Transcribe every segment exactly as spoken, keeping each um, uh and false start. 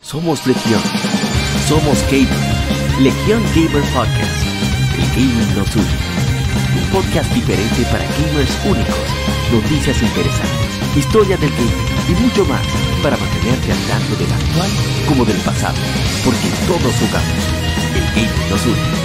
Somos Legión. Somos Gamer. Legión Gamer Podcast. El gaming nos une. Un podcast diferente para gamers únicos. Noticias interesantes, historia del gaming y mucho más para mantenerte al tanto del actual como del pasado. Porque todos jugamos. El gaming nos une.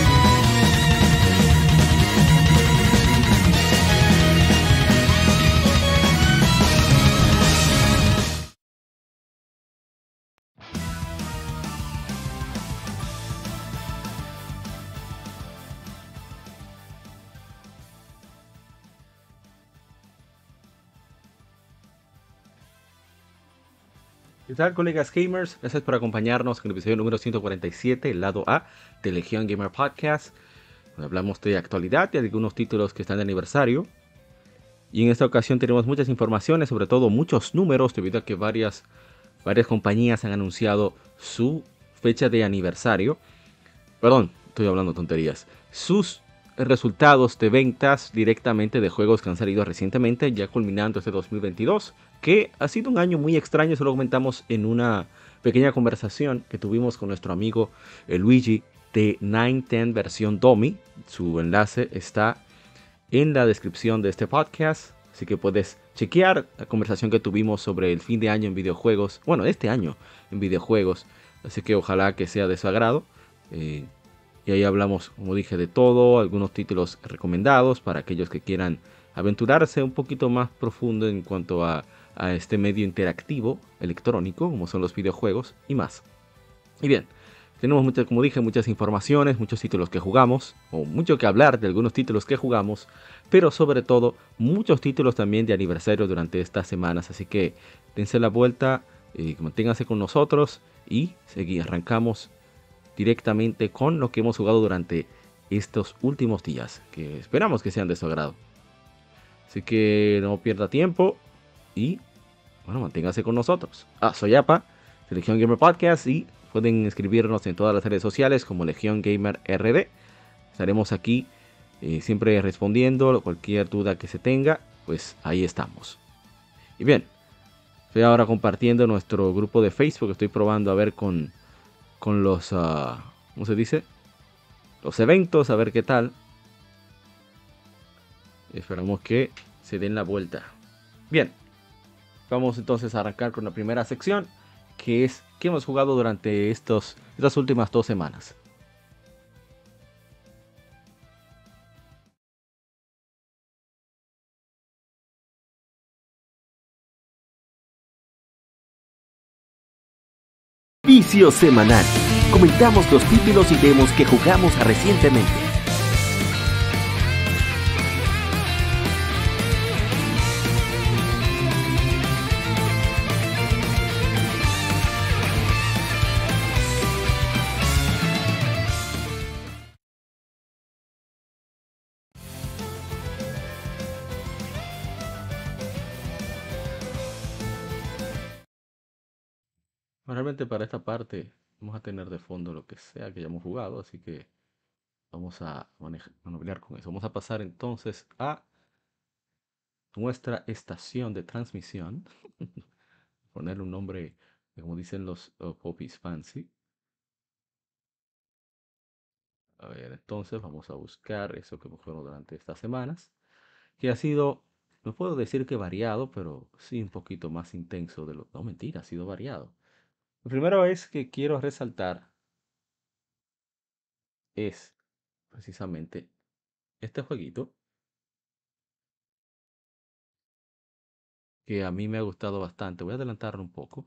¿Qué tal, colegas gamers? Gracias por acompañarnos en el episodio número ciento cuarenta y siete, el lado A de Legión Gamer Podcast, donde hablamos de actualidad y de algunos títulos que están de aniversario. Y en esta ocasión tenemos muchas informaciones, sobre todo muchos números, debido a que varias, varias compañías han anunciado su fecha de aniversario. Perdón, estoy hablando tonterías. Sus resultados de ventas directamente de juegos que han salido recientemente, ya culminando este dos mil veintidós, que ha sido un año muy extraño. Eso lo comentamos en una pequeña conversación que tuvimos con nuestro amigo Luigi de nueve diez versión Domi. Su enlace está en la descripción de este podcast, así que puedes chequear la conversación que tuvimos sobre el fin de año en videojuegos, bueno, este año en videojuegos, así que ojalá que sea de su agrado. Eh, y ahí hablamos, como dije, de todo, algunos títulos recomendados para aquellos que quieran aventurarse un poquito más profundo en cuanto a, a este medio interactivo electrónico, como son los videojuegos y más. Y bien, tenemos, muchas, como dije, muchas informaciones, muchos títulos que jugamos, o mucho que hablar de algunos títulos que jugamos, pero sobre todo muchos títulos también de aniversario durante estas semanas, así que dense la vuelta, eh, manténganse con nosotros y seguimos, arrancamos directamente con lo que hemos jugado durante estos últimos días, que esperamos que sean de su agrado. Así que no pierda tiempo y, bueno, manténgase con nosotros. Ah, soy Apa, de Legión Gamer Podcast, y pueden escribirnos en todas las redes sociales como Legión Gamer R D. Estaremos aquí eh, siempre respondiendo cualquier duda que se tenga, pues ahí estamos. Y bien, estoy ahora compartiendo nuestro grupo de Facebook. Estoy probando a ver con, con los, uh, ¿cómo se dice? Los eventos, a ver qué tal. Esperamos que se den la vuelta. Bien, vamos entonces a arrancar con la primera sección, que es que hemos jugado durante estos, estas últimas dos semanas. Vicio semanal. Comentamos los títulos y demos que jugamos recientemente. Realmente para esta parte vamos a tener de fondo lo que sea que hayamos jugado, así que vamos a manejar, manobrear con eso. Vamos a pasar entonces a nuestra estación de transmisión. Ponerle un nombre, como dicen los uh, popis fancy. A ver, entonces vamos a buscar eso que hemos jugado durante estas semanas, que ha sido, no puedo decir que variado, pero sí un poquito más intenso de lo... No, mentira, ha sido variado. Lo primero es que quiero resaltar es precisamente este jueguito que a mí me ha gustado bastante. Voy a adelantarlo un poco.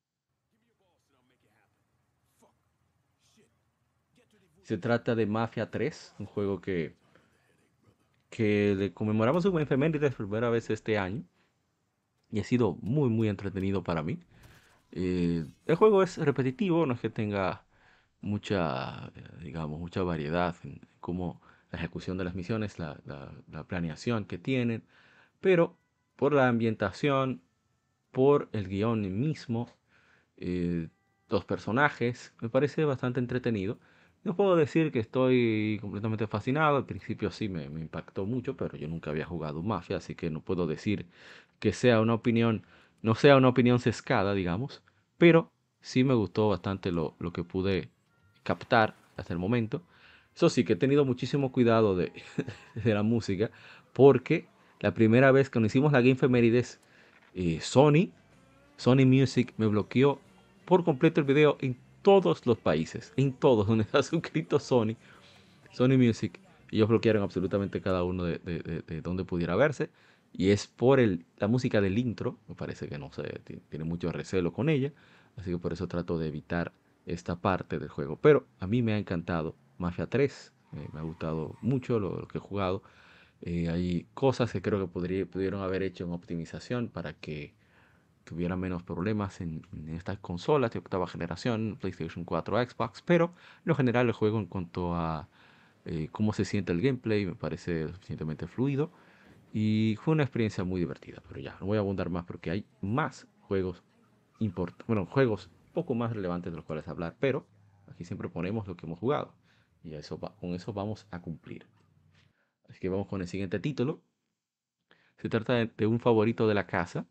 Se trata de Mafia tres, un juego que, que le conmemoramos su efeméride por primera vez este año y ha sido muy muy entretenido para mí. Eh, el juego es repetitivo, no es que tenga mucha, eh, digamos, mucha variedad en cómo la ejecución de las misiones, la, la, la planeación que tienen, pero por la ambientación, por el guión mismo, eh, los personajes, me parece bastante entretenido. No puedo decir que estoy completamente fascinado, al principio sí me, me impactó mucho, pero yo nunca había jugado Mafia, así que no puedo decir que sea una opinión, no sea una opinión sesgada, digamos, pero sí me gustó bastante lo, lo que pude captar hasta el momento. Eso sí, que he tenido muchísimo cuidado de, de la música, porque la primera vez que nos hicimos la Game Femérides, eh, Sony, Sony Music me bloqueó por completo el video en todos los países, en todos donde está suscrito Sony, Sony Music. Ellos bloquearon absolutamente cada uno de, de, de, de donde pudiera verse. Y es por el, la música del intro. Me parece que no sé, tiene mucho recelo con ella. Así que por eso trato de evitar esta parte del juego. Pero a mí me ha encantado Mafia tres. Eh, me ha gustado mucho lo, lo que he jugado. Eh, hay cosas que creo que podría, pudieron haber hecho en optimización para que tuviera menos problemas en, en estas consolas de octava generación, PlayStation cuatro, Xbox. Pero en lo general el juego en cuanto a eh, cómo se siente el gameplay, me parece suficientemente fluido y fue una experiencia muy divertida. Pero ya, no voy a abundar más porque hay más juegos importantes, bueno, juegos poco más relevantes de los cuales hablar, pero aquí siempre ponemos lo que hemos jugado y eso va, con eso vamos a cumplir. Así que vamos con el siguiente título. Se trata de, de un favorito de la casa,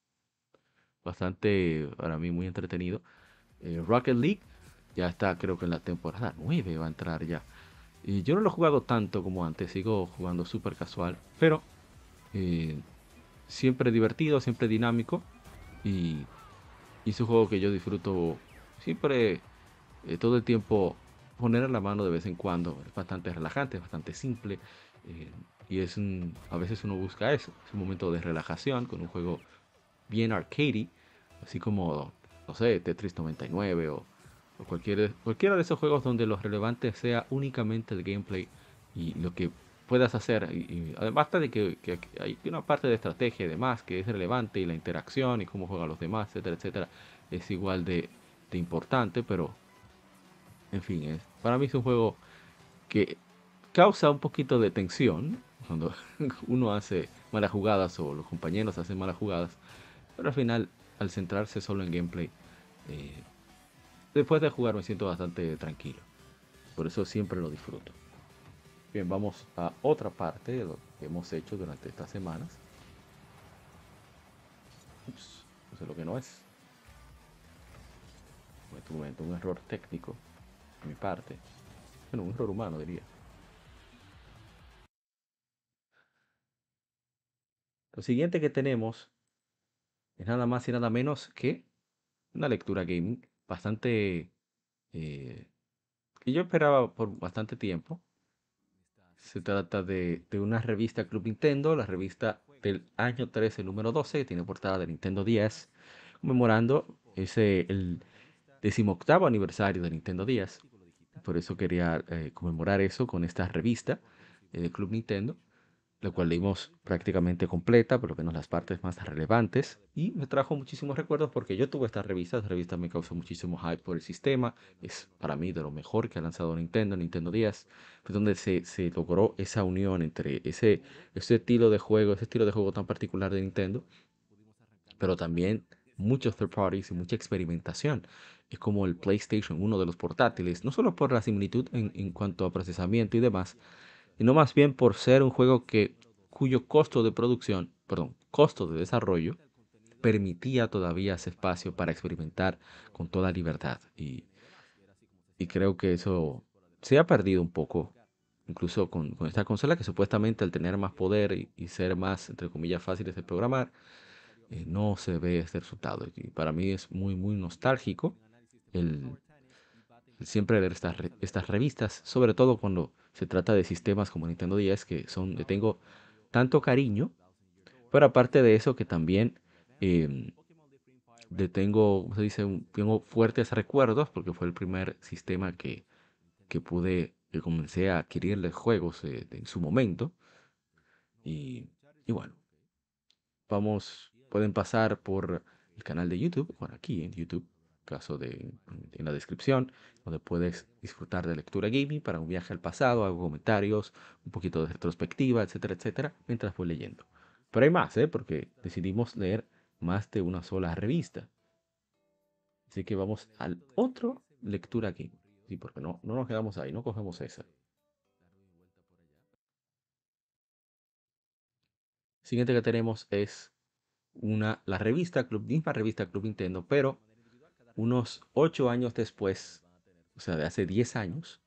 bastante para mí muy entretenido. Eh, Rocket League ya está, creo que en la temporada nueve va a entrar ya. Y yo no lo he jugado tanto como antes, sigo jugando súper casual, pero eh, siempre divertido, siempre dinámico y, y es un juego que yo disfruto siempre, eh, todo el tiempo, poner en la mano de vez en cuando. Es bastante relajante, es bastante simple eh, y es un, a veces uno busca eso, es un momento de relajación con un juego bien arcade, así como, no sé, Tetris noventa y nueve o, o cualquier, cualquiera de esos juegos donde lo relevante sea únicamente el gameplay y lo que puedas hacer. Y, y además de que, que hay una parte de estrategia y demás que es relevante y la interacción y cómo juegan los demás, etcétera, etcétera, es igual de, de importante, pero en fin, es, para mí es un juego que causa un poquito de tensión cuando uno hace malas jugadas o los compañeros hacen malas jugadas, pero al final, al centrarse solo en gameplay, eh, después de jugar me siento bastante tranquilo. Por eso siempre lo disfruto. Bien, vamos a otra parte de lo que hemos hecho durante estas semanas. Ups, no sé lo que no es. En este momento, un error técnico de mi parte. Bueno, un error humano diría. Lo siguiente que tenemos es nada más y nada menos que una lectura gaming bastante eh, que yo esperaba por bastante tiempo. Se trata de, de una revista Club Nintendo, la revista del año trece, número doce, que tiene portada de Nintendo diez, conmemorando ese, el decimoctavo aniversario de Nintendo diez. Por eso quería eh, conmemorar eso con esta revista eh, de Club Nintendo, la cual leímos prácticamente completa, por lo menos las partes más relevantes, y me trajo muchísimos recuerdos porque yo tuve esta revista, esta revista me causó muchísimo hype por el sistema, es para mí de lo mejor que ha lanzado Nintendo, Nintendo diez, pues donde se, se logró esa unión entre ese, ese estilo de juego, ese estilo de juego tan particular de Nintendo, pero también muchos third parties y mucha experimentación. Es como el PlayStation, uno de los portátiles, no solo por la similitud en, en cuanto a procesamiento y demás, sino más bien por ser un juego que, cuyo costo de producción, perdón, costo de desarrollo, permitía todavía ese espacio para experimentar con toda libertad. Y, y creo que eso se ha perdido un poco, incluso con, con esta consola que supuestamente al tener más poder y, y ser más, entre comillas, fáciles de programar, eh, no se ve este resultado. Y para mí es muy, muy nostálgico el, el siempre leer estas, re- estas revistas, sobre todo cuando se trata de sistemas como Nintendo diez, que son, le tengo tanto cariño, pero aparte de eso que también em, le tengo, ¿cómo se dice? Un- tengo fuertes recuerdos porque fue el primer sistema que, que pude, que comencé a adquirirle juegos eh, en su momento. Y, y bueno, vamos, pueden pasar por el canal de YouTube, bueno, aquí en YouTube, caso de en la descripción, donde puedes disfrutar de lectura gaming para un viaje al pasado, hago comentarios, un poquito de retrospectiva, etcétera, etcétera, mientras voy leyendo. Pero hay más, ¿eh? Porque decidimos leer más de una sola revista. Así que vamos al otro lectura gaming. Sí, porque no, no nos quedamos ahí, no cogemos esa. Siguiente que tenemos es una, la revista Club, misma revista Club Nintendo, pero unos ocho años después, o sea, de hace diez años,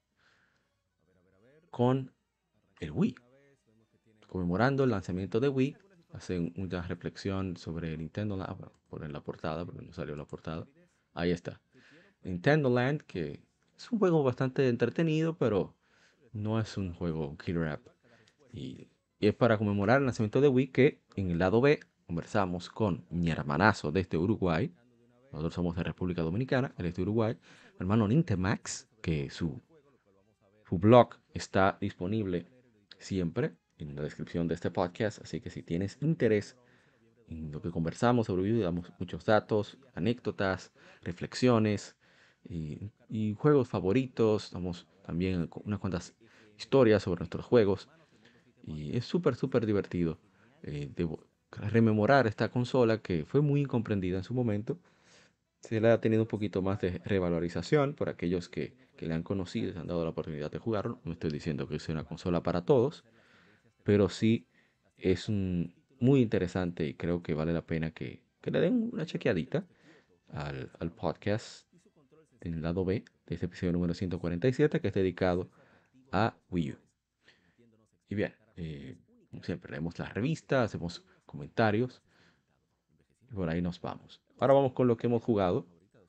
con el Wii. Conmemorando el lanzamiento de Wii, hacen una reflexión sobre Nintendo Land. Bueno, ponen la portada, porque no salió la portada. Ahí está. Nintendo Land, que es un juego bastante entretenido, pero no es un juego killer app. Y, y es para conmemorar el lanzamiento de Wii que en el lado B conversamos con mi hermanazo desde Uruguay. Nosotros somos de República Dominicana, él es de Uruguay. Mi hermano Nintemax, que su, su blog está disponible siempre en la descripción de este podcast. Así que si tienes interés en lo que conversamos sobre Wii, damos muchos datos, anécdotas, reflexiones y, y juegos favoritos. Damos también unas cuantas historias sobre nuestros juegos. Y es súper, súper divertido eh, de rememorar esta consola que fue muy incomprendida en su momento. Se le ha tenido un poquito más de revalorización por aquellos que, que le han conocido y se han dado la oportunidad de jugarlo. No estoy diciendo que sea una consola para todos, pero sí es un, muy interesante y creo que vale la pena que, que le den una chequeadita al, al podcast en el lado B de este episodio número ciento cuarenta y siete, que es dedicado a Wii U. Y bien, eh, como siempre, leemos las revistas, hacemos comentarios y por ahí nos vamos. Ahora vamos con lo que hemos jugado,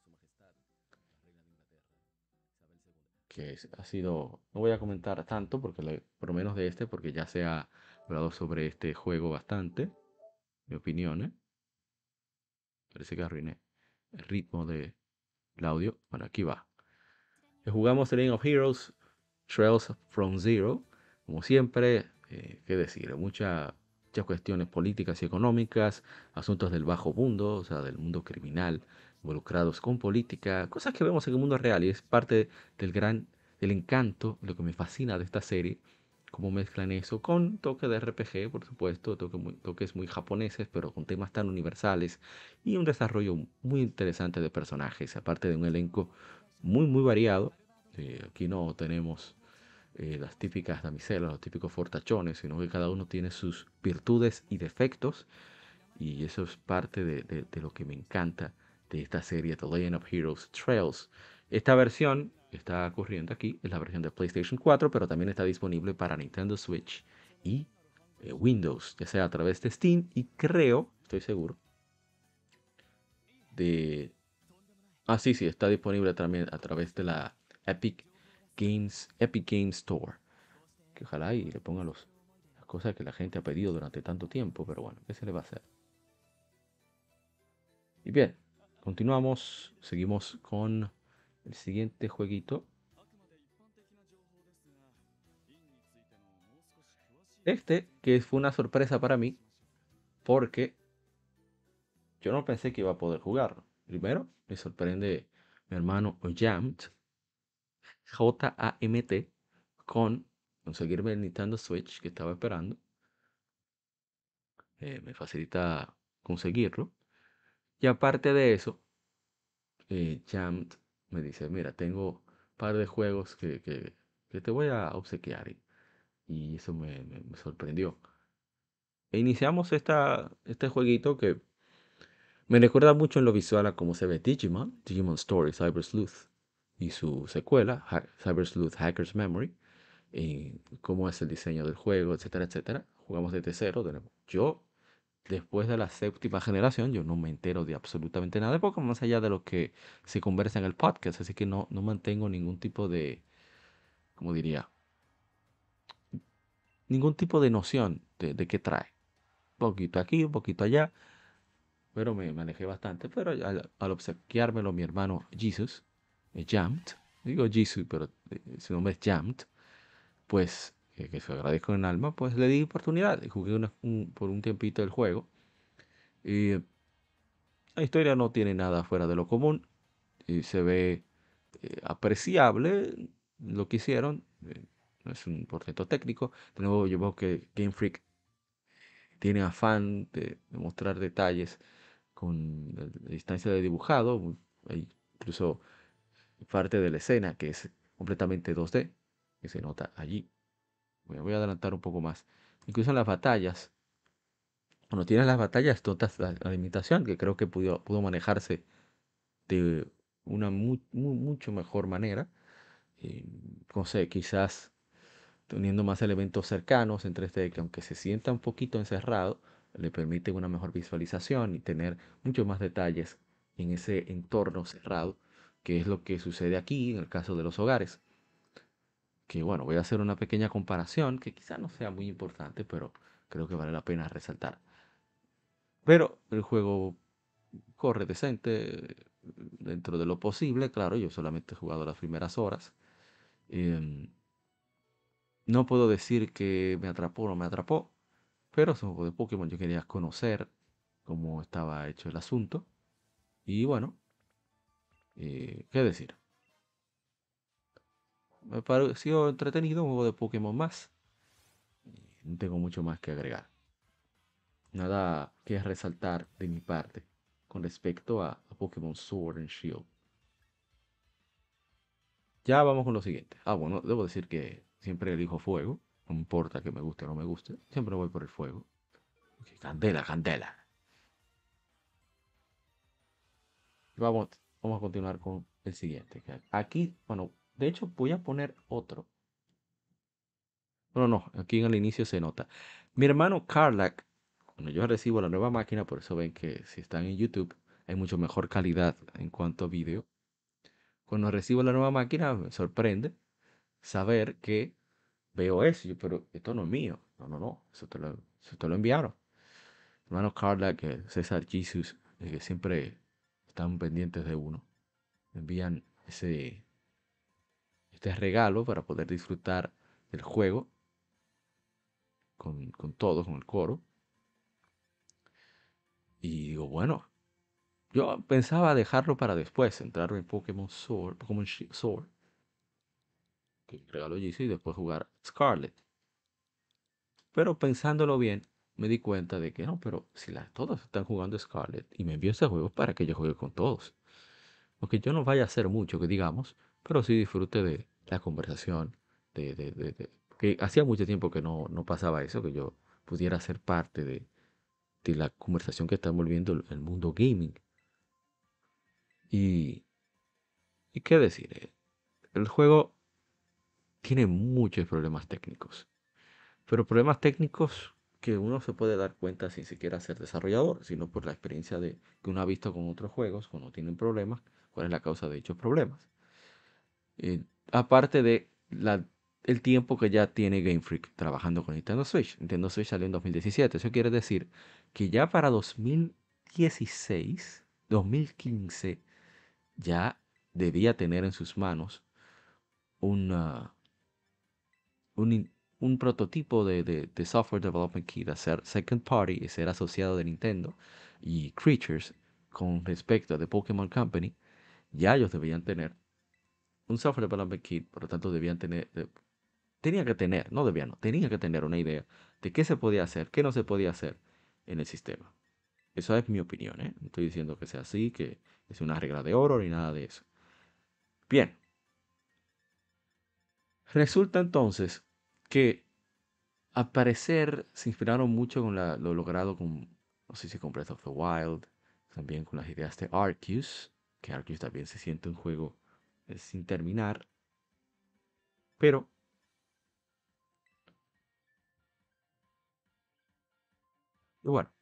que es- ha sido, no voy a comentar tanto, porque le- por lo menos de este, porque ya se ha hablado sobre este juego bastante, mi opinión, ¿eh? Parece que arruiné el ritmo del audio. Bueno, aquí va. Eh, Jugamos The Legend of Heroes, Trails from Zero. Como siempre, eh, qué decir, mucha- muchas cuestiones políticas y económicas, asuntos del bajo mundo, o sea, del mundo criminal, involucrados con política, cosas que vemos en el mundo real y es parte del gran, del encanto, lo que me fascina de esta serie, cómo mezclan eso con toque de R P G, por supuesto, toque muy- toques muy japoneses, pero con temas tan universales y un desarrollo muy interesante de personajes, aparte de un elenco muy, muy variado. Eh, aquí no tenemos eh, las típicas damiselas, los típicos fortachones, sino que cada uno tiene sus virtudes y defectos. Y eso es parte de, de- de lo que me encanta de esta serie, The Legend of Heroes Trails. Esta versión que está corriendo aquí es la versión de PlayStation cuatro, pero también está disponible para Nintendo Switch y eh, Windows, ya sea a través de Steam y creo, estoy seguro, de... Ah, sí, sí, está disponible también a través de la Epic Games, Epic Games Store. Que ojalá y le pongan los, las cosas que la gente ha pedido durante tanto tiempo, pero bueno, ¿qué se le va a hacer? Y bien, continuamos, seguimos con el siguiente jueguito. Este, que fue una sorpresa para mí, porque yo no pensé que iba a poder jugarlo. Primero, me sorprende mi hermano Jamt, J A M T, con conseguirme el Nintendo Switch que estaba esperando. Eh, me facilita conseguirlo. Y aparte de eso, eh, Jammed me dice, mira, tengo un par de juegos que, que- que te voy a obsequiar. Y, y eso me, me- me sorprendió. E iniciamos esta, este jueguito que me recuerda mucho en lo visual a cómo se ve Digimon, Digimon Story Cyber Sleuth, y su secuela, Ha- Cyber Sleuth Hacker's Memory, y cómo es el diseño del juego, etcétera, etcétera. Jugamos desde cero. de nuevo. Yo, después de la séptima generación, yo no me entero de absolutamente nada de Pokémon más allá de lo que se conversa en el podcast, así que no, no mantengo ningún tipo de, ¿cómo diría? Ningún tipo de noción de, de qué trae. Un poquito aquí, un poquito allá, pero me, me alejé bastante. Pero al, al obsequiármelo mi hermano Jesus, eh, Jamt, digo Jesus, pero eh, su nombre es Jamt, pues que, que se lo agradezco en alma, pues le di oportunidad y jugué una- un- por un tiempito el juego. Y la historia no tiene nada fuera de lo común y se ve eh, apreciable lo que hicieron. eh, no es un portento técnico. De nuevo, yo veo que Game Freak tiene afán de, de mostrar detalles con la, la distancia de dibujado. muy- Hay incluso parte de la escena que es completamente dos D, que se nota allí. Me voy a adelantar un poco más. Incluso en las batallas, cuando tienes las batallas, notas la, la limitación que creo que pudo, pudo manejarse de una mu mu mucho mejor manera. Eh, no sé, quizás teniendo más elementos cercanos en tres D que aunque se sienta un poquito encerrado, le permite una mejor visualización y tener muchos más detalles en ese entorno cerrado, que es lo que sucede aquí en el caso de los hogares. Que bueno, voy a hacer una pequeña comparación que quizás no sea muy importante, pero creo que vale la pena resaltar. Pero el juego corre decente dentro de lo posible, claro, yo solamente he jugado las primeras horas. Em, no puedo decir que me atrapó o no me atrapó, pero es un juego de Pokémon, yo quería conocer cómo estaba hecho el asunto. Y bueno, eh, ¿qué decir? Me pareció entretenido, un juego de Pokémon más. No tengo mucho más que agregar. Nada que resaltar de mi parte con respecto a, a Pokémon Sword and Shield. Ya vamos con lo siguiente. Ah, bueno, debo decir que siempre elijo fuego. No importa que me guste o no me guste. Siempre voy por el fuego. Ok, candela, candela. Vamos, vamos a continuar con el siguiente. que Aquí, bueno, de hecho voy a poner otro. Bueno, no, aquí en el inicio se nota. Mi hermano Carlac, cuando yo recibo la nueva máquina, por eso ven que si están en YouTube hay mucho mejor calidad en cuanto a vídeo. Cuando recibo la nueva máquina me sorprende saber que veo eso. Yo, pero esto no es mío. No, no, no. Eso te lo, eso te lo enviaron. Hermano Carla, que César Jesus, eh, que siempre están pendientes de uno. Me envían ese, este regalo para poder disfrutar del juego con, con todos, con el coro. Y digo, bueno, yo pensaba dejarlo para después, entrar en Pokémon Sword, Pokémon Sword, que regalo Jesus, y después jugar Scarlet. Pero pensándolo bien, me di cuenta de que no, pero si la, todos están jugando Scarlet y me envió ese juego para que yo juegue con todos. Aunque yo no vaya a hacer mucho, que digamos, pero sí disfrute de la conversación, de, de, de, de- que hacía mucho tiempo que no, no pasaba eso, que yo pudiera ser parte de, de la conversación que está envolviendo el, el mundo gaming. Y, y qué decir, eh, el juego tiene muchos problemas técnicos. Pero problemas técnicos que uno se puede dar cuenta sin siquiera ser desarrollador, sino por la experiencia de que uno ha visto con otros juegos cuando tienen problemas, cuál es la causa de dichos problemas. Eh, aparte de la, el tiempo que ya tiene Game Freak trabajando con Nintendo Switch. Nintendo Switch salió en dos mil diecisiete. Eso quiere decir que ya para dos mil dieciséis, dos mil quince, ya debía tener en sus manos una, un, un prototipo de, de, de Software Development Kit, de ser second party y ser asociado de Nintendo y Creatures con respecto a The Pokémon Company, ya ellos debían tener un Software Development Kit, por lo tanto debían tener, de- tenía que tener, no debían, no, tenía que tener una idea de qué se podía hacer, qué no se podía hacer en el sistema. Esa es mi opinión, ¿eh? No estoy diciendo que sea así, que es una regla de oro ni nada de eso. Bien, resulta entonces que al parecer se inspiraron mucho con la- lo logrado con, no sé si con Breath of the Wild, también con las ideas de Arceus, que Arceus también se siente un juego eh, sin terminar, pero, bueno,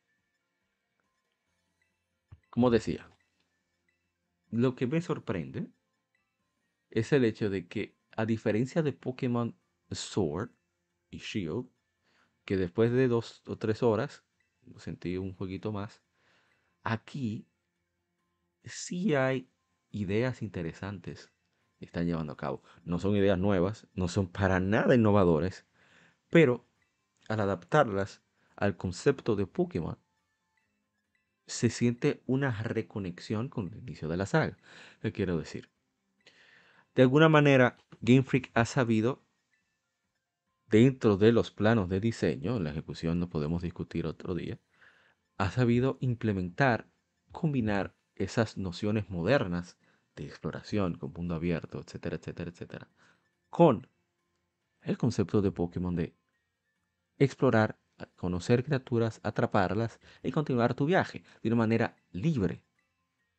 como decía, lo que me sorprende es el hecho de que, a diferencia de Pokémon Sword y Shield, que después de dos o tres horas sentí un jueguito más, aquí sí hay ideas interesantes que están llevando a cabo. No son ideas nuevas, no son para nada innovadores, pero al adaptarlas al concepto de Pokémon, se siente una reconexión con el inicio de la saga. ¿Qué quiero decir? De alguna manera, Game Freak ha sabido, dentro de los planos de diseño, en la ejecución no podemos discutir otro día, ha sabido implementar, combinar esas nociones modernas de exploración con mundo abierto, etcétera, etcétera, etcétera, con el concepto de Pokémon de explorar, conocer criaturas, atraparlas y continuar tu viaje de una manera libre.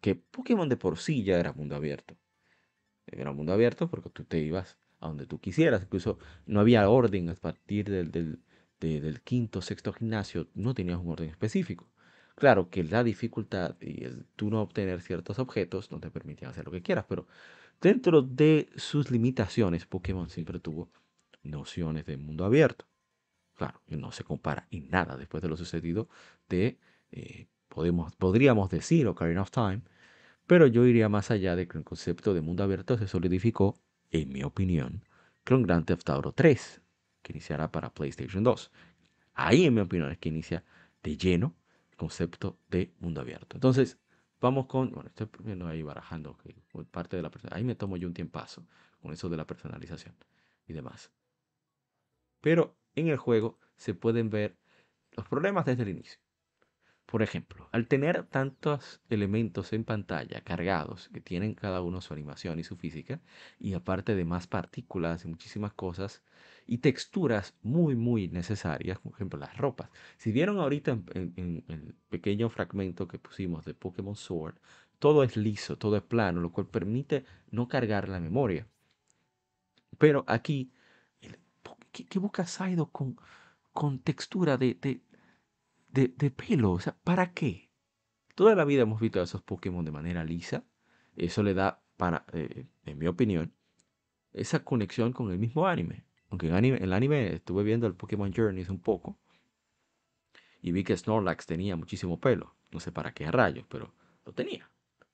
que Pokémon de por sí ya era mundo abierto. Era un mundo abierto porque tú te ibas a donde tú quisieras. Incluso no había orden a partir del, del, de- del quinto, sexto gimnasio. No tenías un orden específico. Claro que la dificultad y el tú no obtener ciertos objetos no te permitían hacer lo que quieras, pero dentro de sus limitaciones, Pokémon siempre tuvo nociones de mundo abierto. Claro, que no se compara en nada después de lo sucedido de, eh, podemos, podríamos decir, Ocarina of Time, pero yo iría más allá de que el concepto de mundo abierto se solidificó, en mi opinión, con Grand Theft Auto tres, que iniciará para PlayStation dos. Ahí, en mi opinión, es que inicia de lleno el concepto de mundo abierto. Entonces, vamos con, bueno, estoy viendo ahí barajando que parte de la persona, ahí me tomo yo un tiempazo con eso de la personalización y demás. Pero en el juego se pueden ver los problemas desde el inicio. Por ejemplo, al tener tantos elementos en pantalla cargados que tienen cada uno su animación y su física, y aparte de más partículas y muchísimas cosas, y texturas muy, muy necesarias, por ejemplo, las ropas. Si vieron ahorita en, en- en el pequeño fragmento que pusimos de Pokémon Sword, todo es liso, todo es plano, lo cual permite no cargar la memoria. Pero aquí, el- ¿qué, qué busca Saido con, con textura de, de, de, de pelo? O sea, ¿para qué? Toda la vida hemos visto a esos Pokémon de manera lisa. Eso le da, para, eh, en mi opinión, esa conexión con el mismo anime. Aunque en, anime, en el anime estuve viendo el Pokémon Journeys un poco y vi que Snorlax tenía muchísimo pelo. No sé para qué rayos, pero lo tenía.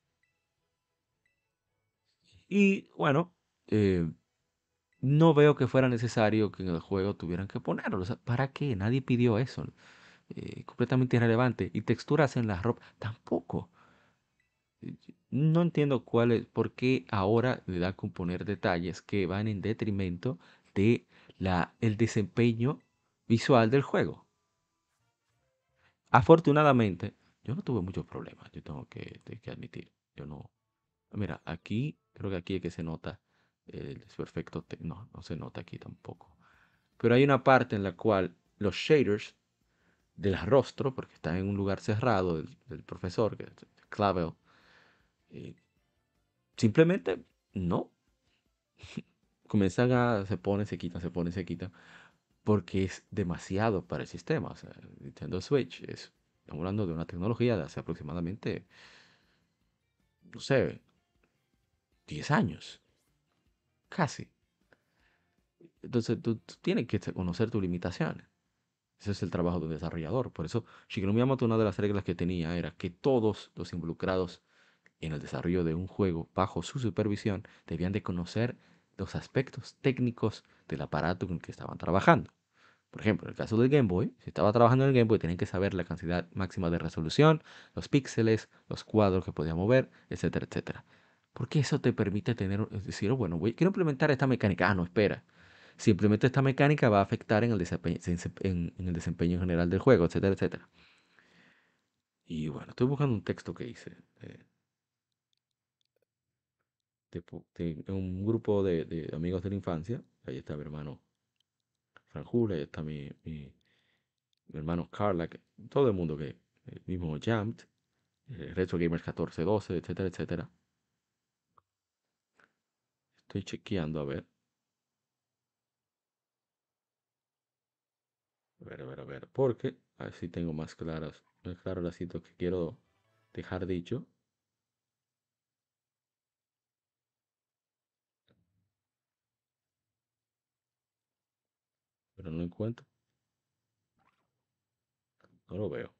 Y bueno, eh, no veo que fuera necesario que en el juego tuvieran que ponerlo. O sea, ¿para qué? Nadie pidió eso. Eh, completamente irrelevante. Y texturas en la ropa tampoco. No entiendo cuál es, por qué ahora le da con poner detalles que van en detrimento de la, el desempeño visual del juego. Afortunadamente, yo no tuve muchos problemas, yo tengo que, te- que admitir. Yo no. Mira, aquí, creo que aquí es que se nota el desperfecto. te- No, no se nota aquí tampoco. Pero hay una parte en la cual los shaders del rostro, porque está en un lugar cerrado del, del profesor, que es Clavel, eh, simplemente no. Comienzan a, se ponen, se quitan, se ponen, se quitan, porque es demasiado para el sistema. O sea, Nintendo Switch es, estamos hablando de una tecnología de hace aproximadamente, no sé, diez años, casi. Entonces tú, tú tienes que conocer tus limitaciones. Ese es el trabajo del desarrollador. Por eso, Shigeru Miyamoto, una de las reglas que tenía era que todos los involucrados en el desarrollo de un juego bajo su supervisión debían de conocer los aspectos técnicos del aparato con el que estaban trabajando. Por ejemplo, en el caso del Game Boy, si estaba trabajando en el Game Boy, tenían que saber la cantidad máxima de resolución, los píxeles, los cuadros que podía mover, etcétera, etcétera. Porque eso te permite tener, es decir, oh, bueno, voy, quiero implementar esta mecánica. Ah, no, espera. Si implemento esta mecánica va a afectar en el desempeño, en, en el desempeño general del juego, etcétera, etcétera. Y bueno, estoy buscando un texto que hice de, de, de un grupo de, de amigos de la infancia. Ahí está mi hermano Franjul, ahí está mi, mi, mi hermano Carla, que- todo el mundo que, el mismo Jammed, eh, Retro Gamers catorce doce, etcétera, etcétera. Estoy chequeando a ver, a ver, a ver, a ver, porque a ver si tengo más claras, más claro las citas que quiero dejar dicho, pero no lo encuentro, no lo veo.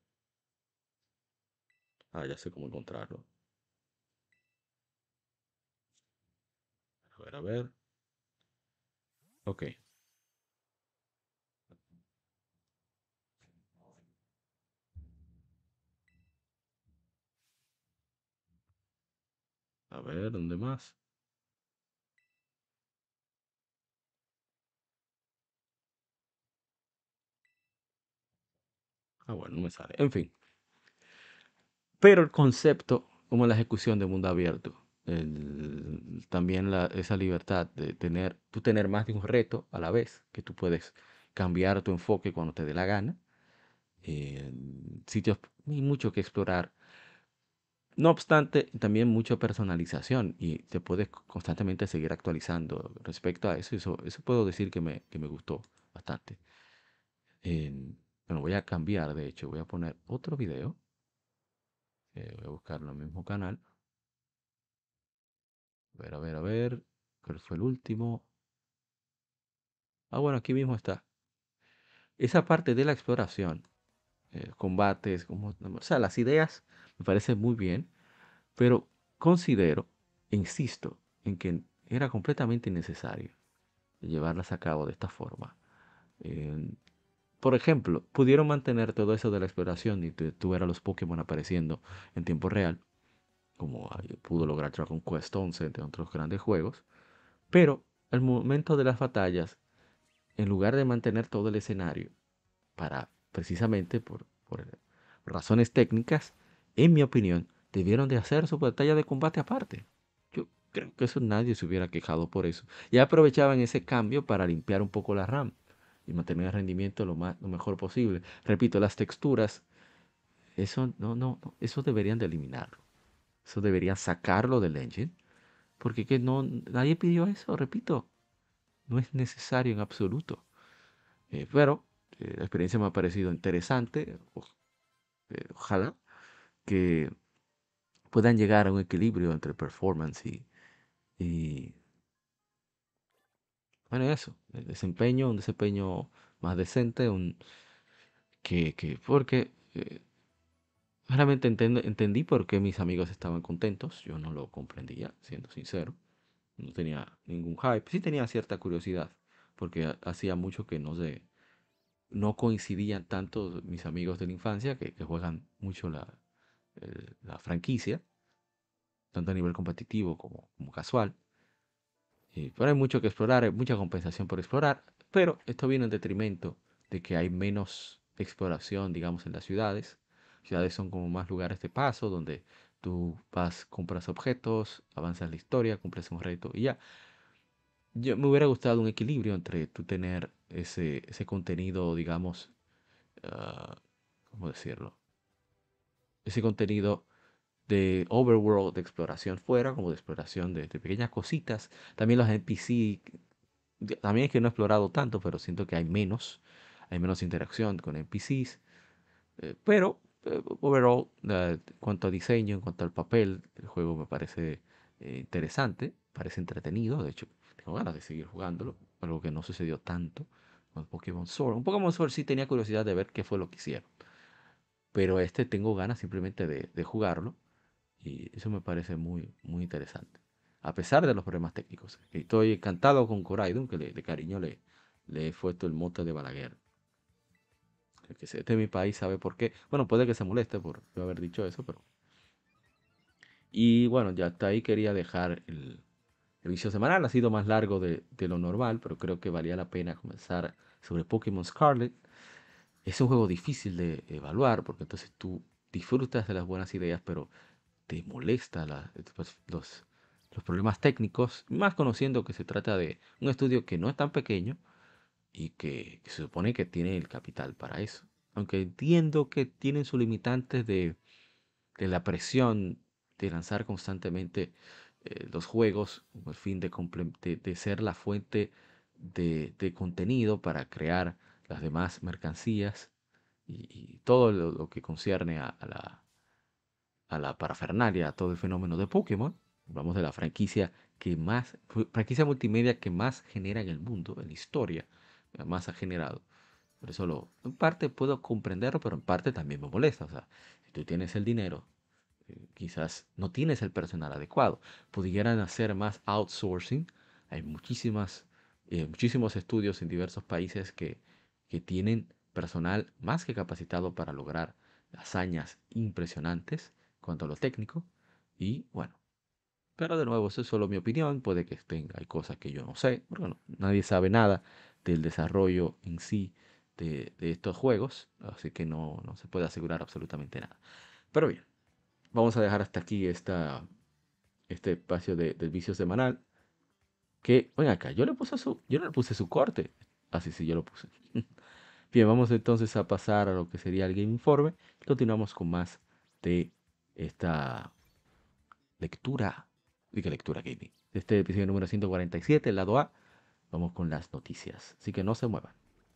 Ah, ya sé cómo encontrarlo. A ver, a ver. Ok, a ver, ¿dónde más? Ah, bueno, no me sale. En fin, pero el concepto, como la ejecución de mundo abierto, el- también la- esa libertad de tener, tú tener más de un reto a la vez, que tú puedes cambiar tu enfoque cuando te dé la gana. eh, Sitios, hay mucho que explorar. No obstante, también mucha personalización y te puedes constantemente seguir actualizando respecto a eso. Eso, eso puedo decir que me, que me gustó bastante. Eh, bueno, voy a cambiar, de hecho, voy a poner otro video. Eh, voy a buscar en el mismo canal. A ver, a ver, a ver. ¿Cuál fue el último? Ah, bueno, aquí mismo está. Esa parte de la exploración, eh, combates, como, o sea, las ideas me parecen muy bien, pero considero, e insisto, en que era completamente innecesario llevarlas a cabo de esta forma. Eh, por ejemplo, pudieron mantener todo eso de la exploración y tu- tuviera los Pokémon apareciendo en tiempo real, como ah, pudo lograr Dragon Quest once, entre otros grandes juegos, pero al momento de las batallas, en lugar de mantener todo el escenario para precisamente por, por razones técnicas, en mi opinión, debieron de hacer su batalla de combate aparte. Yo creo que eso nadie se hubiera quejado por eso. Ya aprovechaban ese cambio para limpiar un poco la RAM y mantener el rendimiento lo más, lo mejor posible. Repito, las texturas, eso no, no, no, eso deberían de eliminarlo. Eso deberían sacarlo del engine, porque que no, nadie pidió eso, repito, no es necesario en absoluto. Eh, pero eh, la experiencia me ha parecido interesante. O- eh, ojalá que puedan llegar a un equilibrio entre performance y, y, bueno, eso, el desempeño, un desempeño más decente, un, que, que porque eh, realmente entend- entendí por qué mis amigos estaban contentos. Yo no lo comprendía, siendo sincero. No tenía ningún hype. Sí tenía cierta curiosidad, porque ha- hacía mucho que no se, no coincidían tanto mis amigos de la infancia que, que juegan mucho la, el- la franquicia, tanto a nivel competitivo como, como casual. Y, pero hay mucho que explorar, hay mucha compensación por explorar, pero esto viene en detrimento de que hay menos exploración, digamos, en las ciudades. Ciudades son como más lugares de paso, donde tú vas, compras objetos, avanzas la historia, cumples un reto y ya. Yo me hubiera gustado un equilibrio entre tú tener ese, ese contenido, digamos, ah, ¿cómo decirlo? Ese contenido de overworld, de exploración fuera, como de exploración de, de pequeñas cositas. También los N P C, de- también es que no he explorado tanto, pero siento que hay menos, hay menos interacción con N P Cs. Eh, pero, eh, overall, eh, en cuanto a diseño, en cuanto al papel, el juego me parece eh, interesante, parece entretenido. De hecho, tengo ganas de seguir jugándolo, algo que no sucedió tanto con Pokémon Sword. Un Pokémon Sword sí tenía curiosidad de ver qué fue lo que hicieron, pero este tengo ganas simplemente de, de jugarlo y eso me parece muy, muy interesante. A pesar de los problemas técnicos. Que estoy encantado con Coraidon, que le, de cariño le, le he puesto el mote de Balaguer. El que sea de mi país sabe por qué. Bueno, puede que se moleste por yo haber dicho eso, pero... Y bueno, ya hasta ahí quería dejar el, el vicio semanal. Ha sido más largo de, de lo normal, pero creo que valía la pena comenzar sobre Pokémon Scarlet. Es un juego difícil de evaluar, porque entonces tú disfrutas de las buenas ideas, pero te molesta la- pues, los, los problemas técnicos, más conociendo que se trata de un estudio que no es tan pequeño y que, que se supone que tiene el capital para eso. Aunque entiendo que tienen sus limitantes de, de la presión de lanzar constantemente eh, los juegos con el fin de, comple- de- de ser la fuente de, de contenido para crear las demás mercancías y, y todo lo, lo que concierne a, a la, a la parafernalia, a todo el fenómeno de Pokémon. Hablamos de la franquicia que más, franquicia multimedia que más genera en el mundo, en la historia, eh, más ha generado. Por eso lo, en parte puedo comprenderlo, pero en parte también me molesta. O sea, si tú tienes el dinero, eh, quizás no tienes el personal adecuado. Pudieran hacer más outsourcing. Hay muchísimas, eh, muchísimos estudios en diversos países que, que tienen personal más que capacitado para lograr hazañas impresionantes cuanto a lo técnico. Y bueno, pero de nuevo, eso es solo mi opinión. Puede que estén, hay cosas que yo no sé. Porque bueno, nadie sabe nada del desarrollo en sí de, de estos juegos. Así que no, no se puede asegurar absolutamente nada. Pero bien, vamos a dejar hasta aquí esta, este espacio de, del vicio semanal. Que, ven acá, yo le puse su, yo no le puse su corte. Así sí, sí, yo lo puse. Bien, vamos entonces a pasar a lo que sería el Game Informe. Continuamos con más de esta lectura, diga lectura gaming. Este episodio número ciento cuarenta y siete, el lado A. Vamos con las noticias, así que no se muevan.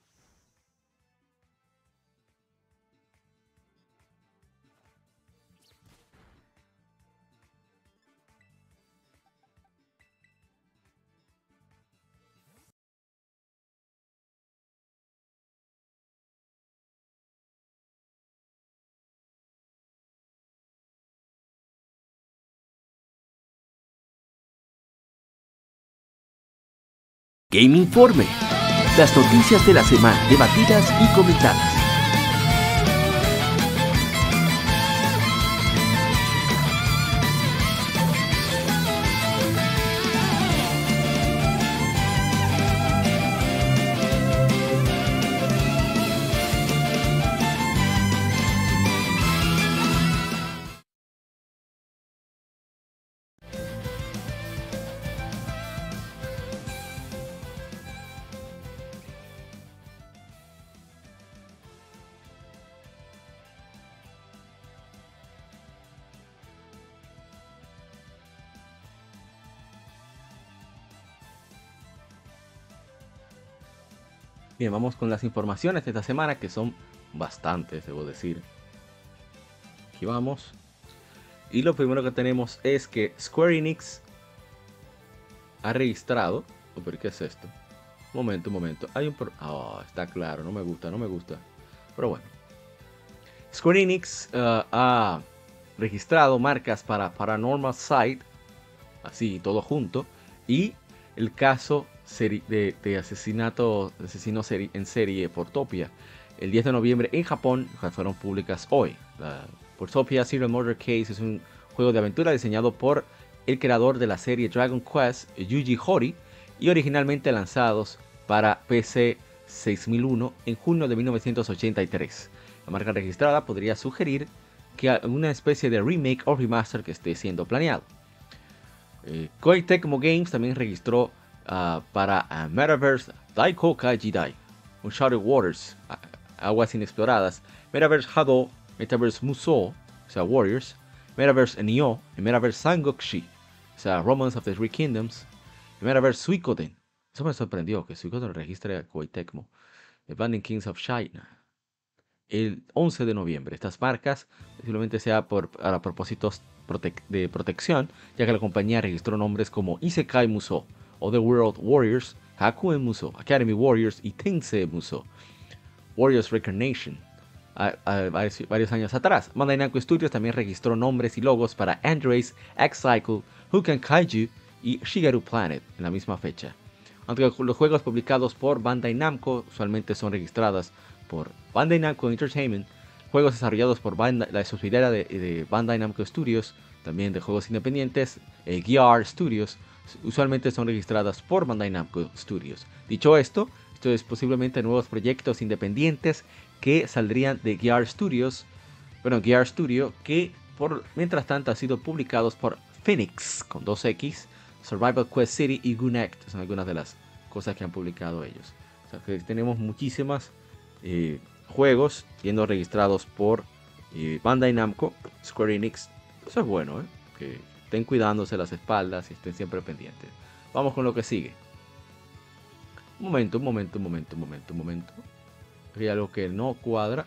Game Informe. Las noticias de la semana debatidas y comentadas. Bien, vamos con las informaciones de esta semana, que son bastantes, debo decir. Aquí vamos. Y lo primero que tenemos es que Square Enix ha registrado... Oh, ¿pero qué es esto? Un momento, un momento. Hay un... Pro... Oh, está claro, no me gusta, no me gusta. Pero bueno. Square Enix uh, ha registrado marcas para Paranormal Sight, así, todo junto. Y el caso de, de asesinato, de asesino seri en serie Portopia, el diez de noviembre en Japón, fueron públicas hoy. La Portopia Serial Murder Case es un juego de aventura diseñado por el creador de la serie Dragon Quest, Yuji Horii, y originalmente lanzados para P C seis mil uno en junio de mil novecientos ochenta y tres. La marca registrada podría sugerir que una especie de remake o remaster que esté siendo planeado. Eh, Koei Tecmo Games también registró uh, para uh, Metaverse Daikokai Jidai, Uncharted Waters, uh, Aguas Inexploradas, Metaverse Hado, Metaverse Musou, o sea Warriors, Metaverse Nioh, y Metaverse Sangokshi, o sea Romance of the Three Kingdoms, y Metaverse Suikoden. Eso me sorprendió, que Suikoden registre a Koei Tecmo. The Banding Kings of China. El once de noviembre. Estas marcas posiblemente sea por, para propósitos prote de protección, ya que la compañía registró nombres como Isekai Musou, Other World Warriors, Hakuen Musou, Academy Warriors y Tensei Musou. Warriors Reincarnation. A, a, a, varios años atrás, Bandai Namco Studios también registró nombres y logos para Androids, X-Cycle, Hukan Kaiju y Shigeru Planet en la misma fecha. Aunque los juegos publicados por Bandai Namco usualmente son registradas por Bandai Namco Entertainment, juegos desarrollados por Bandai, la subsidiaria de, de Bandai Namco Studios, también de juegos independientes, eh, Gear Studios, usualmente son registradas por Bandai Namco Studios. Dicho esto, esto es posiblemente nuevos proyectos independientes que saldrían de Gear Studios, bueno, Gear Studio, que por mientras tanto han sido publicados por Phoenix con dos X, Survival Quest City y Gunect, son algunas de las cosas que han publicado ellos. O sea que tenemos muchísimas eh, juegos siendo registrados por eh, Bandai Namco, Square Enix. Eso es bueno, ¿eh? Que estén cuidándose las espaldas y estén siempre pendientes. Vamos con lo que sigue. Un momento, un momento, un momento, un momento, un momento. Hay algo que no cuadra.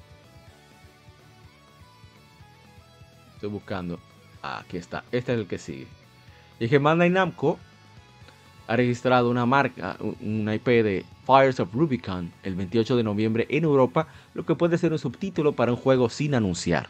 Estoy buscando. Ah, aquí está. Este es el que sigue. Dije, Bandai Namco ha registrado una marca, una I P de Fires of Rubicon el veintiocho de noviembre en Europa, lo que puede ser un subtítulo para un juego sin anunciar.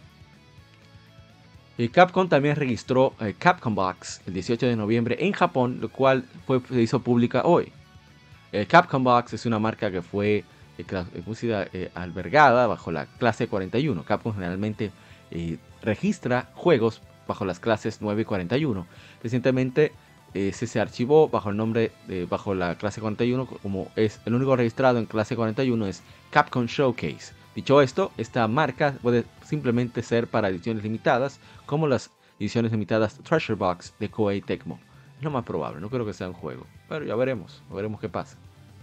Y Capcom también registró eh, Capcom Box el dieciocho de noviembre en Japón, lo cual fue, se hizo pública hoy. El Capcom Box es una marca que fue eh, eh, albergada bajo la clase cuarenta y uno. Capcom generalmente eh, registra juegos bajo las clases nueve y cuarenta y uno. Recientemente eh, se, se archivó bajo el nombre de, bajo la clase cuarenta y uno, como es el único registrado en clase cuarenta y uno es Capcom Showcase. Dicho esto, esta marca puede simplemente ser para ediciones limitadas, como las ediciones limitadas Treasure Box de Koei Tecmo. Es lo más probable, no creo que sea un juego, pero ya veremos, ya veremos qué pasa.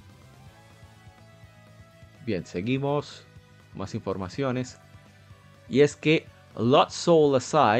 Bien, seguimos, más informaciones. Y es que Lost Soul Aside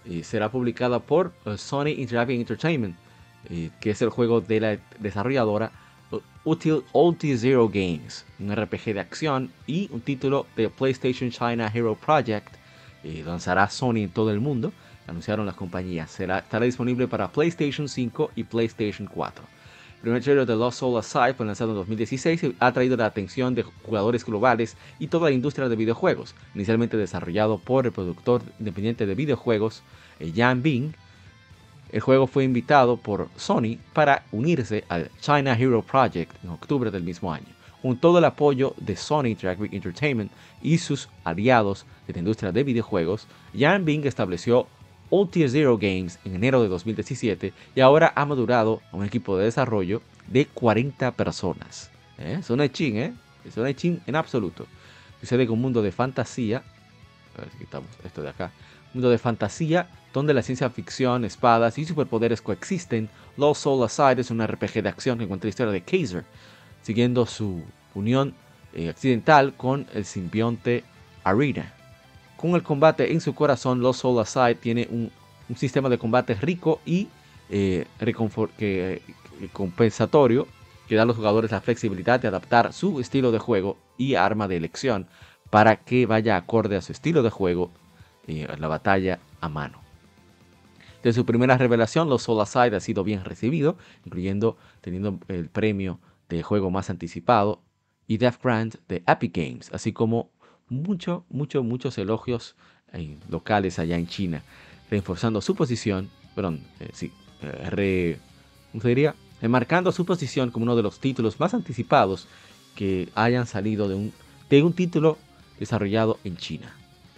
eh, será publicada por uh, Sony Interactive Entertainment, eh, que es el juego de la desarrolladora uh, Util Ulti Zero Games, un R P G de acción y un título de PlayStation China Hero Project. Eh, lanzará Sony en todo el mundo, anunciaron las compañías. Será, estará disponible para PlayStation cinco y PlayStation cuatro. El primer trailer de Lost Soul Aside fue lanzado en dos mil dieciséis y ha traído la atención de jugadores globales y toda la industria de videojuegos. Inicialmente desarrollado por el productor independiente de videojuegos Yan Bing, el juego fue invitado por Sony para unirse al China Hero Project en octubre del mismo año. Con todo el apoyo de Sony Interactive Entertainment y sus aliados de la industria de videojuegos, Yan Bing estableció Ulti Zero Games en enero de dos mil diecisiete y ahora ha madurado a un equipo de desarrollo de cuarenta personas. ¿Eh? Eso no es chin, ¿eh? Eso no es chin en absoluto. Sucede con un mundo de fantasía. A ver si quitamos esto de acá. Un mundo de fantasía donde la ciencia ficción, espadas y superpoderes coexisten. Lost Soul Aside es un R P G de acción que cuenta la historia de Kaiser, siguiendo su unión eh, accidental con el simbionte Arena. Con el combate en su corazón, Lost Soul Aside tiene un, un sistema de combate rico y eh, que, que, compensatorio que da a los jugadores la flexibilidad de adaptar su estilo de juego y arma de elección para que vaya acorde a su estilo de juego eh, en la batalla a mano. Desde su primera revelación, Lost Soul Aside ha sido bien recibido, incluyendo teniendo el premio de juego más anticipado y Death Grant de Epic Games, así como muchos, muchos, muchos elogios eh, locales allá en China, reforzando su posición, perdón, eh, sí, eh, re, ¿cómo se diría? Remarcando su posición como uno de los títulos más anticipados que hayan salido de un, de un título desarrollado en China.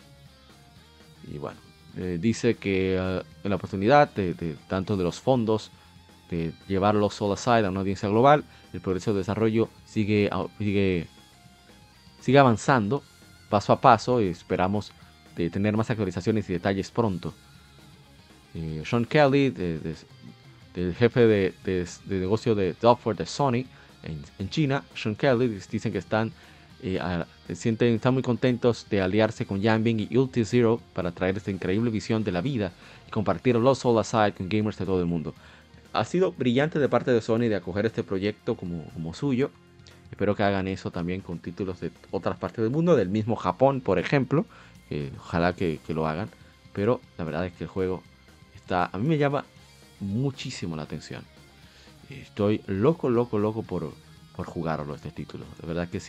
Y bueno, eh, dice que uh, en la oportunidad de, de tanto de los fondos de llevarlo Soul Aside a una audiencia global, el progreso de desarrollo sigue, sigue, sigue avanzando paso a paso y esperamos de tener más actualizaciones y detalles pronto. Eh, Sean Kelly, de, de, del jefe de, de, de negocio de software de Sony en, en China, Sean Kelly, dicen que están, eh, a, sienten, están muy contentos de aliarse con Yan Bing y Ulti Zero para traer esta increíble visión de la vida y compartir Lost Soul Aside con gamers de todo el mundo. Ha sido brillante de parte de Sony de acoger este proyecto como, como suyo. Espero que hagan eso también con títulos de otras partes del mundo, del mismo Japón, por ejemplo. Eh, ojalá que, que lo hagan. Pero la verdad es que el juego está, a mí me llama muchísimo la atención. Estoy loco, loco, loco por, por jugarlo este título. De verdad que sí.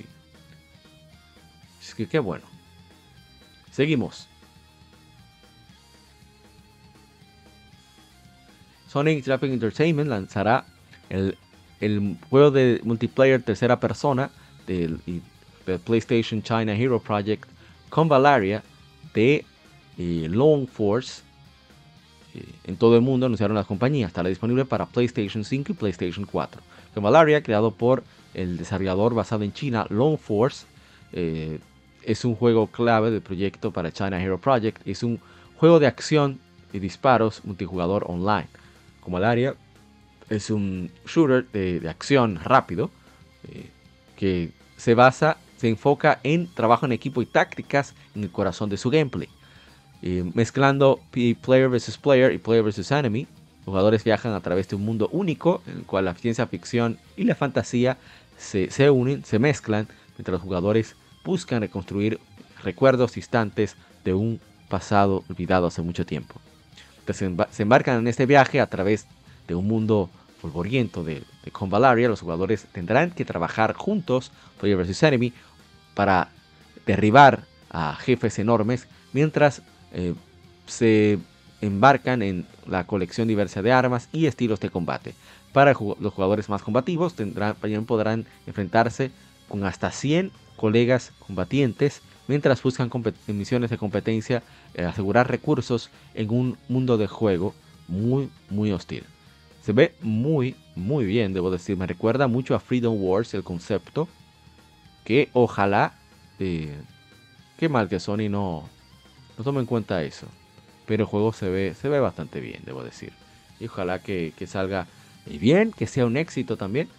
Es que qué bueno. Seguimos. Sony Interactive Entertainment lanzará el el juego de multiplayer tercera persona del, del PlayStation China Hero Project con Valeria de eh, Lone Force eh, en todo el mundo, anunciaron las compañías. Estará disponible para PlayStation cinco y PlayStation cuatro. Con Valeria, creado por el desarrollador basado en China, Lone Force, eh, es un juego clave del proyecto para China Hero Project. Es un juego de acción y disparos multijugador online. Con Valeria es un shooter de, de acción rápido eh, que se basa, se enfoca en trabajo en equipo y tácticas en el corazón de su gameplay. Eh, mezclando player versus player y player versus enemy, los jugadores viajan a través de un mundo único en el cual la ciencia ficción y la fantasía se, se unen, se mezclan, mientras los jugadores buscan reconstruir recuerdos instantes de un pasado olvidado hace mucho tiempo. Entonces se embarcan en este viaje a través de un mundo polvoriento de, de Con Valeria. Los jugadores tendrán que trabajar juntos, player versus enemy, para derribar a jefes enormes, mientras eh, se embarcan en la colección diversa de armas y estilos de combate. Para los jugadores más combativos tendrán, podrán enfrentarse con hasta cien colegas combatientes, mientras buscan misiones de competencia, eh, asegurar recursos en un mundo de juego muy, muy hostil. Se ve muy, muy bien, debo decir. Me recuerda mucho a Freedom Wars, el concepto. Que ojalá, eh, qué mal que Sony no, no tome en cuenta eso. Pero el juego se ve, se ve bastante bien, debo decir. Y ojalá que, que salga bien, que sea un éxito también.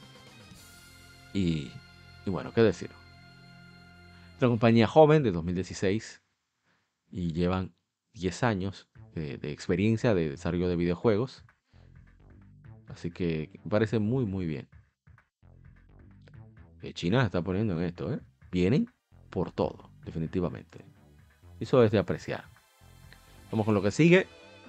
Y, y bueno, qué decir. Es una compañía joven de dos mil dieciséis. Y llevan diez años de, de experiencia de desarrollo de videojuegos. Así que me parece muy muy bien. Eh, China se está poniendo en esto, ¿eh? Vienen por todo, definitivamente. Eso es de apreciar. Vamos con lo que sigue.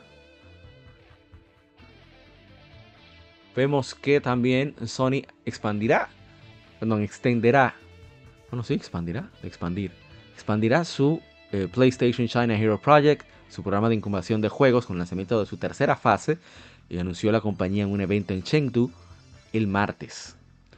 Vemos que también Sony expandirá, perdón, extenderá. Bueno, sí, expandirá, de expandir. Expandirá su eh, PlayStation China Hero Project, su programa de incubación de juegos con el lanzamiento de su tercera fase, y anunció la compañía en un evento en Chengdu el martes.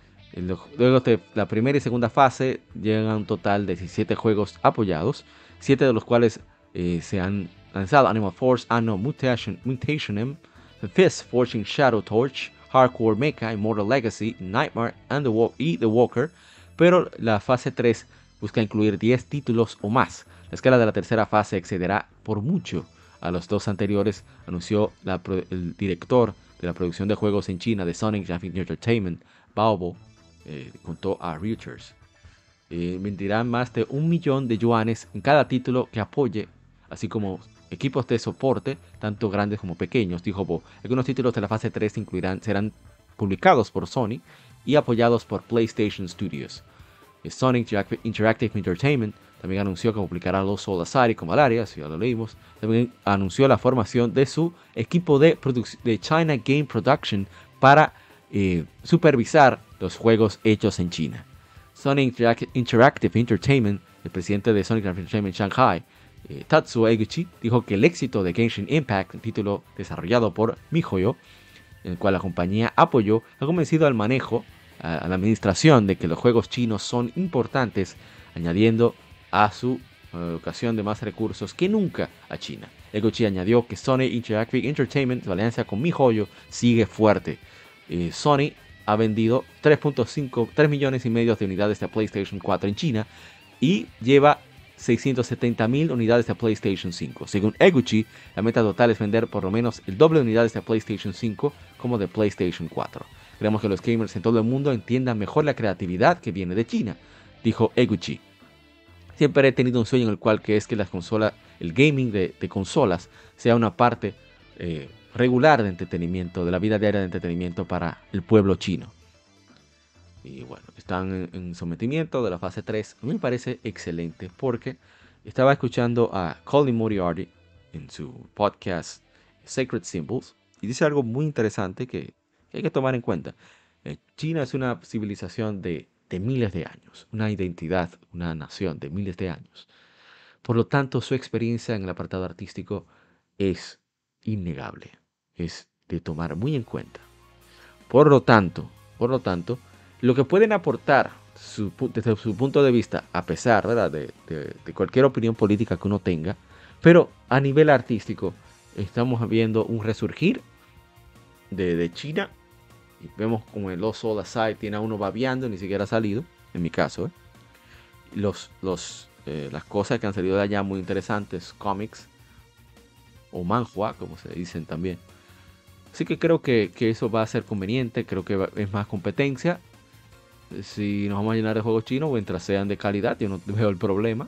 Luego de la primera y segunda fase llegan a un total de diecisiete juegos apoyados, siete de los cuales eh, se han lanzado: Animal Force, Anno Mutation, Mutationem, The Fist, Forging Shadow Torch, Hardcore Mecha, Immortal Legacy, Nightmare and the y The Walker. Pero la fase tres busca incluir diez títulos o más. La escala de la tercera fase excederá por mucho a los dos anteriores, anunció la, el director de la producción de juegos en China de Sonic Entertainment, Baobo. Eh, contó a Reuters. Eh, invertirán más de un millón de yuanes en cada título que apoye, así como equipos de soporte, tanto grandes como pequeños, dijo Bo. Algunos títulos de la fase tres incluirán, serán publicados por Sony y apoyados por PlayStation Studios. Eh, Sonic Interactive Entertainment también anunció que publicará los Soul Asari con Malaria, si ya lo leímos. También anunció la formación de su equipo de, de China Game Production para eh, supervisar los juegos hechos en China. Sony Interactive Entertainment, el presidente de Sonic Entertainment Shanghai, eh, Tatsuo Eguchi, dijo que el éxito de Genshin Impact, un título desarrollado por MiHoYo, en el cual la compañía apoyó, ha convencido al manejo, a, a la administración, de que los juegos chinos son importantes, añadiendo a su alocación de más recursos que nunca a China. Eguchi añadió que Sony Interactive Entertainment, su alianza con MiHoYo, sigue fuerte. Eh, Sony ha vendido tres punto cinco, tres millones y medio de unidades de PlayStation cuatro en China y lleva seiscientas setenta mil unidades de PlayStation cinco. Según Eguchi, la meta total es vender por lo menos el doble de unidades de PlayStation cinco como de PlayStation cuatro. Queremos que los gamers en todo el mundo entiendan mejor la creatividad que viene de China, dijo Eguchi. Siempre he tenido un sueño en el cual que es que las consolas, el gaming de, de consolas sea una parte eh, regular de entretenimiento, de la vida diaria de entretenimiento para el pueblo chino. Y bueno, están en, en sometimiento de la fase tres. A mí me parece excelente porque estaba escuchando a Colin Moriarty en su podcast Sacred Symbols y dice algo muy interesante que, que hay que tomar en cuenta. Eh, China es una civilización de, de miles de años, una identidad, una nación de miles de años. Por lo tanto, su experiencia en el apartado artístico es innegable, es de tomar muy en cuenta. Por lo tanto, por lo tanto, lo que pueden aportar su, desde su punto de vista, a pesar, ¿verdad?, de, de, de cualquier opinión política que uno tenga, pero a nivel artístico estamos viendo un resurgir de, de China. Y vemos como el Lost Soul Aside tiene a uno babeando, ni siquiera ha salido, en mi caso. ¿eh? Los, los, eh, las cosas que han salido de allá muy interesantes, cómics o manhua, como se dicen también. Así que creo que, que eso va a ser conveniente, creo que va, es más competencia. Si nos vamos a llenar de juegos chinos, mientras sean de calidad, yo no veo el problema.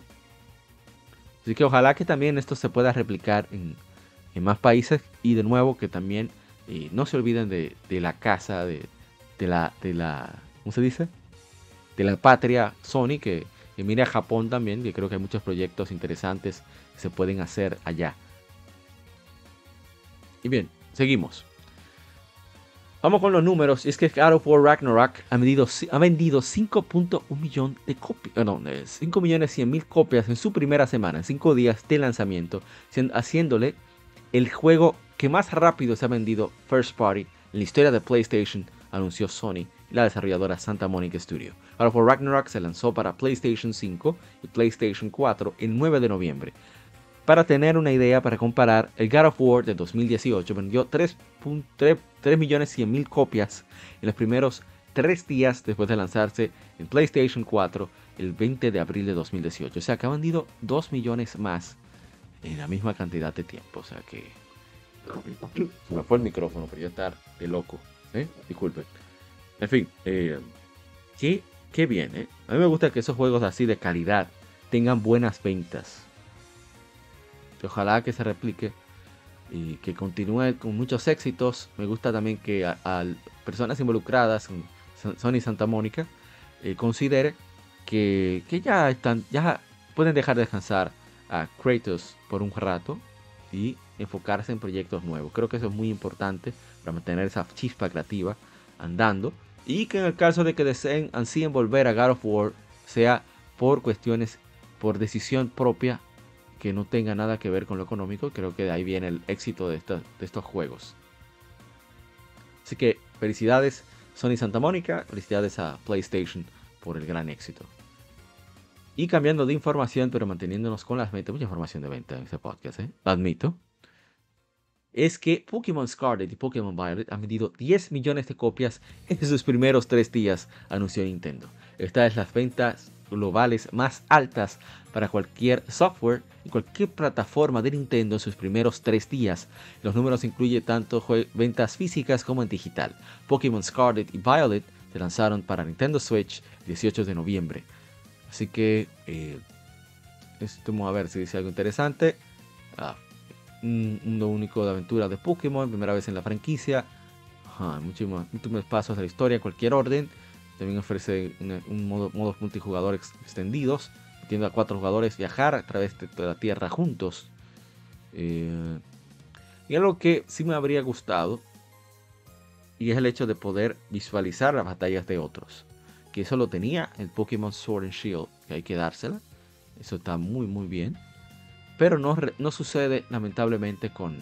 Así que ojalá que también esto se pueda replicar en, en más países y de nuevo que también eh, no se olviden de, de la casa, de, de, la, de la, ¿cómo se dice? De la patria Sony, que, que mire a Japón también, que creo que hay muchos proyectos interesantes que se pueden hacer allá. Y bien, seguimos. Vamos con los números. Y es que God of War Ragnarok ha vendido, ha vendido cinco punto uno millones de copias. No, cinco millones cien mil copias en su primera semana, en cinco días de lanzamiento, haciéndole el juego que más rápido se ha vendido first party en la historia de PlayStation, anunció Sony y la desarrolladora Santa Monica Studio. God of War Ragnarok se lanzó para PlayStation cinco y PlayStation cuatro el nueve de noviembre. Para tener una idea, para comparar, el God of War de dos mil dieciocho vendió tres millones cien mil copias en los primeros tres días después de lanzarse en PlayStation cuatro el veinte de abril de dos mil dieciocho. O sea que ha vendido dos millones más en la misma cantidad de tiempo. O sea que... Se me fue el micrófono, pero yo estar de loco. ¿eh? Disculpen. En fin, eh, qué, qué bien. ¿eh? A mí me gusta que esos juegos así de calidad tengan buenas ventas. que ojalá que se replique y que continúe con muchos éxitos. Me gusta también que a, a personas involucradas en Sony Santa Mónica eh, considere que, que ya están, ya pueden dejar descansar a Kratos por un rato y enfocarse en proyectos nuevos. Creo que eso es muy importante para mantener esa chispa creativa andando, y que en el caso de que deseen ansíen volver a God of War sea por cuestiones, por decisión propia, que no tenga nada que ver con lo económico. Creo que de ahí viene el éxito de, esta, de estos juegos. Así que felicidades Sony Santa Mónica, felicidades a PlayStation por el gran éxito. Y cambiando de información, pero manteniéndonos con las ventas, mucha información de venta en este podcast, ¿eh? Lo admito. Es que Pokémon Scarlet y Pokémon Violet han vendido diez millones de copias en sus primeros tres días, anunció Nintendo. Esta es las ventas globales más altas para cualquier software y cualquier plataforma de Nintendo en sus primeros tres días. Los números incluyen tanto ventas físicas como en digital. Pokémon Scarlet y Violet se lanzaron para Nintendo Switch el dieciocho de noviembre. Así que, eh, vamos a ver si dice algo interesante. Ah, un mundo único de aventura de Pokémon, primera vez en la franquicia. Ajá, muchísimos, últimos pasos de la historia en cualquier orden. También ofrece un, un modo, modos multijugador ex, extendidos, permitiendo a cuatro jugadores viajar a través de toda la Tierra juntos. Eh, y algo que sí me habría gustado, y es el hecho de poder visualizar las batallas de otros. Que eso lo tenía el Pokémon Sword and Shield, que hay que dársela. Eso está muy muy bien. Pero no, no sucede lamentablemente con,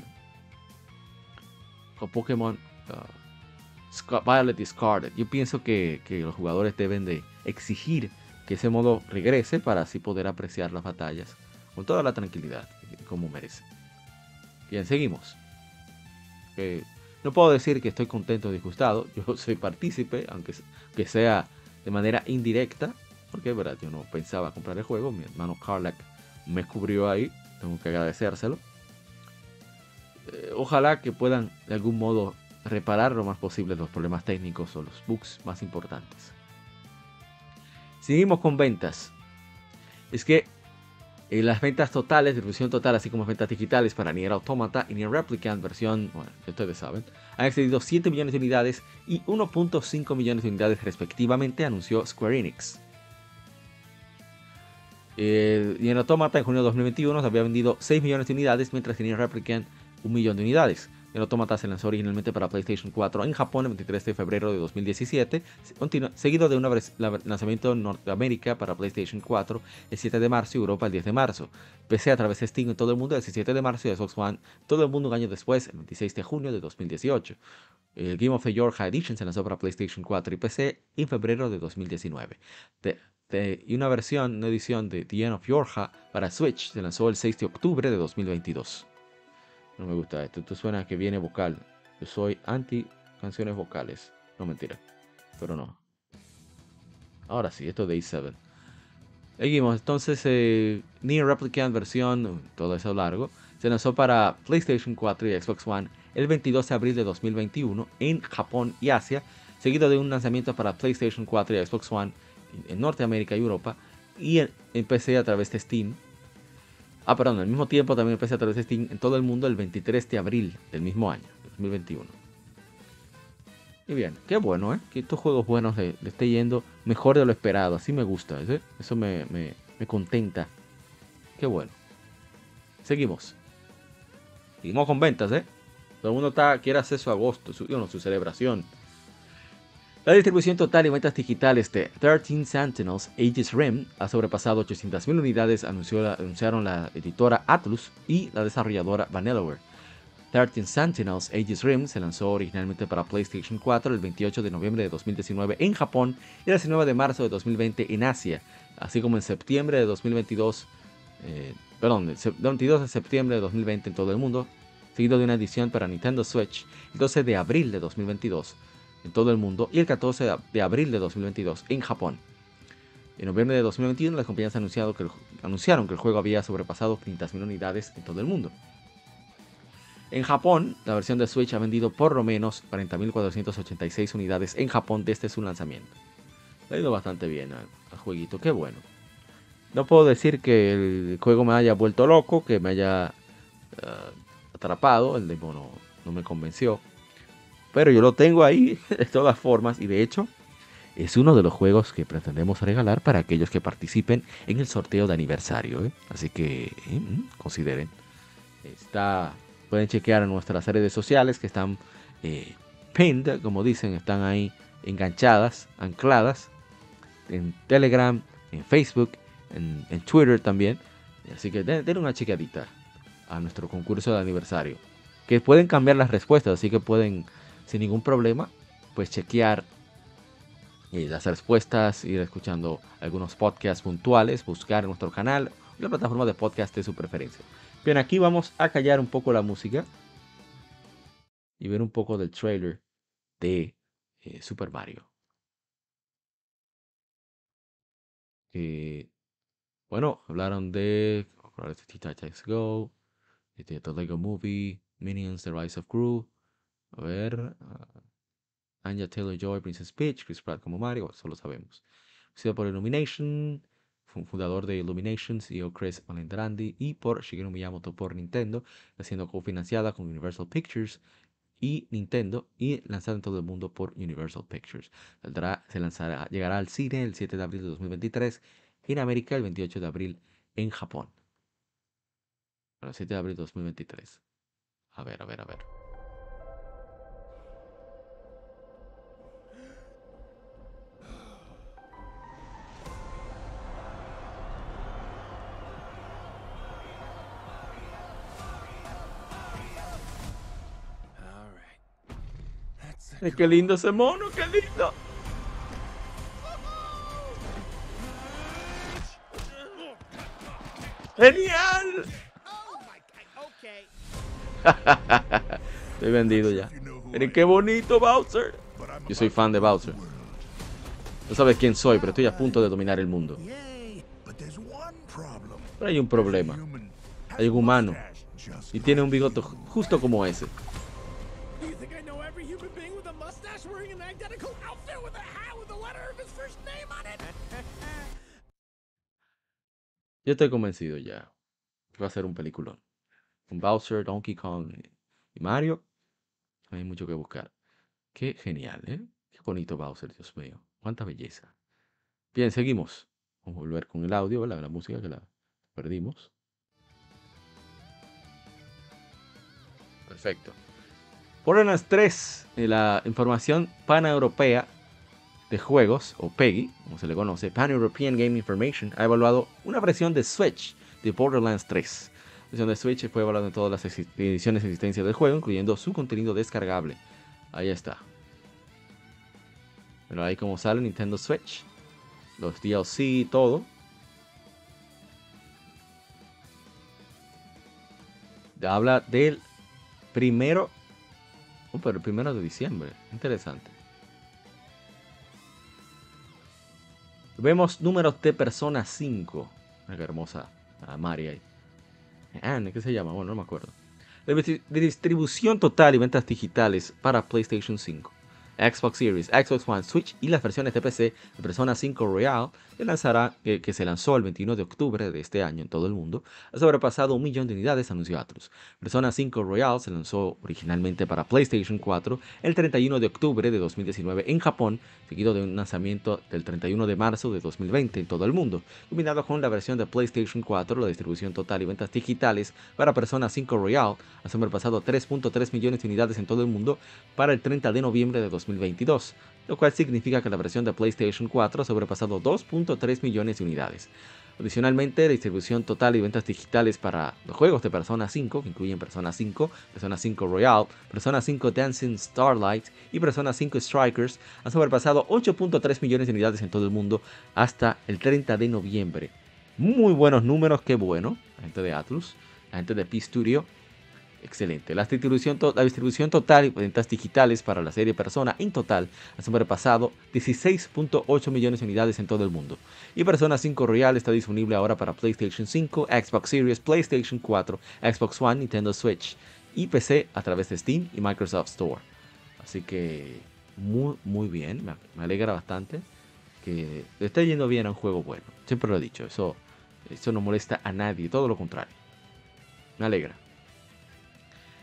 con Pokémon uh, Violet y Scarlet. Yo pienso que, que los jugadores deben de exigir que ese modo regrese para así poder apreciar las batallas con toda la tranquilidad como merece. Bien, seguimos. Eh, no puedo decir que estoy contento o disgustado. Yo soy partícipe, aunque que sea de manera indirecta, porque verdad, yo no pensaba comprar el juego. Mi hermano Carlack me cubrió ahí, tengo que agradecérselo. Eh, ojalá que puedan de algún modo reparar lo más posible los problemas técnicos o los bugs más importantes. Seguimos con ventas. Es que eh, las ventas totales, distribución total, así como ventas digitales para Nier Automata y Nier Replicant versión, bueno, ustedes saben, han excedido siete millones de unidades y uno punto cinco millones de unidades respectivamente, anunció Square Enix. Eh, Nier Automata en junio de dos mil veintiuno había vendido seis millones de unidades, mientras que Nier Replicant un millón de unidades. Nier Automata se lanzó originalmente para PlayStation cuatro en Japón el veintitrés de febrero de dos mil diecisiete, seguido de un lanzamiento en Norteamérica para PlayStation cuatro el siete de marzo y Europa el diez de marzo. P C a través de Steam en todo el mundo el diecisiete de marzo y Xbox One todo el mundo un año después, el veintiséis de junio de dos mil dieciocho. El Game of the Year High Edition se lanzó para PlayStation cuatro y P C en febrero de dos mil diecinueve. De, de, y una versión, una edición de The End of Yorha para Switch se lanzó el seis de octubre de dos mil veintidós. No me gusta esto, esto suena que viene vocal. Yo soy anti canciones vocales. No, mentira, pero no. Ahora sí, esto es de A siete. Seguimos, entonces eh, Nier Replicant versión, todo eso largo, se lanzó para PlayStation cuatro y Xbox One el veintidós de abril de dos mil veintiuno en Japón y Asia, seguido de un lanzamiento para PlayStation cuatro y Xbox One en Norteamérica y Europa, y en, en P C a través de Steam. Ah, perdón, al mismo tiempo también empecé a través de Steam en todo el mundo el veintitrés de abril del mismo año, dos mil veintiuno. Y bien, qué bueno, ¿eh? Que estos juegos buenos le, le esté yendo mejor de lo esperado. Así me gusta, ¿eh? Eso me, me, me contenta. Qué bueno. Seguimos. Seguimos con ventas, ¿eh? Todo el mundo está, quiere hacer su agosto, su, no, su celebración. La distribución total y ventas digitales de trece Sentinels Aegis Rim ha sobrepasado ochocientas mil unidades, anunció la, anunciaron la editora Atlus y la desarrolladora Vanillaware. trece Sentinels Aegis Rim se lanzó originalmente para PlayStation cuatro el veintiocho de noviembre de dos mil diecinueve en Japón y el diecinueve de marzo de dos mil veinte en Asia, así como en septiembre de dos mil veintidós, eh, perdón, el veintidós de septiembre de dos mil veinte en todo el mundo, seguido de una edición para Nintendo Switch el doce de abril de dos mil veintidós en todo el mundo y el catorce de abril de dos mil veintidós en Japón. En noviembre de dos mil veintiuno las compañías anunciado que el, anunciaron que el juego había sobrepasado quinientas mil unidades en todo el mundo. En Japón, la versión de Switch ha vendido por lo menos cuarenta mil cuatrocientas ochenta y seis unidades en Japón desde su lanzamiento. Le ha ido bastante bien al, al jueguito, qué bueno. No puedo decir que el juego me haya vuelto loco, que me haya uh, atrapado. El demo no, no me convenció. Pero yo lo tengo ahí de todas formas. Y de hecho, es uno de los juegos que pretendemos regalar para aquellos que participen en el sorteo de aniversario, ¿eh? Así que eh, consideren. Está, pueden chequear en nuestras redes sociales que están eh, pinned, como dicen, están ahí enganchadas, ancladas. En Telegram, en Facebook, en, en Twitter también. Así que den, den una chequeadita a nuestro concurso de aniversario. Que pueden cambiar las respuestas, así que pueden, sin ningún problema, pues chequear eh, las respuestas, ir escuchando algunos podcasts puntuales, buscar en nuestro canal, la plataforma de podcast de su preferencia. Bien, aquí vamos a callar un poco la música y ver un poco del trailer de eh, Super Mario. Eh, bueno, hablaron de Teen Titans Go, de The Lego Movie, Minions, The Rise of Gru. A ver, uh, Anya Taylor-Joy, Princess Peach, Chris Pratt como Mario, eso lo sabemos. Sido por Illumination, fundador de Illumination, C E O Chris Meledandri, y por Shigeru Miyamoto por Nintendo, siendo cofinanciada con Universal Pictures y Nintendo y lanzada en todo el mundo por Universal Pictures. Saldrá, se lanzará, llegará al cine el siete de abril de dos mil veintitrés, en América el veintiocho de abril en Japón. Bueno, el siete de abril de dos mil veintitrés. A ver, a ver, a ver. Es que lindo ese mono, qué lindo. ¡Genial! Estoy vendido ya. Miren qué bonito Bowser. Yo soy fan de Bowser. No sabes quién soy, pero estoy a punto de dominar el mundo. Pero hay un problema. Hay un humano. Y tiene un bigote justo como ese. Yo estoy convencido ya que va a ser un peliculón. Con Bowser, Donkey Kong y Mario. No hay mucho que buscar. Qué genial, ¿eh? Qué bonito Bowser, Dios mío. Cuánta belleza. Bien, seguimos. Vamos a volver con el audio, ¿verdad? La música que la perdimos. Perfecto. Borderlands tres, la información paneuropea de juegos, o PEGI, como se le conoce, Pan-European Game Information, ha evaluado una versión de Switch de Borderlands tres. La versión de Switch fue evaluada en todas las ediciones de existencia del juego, incluyendo su contenido descargable. Ahí está. Pero ahí como sale Nintendo Switch, los D L C y todo. Habla del primero, oh, pero el primero de diciembre. Interesante. Vemos números de Persona cinco. Mira qué hermosa ah, Maria. Anne, ¿qué se llama? Bueno, no me acuerdo. De distribución total y ventas digitales para PlayStation cinco, Xbox Series, Xbox One, Switch y las versiones de P C de Persona cinco Royal, que, lanzará, que, que se lanzó el veintiuno de octubre de este año en todo el mundo, ha sobrepasado un millón de unidades, anunció Atlus. Persona cinco Royal se lanzó originalmente para PlayStation cuatro el treinta y uno de octubre de dos mil diecinueve en Japón, seguido de un lanzamiento del treinta y uno de marzo de dos mil veinte en todo el mundo. Combinado con la versión de PlayStation cuatro, la distribución total y ventas digitales para Persona cinco Royal ha sobrepasado tres punto tres millones de unidades en todo el mundo para el treinta de noviembre de dos mil veintidós, lo cual significa que la versión de PlayStation cuatro ha sobrepasado dos punto tres millones de unidades. Adicionalmente, la distribución total y ventas digitales para los juegos de Persona cinco, que incluyen Persona cinco, Persona cinco Royal, Persona cinco Dancing Starlight y Persona cinco Strikers, han sobrepasado ocho punto tres millones de unidades en todo el mundo hasta el treinta de noviembre. Muy buenos números, qué bueno. La gente de Atlus, la gente de P-Studio. Excelente. La distribución, la distribución total y ventas digitales para la serie Persona en total ha sobrepasado dieciséis punto ocho millones de unidades en todo el mundo. Y Persona cinco Royal está disponible ahora para PlayStation cinco, Xbox Series, PlayStation cuatro, Xbox One, Nintendo Switch y P C a través de Steam y Microsoft Store. Así que muy, muy bien. Me, me alegra bastante que le esté yendo bien a un juego bueno. Siempre lo he dicho. Eso, eso no molesta a nadie. Todo lo contrario. Me alegra.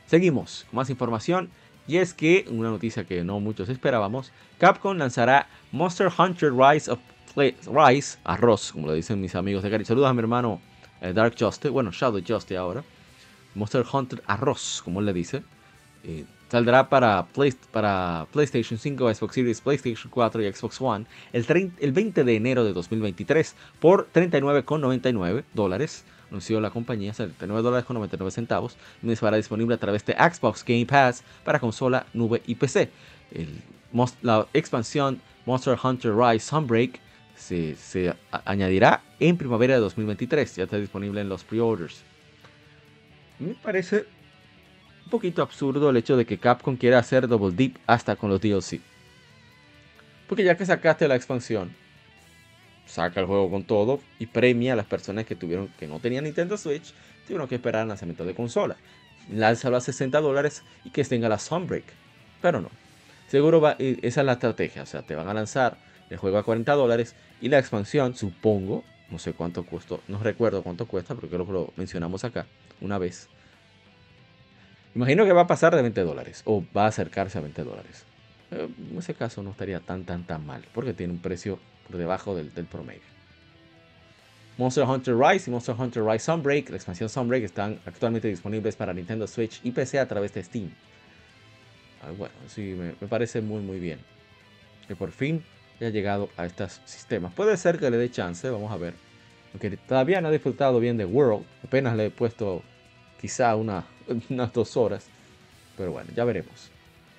Seguimos con más información. Y es que, una noticia que no muchos esperábamos, Capcom lanzará Monster Hunter Rise of Play, Rise, arroz, como lo dicen mis amigos de Cari. Saludos a mi hermano eh, Dark Justice, bueno, Shadow Justice ahora. Monster Hunter Arroz, como él le dice. Eh, saldrá para, Play, para PlayStation cinco, Xbox Series, PlayStation cuatro y Xbox One el, treinta, el veinte de enero de dos mil veintitrés por treinta y nueve con noventa y nueve dólares. Anunció la compañía, treinta y nueve dólares con noventa y nueve centavos. Y estará disponible a través de Xbox Game Pass para consola, nube y P C. El, la expansión Monster Hunter Rise Sunbreak se, se a, añadirá en primavera de dos mil veintitrés. Ya está disponible en los pre-orders. Me parece un poquito absurdo el hecho de que Capcom quiera hacer Double Dip hasta con los D L C. Porque ya que sacaste la expansión, saca el juego con todo y premia a las personas que tuvieron que no tenían Nintendo Switch, tuvieron que esperar el lanzamiento de consola. Lánzalo a sesenta dólares y que tenga la Sunbreak. Pero no. Seguro va, esa es la estrategia. O sea, te van a lanzar el juego a cuarenta dólares y la expansión, supongo, no sé cuánto costó, no recuerdo cuánto cuesta, pero creo que lo mencionamos acá una vez. Imagino que va a pasar de veinte dólares o va a acercarse a veinte dólares. En ese caso no estaría tan tan tan mal porque tiene un precio por debajo del, del promedio. Monster Hunter Rise y Monster Hunter Rise Sunbreak, la expansión Sunbreak, están actualmente disponibles para Nintendo Switch y P C a través de Steam. Ah, bueno, sí, me, me parece muy muy bien que por fin haya llegado a estos sistemas. Puede ser que le dé chance, vamos a ver. Aunque todavía no he disfrutado bien de World, apenas le he puesto quizá una, unas dos horas. Pero bueno, ya veremos.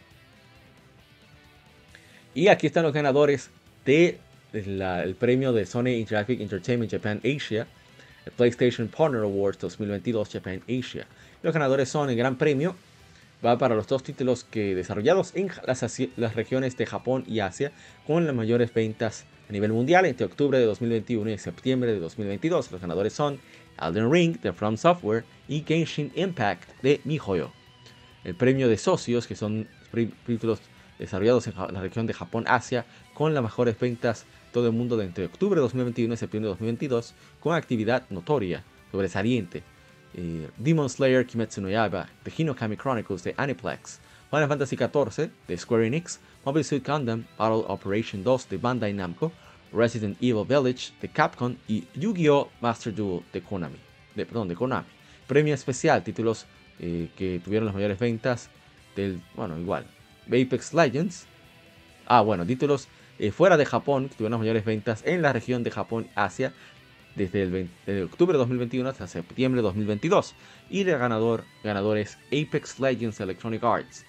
Y aquí están los ganadores de la, el premio de Sony Interactive Entertainment Japan Asia, el PlayStation Partner Awards dos mil veintidós Japan Asia. Los ganadores son el gran premio, va para los dos títulos que desarrollados en las, las regiones de Japón y Asia, con las mayores ventas a nivel mundial entre octubre de dos mil veintiuno y septiembre de dos mil veintidós. Los ganadores son Elden Ring de From Software y Genshin Impact de MiHoYo. El premio de socios, que son títulos desarrollados en la región de Japón-Asia, con las mejores ventas todo el mundo de entre octubre de dos mil veintiuno y septiembre de dos mil veintidós, con actividad notoria, sobresaliente. Eh, Demon Slayer Kimetsu no Yaiba, The Hinokami Chronicles de Aniplex, Final Fantasy catorce de Square Enix, Mobile Suit Gundam Battle Operation dos de Bandai Namco, Resident Evil Village de Capcom y Yu-Gi-Oh! Master Duel de Konami. De, perdón, de Konami. Premio especial, títulos eh, que tuvieron las mayores ventas del, bueno, igual, Apex Legends. Ah, bueno, títulos eh, fuera de Japón que tuvieron las mayores ventas en la región de Japón-Asia desde el veinte, de octubre de dos mil veintiuno hasta septiembre de dos mil veintidós. Y de ganador, ganadores Apex Legends Electronic Arts.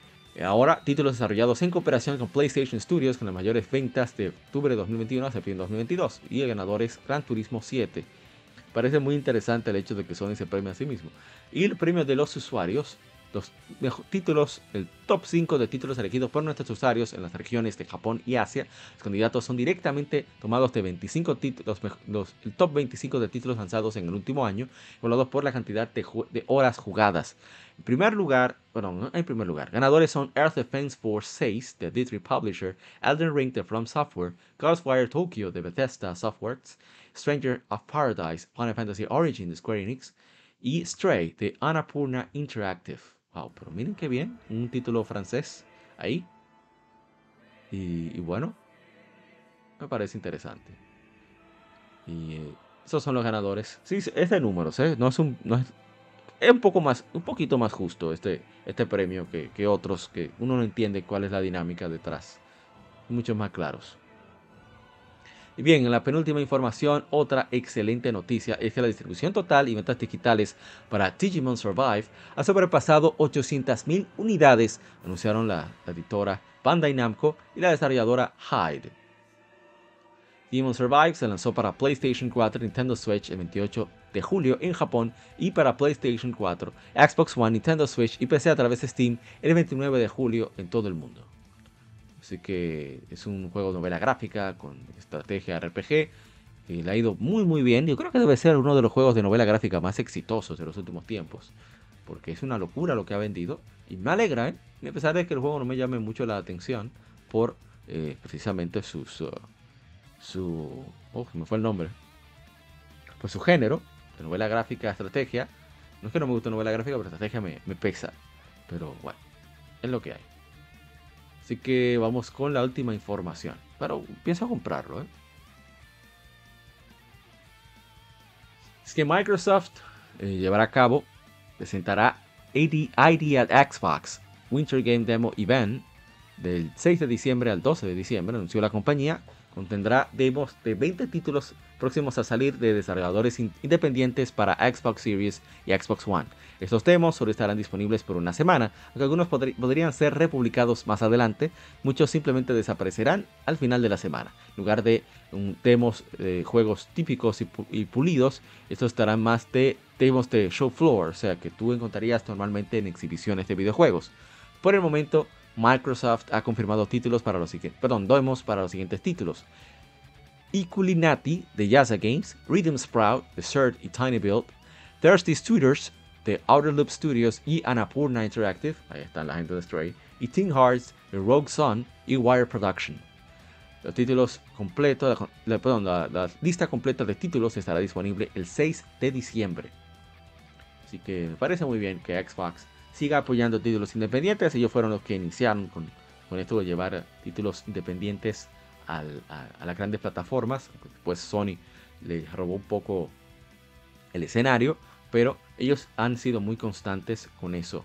Ahora, títulos desarrollados en cooperación con PlayStation Studios con las mayores ventas de octubre de dos mil veintiuno a septiembre de dos mil veintidós. Y el ganador es Gran Turismo siete. Parece muy interesante el hecho de que Sony se premie a sí mismo. Y el premio de los usuarios, los títulos, el top cinco de títulos elegidos por nuestros usuarios en las regiones de Japón y Asia. Los candidatos son directamente tomados de veinticinco títulos, los, el top veinticinco de títulos lanzados en el último año, evaluados por la cantidad de, de horas jugadas. En primer lugar, bueno, no en primer lugar, ganadores son Earth Defense Force seis de D tres Publisher, Elden Ring de From Software, Ghostwire Tokyo de Bethesda Softworks, Stranger of Paradise, Final Fantasy Origin de Square Enix y Stray de Annapurna Interactive. Wow, pero miren qué bien, un título francés ahí. Y, y bueno, me parece interesante. Y eh, esos son los ganadores. Sí, es de números, ¿eh? No es un, no es, es un poco más, un poquito más justo este, este premio que, que otros que uno no entiende cuál es la dinámica detrás. Muchos más claros. Y bien, en la penúltima información, otra excelente noticia es que la distribución total y ventas digitales para Digimon Survive ha sobrepasado ochocientas mil unidades, anunciaron la, la editora Bandai Namco y la desarrolladora Hyde. Digimon Survive se lanzó para PlayStation cuatro, Nintendo Switch el veintiocho de julio en Japón y para PlayStation cuatro, Xbox One, Nintendo Switch y P C a través de Steam el veintinueve de julio en todo el mundo. Así que es un juego de novela gráfica con estrategia R P G. Y le ha ido muy muy bien. Yo creo que debe ser uno de los juegos de novela gráfica más exitosos de los últimos tiempos. Porque es una locura lo que ha vendido. Y me alegra, ¿eh? A pesar de que el juego no me llame mucho la atención. Por eh, precisamente sus, uh, su... Oh, me fue el nombre. Por su género de novela gráfica, estrategia. No es que no me guste novela gráfica, pero estrategia me, me pesa. Pero bueno, es lo que hay. Así que vamos con la última información. Pero pienso comprarlo, ¿eh? Es que Microsoft eh, llevará a cabo, presentará I D at Xbox Winter Game Demo Event del seis de diciembre al doce de diciembre, anunció la compañía. Contendrá demos de veinte títulos próximos a salir de desarrolladores independientes para Xbox Series y Xbox One. Estos demos solo estarán disponibles por una semana, aunque algunos podr podrían ser republicados más adelante. Muchos simplemente desaparecerán al final de la semana. En lugar de um, demos de juegos típicos y, pu y pulidos, estos estarán más de demos de show floor, o sea que tú encontrarías normalmente en exhibiciones de videojuegos. Por el momento, Microsoft ha confirmado títulos para los siguientes, perdón, demos para los siguientes títulos: Ikulinati de Yaza Games, Rhythm Sprout de Surd y Tiny Build, Thirsty Tutors de Outer Loop Studios y Annapurna Interactive, ahí están la gente de Stray, y Teen Hearts de Rogue Sun y Wire Production. Los títulos completos, la, perdón, la, la lista completa de títulos estará disponible el seis de diciembre. Así que me parece muy bien que Xbox siga apoyando títulos independientes. Ellos fueron los que iniciaron con, con esto de llevar títulos independientes al, a, a las grandes plataformas. Después Sony le robó un poco el escenario, pero ellos han sido muy constantes con eso.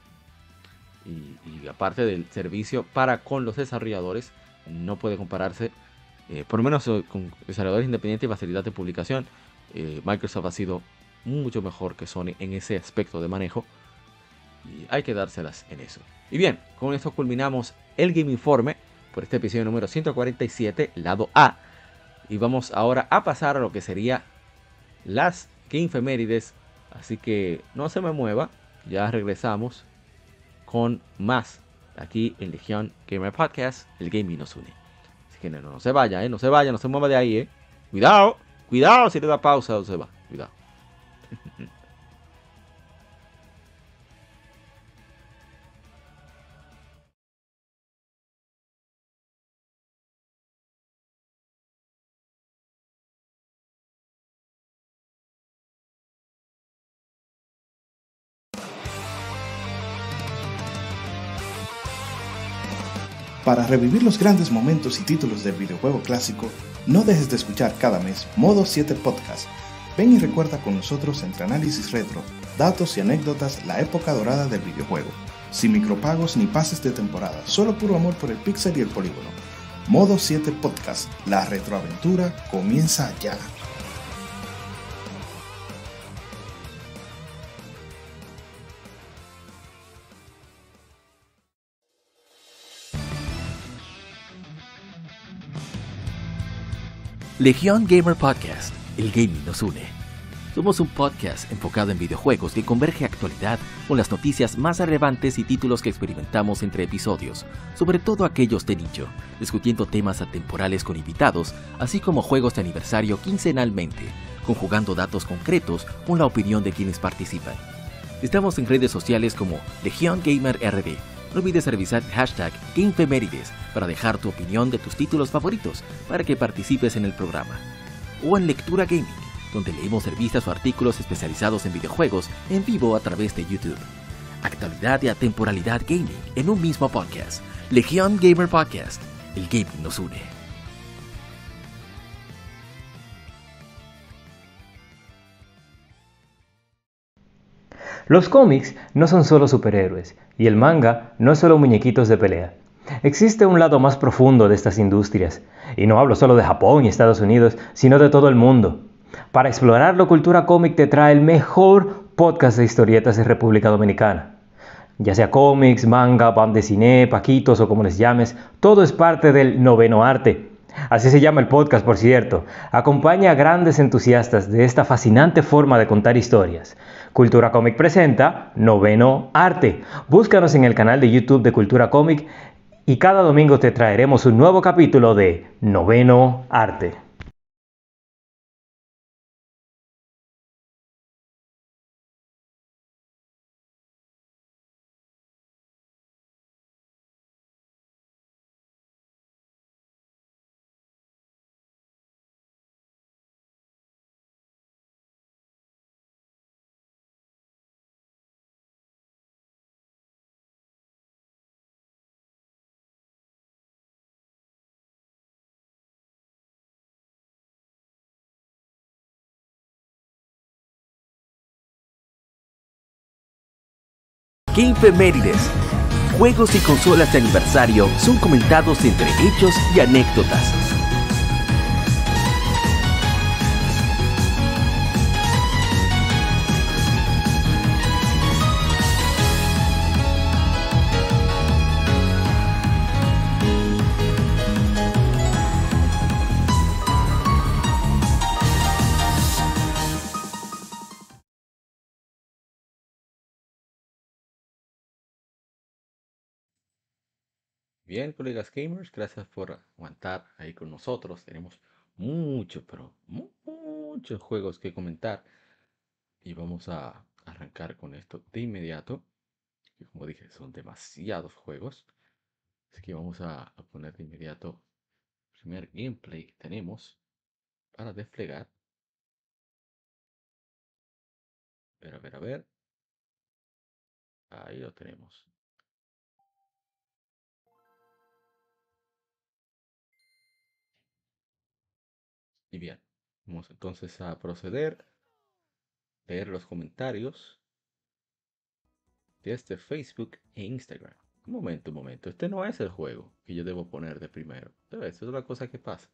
Y, y aparte del servicio para con los desarrolladores, no puede compararse, eh, por lo menos con desarrolladores independientes y facilidad de publicación. eh, Microsoft ha sido mucho mejor que Sony en ese aspecto de manejo. Y hay que dárselas en eso. Y bien, con esto culminamos el Game Informe por este episodio número ciento cuarenta y siete, lado A. Y vamos ahora a pasar a lo que sería las Gamefemérides. Así que no se me mueva, ya regresamos con más aquí en Legión Gamer Podcast, el gaming nos une. Así que no, no se vaya, ¿eh? No se vaya, no se mueva de ahí, ¿eh? Cuidado, cuidado si le da pausa o se va, cuidado. Para revivir los grandes momentos y títulos del videojuego clásico, no dejes de escuchar cada mes Modo siete Podcast. Ven y recuerda con nosotros entre análisis retro, datos y anécdotas la época dorada del videojuego. Sin micropagos ni pases de temporada, solo puro amor por el pixel y el polígono. Modo siete Podcast, la retroaventura comienza ya. Legión Gamer Podcast, el gaming nos une. Somos un podcast enfocado en videojuegos que converge actualidad con las noticias más relevantes y títulos que experimentamos entre episodios, sobre todo aquellos de nicho, discutiendo temas atemporales con invitados, así como juegos de aniversario quincenalmente, conjugando datos concretos con la opinión de quienes participan. Estamos en redes sociales como Legión Gamer R D. No olvides revisar hashtag Gamefemérides para dejar tu opinión de tus títulos favoritos para que participes en el programa. O en Lectura Gaming, donde leemos revistas o artículos especializados en videojuegos en vivo a través de YouTube. Actualidad y atemporalidad gaming en un mismo podcast. Legión Gamer Podcast. El gaming nos une. Los cómics no son solo superhéroes, y el manga no es solo muñequitos de pelea. Existe un lado más profundo de estas industrias, y no hablo solo de Japón y Estados Unidos, sino de todo el mundo. Para explorarlo, Cultura Cómic te trae el mejor podcast de historietas de República Dominicana. Ya sea cómics, manga, band de cine, paquitos o como les llames, todo es parte del noveno arte. Así se llama el podcast, por cierto. Acompaña a grandes entusiastas de esta fascinante forma de contar historias. Cultura Cómic presenta Noveno Arte. Búscanos en el canal de YouTube de Cultura Cómic y cada domingo te traeremos un nuevo capítulo de Noveno Arte. Game Efemérides. Juegos y consolas de aniversario son comentados entre hechos y anécdotas. Bien, colegas gamers, gracias por aguantar ahí con nosotros. Tenemos muchos, pero mu- muchos juegos que comentar. Y vamos a arrancar con esto de inmediato. Que como dije, son demasiados juegos. Así que vamos a, a poner de inmediato el primer gameplay que tenemos para desplegar. A ver, a ver, a ver. Ahí lo tenemos. Y bien, vamos entonces a proceder, leer los comentarios desde Facebook e Instagram. Un momento, un momento. Este no es el juego que yo debo poner de primero. Esa es la cosa que pasa.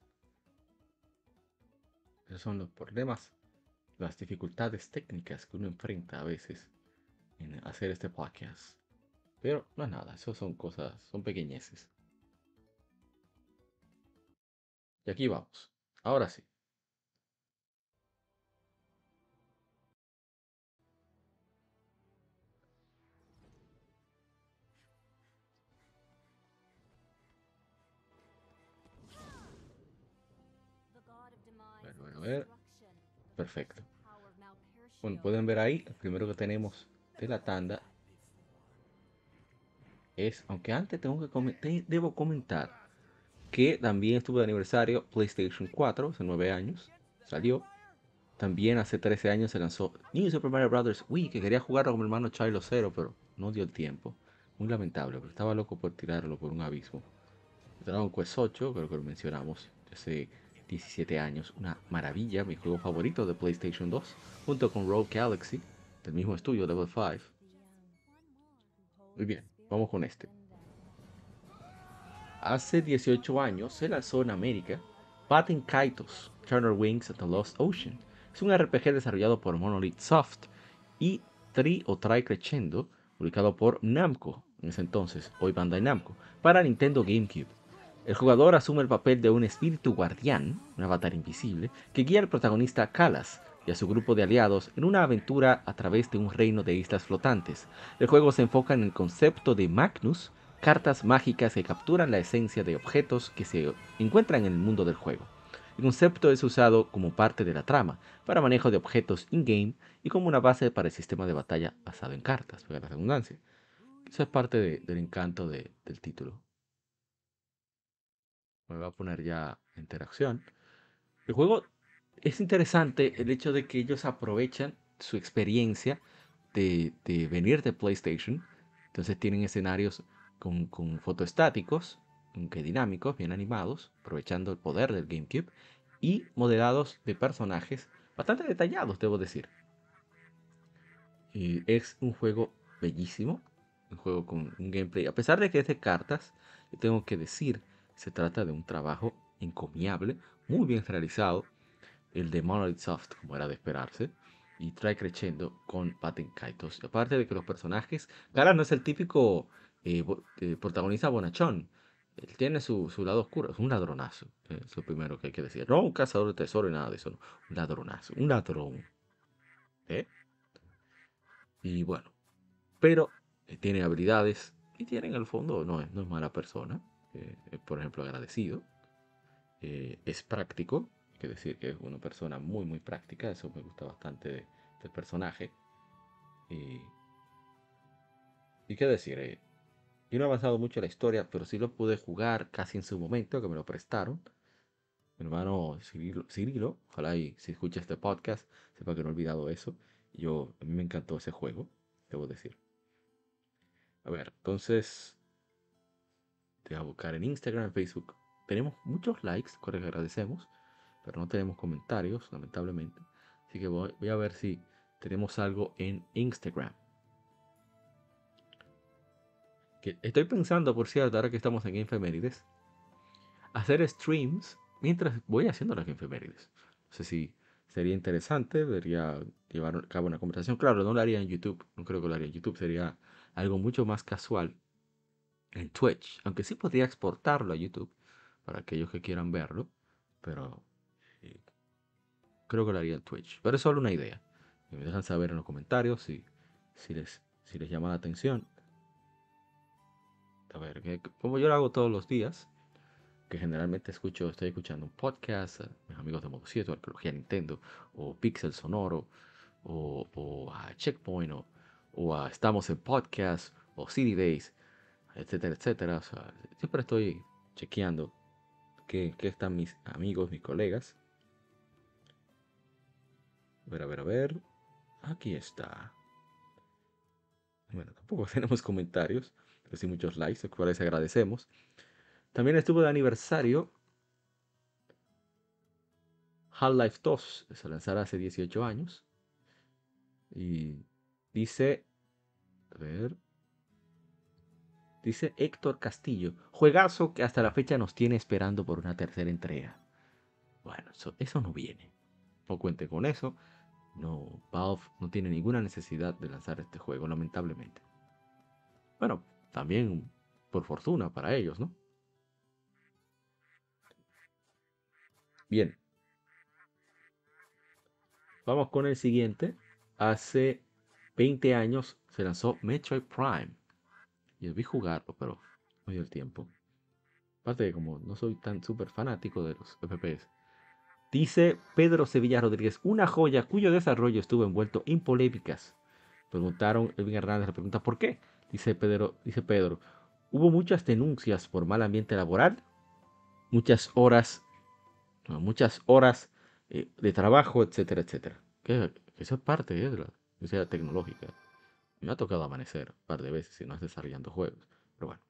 Esos son los problemas, las dificultades técnicas que uno enfrenta a veces en hacer este podcast. Pero no es nada, eso son cosas, son pequeñeces. Y aquí vamos. Ahora sí. A ver, a ver, a ver. Perfecto. Bueno, pueden ver ahí, el primero que tenemos de la tanda es, aunque antes tengo que comentar, debo comentar que también estuvo de aniversario PlayStation cuatro, hace nueve años, salió. También hace trece años se lanzó New Super Mario Bros. Wii, que quería jugarlo con mi hermano Chilo Zero, pero no dio el tiempo. Muy lamentable, pero estaba loco por tirarlo por un abismo. Dragon Quest ocho, creo que lo mencionamos, hace diecisiete años, una maravilla, mi juego favorito de PlayStation dos, junto con Rogue Galaxy, del mismo estudio Level cinco. Muy bien, vamos con este. Hace dieciocho años se lanzó en América Baten Kaitos, Turner Wings of the Lost Ocean. Es un R P G desarrollado por Monolith Soft y Tri o Tri Crescendo, publicado por Namco, en ese entonces, hoy Bandai Namco, para Nintendo GameCube. El jugador asume el papel de un espíritu guardián, un avatar invisible, que guía al protagonista Kalas y a su grupo de aliados en una aventura a través de un reino de islas flotantes. El juego se enfoca en el concepto de Magnus, cartas mágicas que capturan la esencia de objetos que se encuentran en el mundo del juego. El concepto es usado como parte de la trama, para manejo de objetos in-game y como una base para el sistema de batalla basado en cartas, para la redundancia. Eso es parte de, del encanto de, del título. Me voy a poner ya en interacción. El juego es interesante el hecho de que ellos aprovechan su experiencia de, de venir de PlayStation. Entonces tienen escenarios con, con fotoestáticos, aunque dinámicos, bien animados, aprovechando el poder del GameCube, y modelados de personajes bastante detallados, debo decir. Y es un juego bellísimo, un juego con un gameplay, a pesar de que es de cartas, yo tengo que decir, se trata de un trabajo encomiable, muy bien realizado, el de Monolith Soft, como era de esperarse, y trae creciendo con Baten Kaitos. Aparte de que los personajes, Gara no es el típico eh, bo- eh, protagonista bonachón, él tiene su, su lado oscuro, es un ladronazo, eh, es lo primero que hay que decir. No un cazador de tesoro y nada de eso, no, un ladronazo, un ladrón. ¿eh? Y bueno, pero eh, tiene habilidades y tiene en el fondo, no es, no es mala persona, eh, es por ejemplo agradecido, eh, es práctico, hay que decir que es una persona muy muy práctica, eso me gusta bastante de- del personaje. Y, y qué decir, eh, yo no he avanzado mucho en la historia, pero sí lo pude jugar casi en su momento, que me lo prestaron. Mi hermano Cirilo, Cirilo, ojalá y si escucha este podcast, sepa que no he olvidado eso. Yo, a mí me encantó ese juego, debo decir. A ver, entonces te voy a buscar en Instagram, en Facebook. Tenemos muchos likes, con los que agradecemos, pero no tenemos comentarios, lamentablemente. Así que voy, voy a ver si tenemos algo en Instagram. Que estoy pensando, por cierto, ahora que estamos en Gamefemérides, hacer streams mientras voy haciendo las Gamefemérides. No sé si sería interesante, debería llevar a cabo una conversación. Claro, no lo haría en YouTube, no creo que lo haría en YouTube, sería algo mucho más casual en Twitch, aunque sí podría exportarlo a YouTube para aquellos que quieran verlo, pero eh, creo que lo haría en Twitch. Pero es solo una idea. Y me dejan saber en los comentarios si, si, les, si les llama la atención. A ver, que- como yo lo hago todos los días, que generalmente escucho, estoy escuchando un podcast, a mis amigos de Modo siete, o Arqueología Nintendo, o Pixel Sonoro, o, o a Checkpoint, o, o a Estamos en Podcast, o C D Days, etcétera, etcétera. O sea, siempre estoy chequeando qué, qué están mis amigos, mis colegas. A ver, a ver, a ver. Aquí está. Bueno, tampoco tenemos comentarios, pero sí muchos likes, los cuales agradecemos. También estuvo de aniversario Half-Life dos, se lanzará hace dieciocho años. Y dice, a ver, dice Héctor Castillo, juegazo que hasta la fecha nos tiene esperando por una tercera entrega. Bueno, eso, eso no viene. No cuente con eso. No, Valve no tiene ninguna necesidad de lanzar este juego, lamentablemente. Bueno, también por fortuna para ellos, ¿no? Bien. Vamos con el siguiente. Hace veinte años se lanzó Metroid Prime. Y vi jugarlo, pero no dio el tiempo. Aparte de como no soy tan súper fanático de los F P S. Dice Pedro Sevilla Rodríguez, una joya cuyo desarrollo estuvo envuelto en polémicas. Preguntaron, Elvin Hernández le pregunta ¿por qué? Dice Pedro, dice Pedro, hubo muchas denuncias por mal ambiente laboral, muchas horas, no, muchas horas eh, de trabajo, etcétera, etcétera. Que, que eso es parte eh, de la industria tecnológica. Me ha tocado amanecer un par de veces y no es desarrollando juegos. Pero bueno.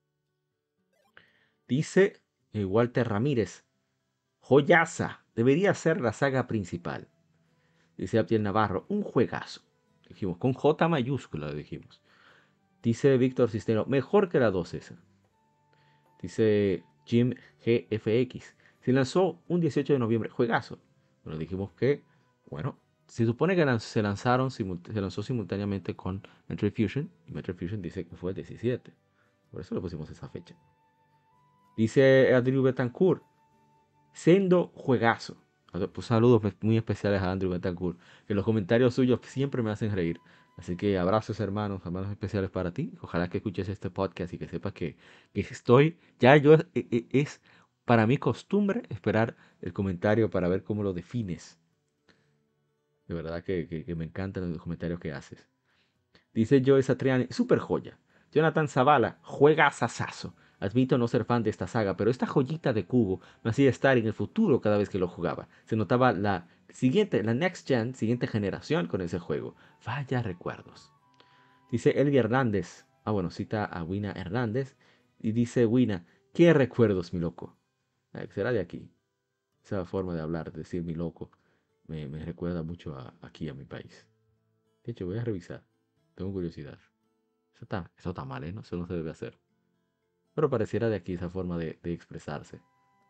Dice eh, Walter Ramírez, joyaza, debería ser la saga principal. Dice Abdiel Navarro, un juegazo. Dijimos, con J mayúscula, dijimos. Dice Víctor Cisnero, mejor que la dos esa. Dice Jim G F X, se lanzó un dieciocho de noviembre, juegazo. Pero dijimos que, bueno, se supone que se lanzaron, se lanzó simultáneamente con Metroid Fusion. Y Metroid Fusion dice que fue el diecisiete. Por eso le pusimos esa fecha. Dice Andrew Betancourt, sendo juegazo. Pues saludos muy especiales a Andrew Betancourt, que los comentarios suyos siempre me hacen reír. Así que abrazos hermanos, hermanos especiales para ti. Ojalá que escuches este podcast y que sepas que, que estoy, ya yo, es, es para mí costumbre esperar el comentario para ver cómo lo defines. De verdad que, que, que me encantan los comentarios que haces. Dice Joe Satriani, super joya. Jonathan Zavala, juega sasazo. Admito no ser fan de esta saga, pero esta joyita de cubo me hacía estar en el futuro cada vez que lo jugaba. Se notaba la siguiente, la next gen, siguiente generación con ese juego. Vaya recuerdos. Dice Elvi Hernández. Ah, bueno, cita a Wina Hernández. Y dice Wina, ¿qué recuerdos, mi loco? Ah, será de aquí. Esa forma de hablar, de decir mi loco, me, me recuerda mucho a, aquí a mi país. De hecho, voy a revisar. Tengo curiosidad. Eso está, eso está mal, ¿eh? No, eso no se debe hacer. Pero pareciera de aquí esa forma de, de expresarse.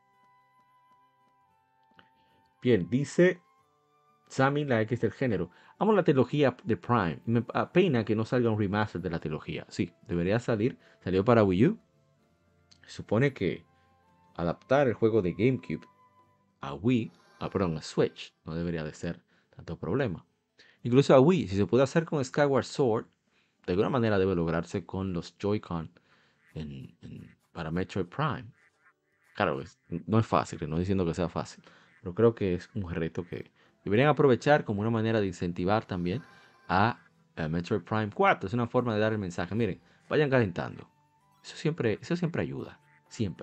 Bien, dice Sammy, la X del género. Amo la trilogía de Prime. Me apena que no salga un remaster de la trilogía. Sí, debería salir. Salió para Wii U. Se supone que adaptar el juego de GameCube a Wii, a, perdón, a Switch, no debería de ser tanto problema. Incluso a Wii, si se puede hacer con Skyward Sword, de alguna manera debe lograrse con los Joy-Con en, en, para Metroid Prime. Claro, es, no es fácil, no diciendo que sea fácil, pero creo que es un reto que deberían aprovechar como una manera de incentivar también a, a Metroid Prime cuatro. Es una forma de dar el mensaje, miren, vayan calentando. Eso siempre, eso siempre ayuda, siempre.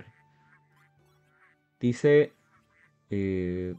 Dice eh,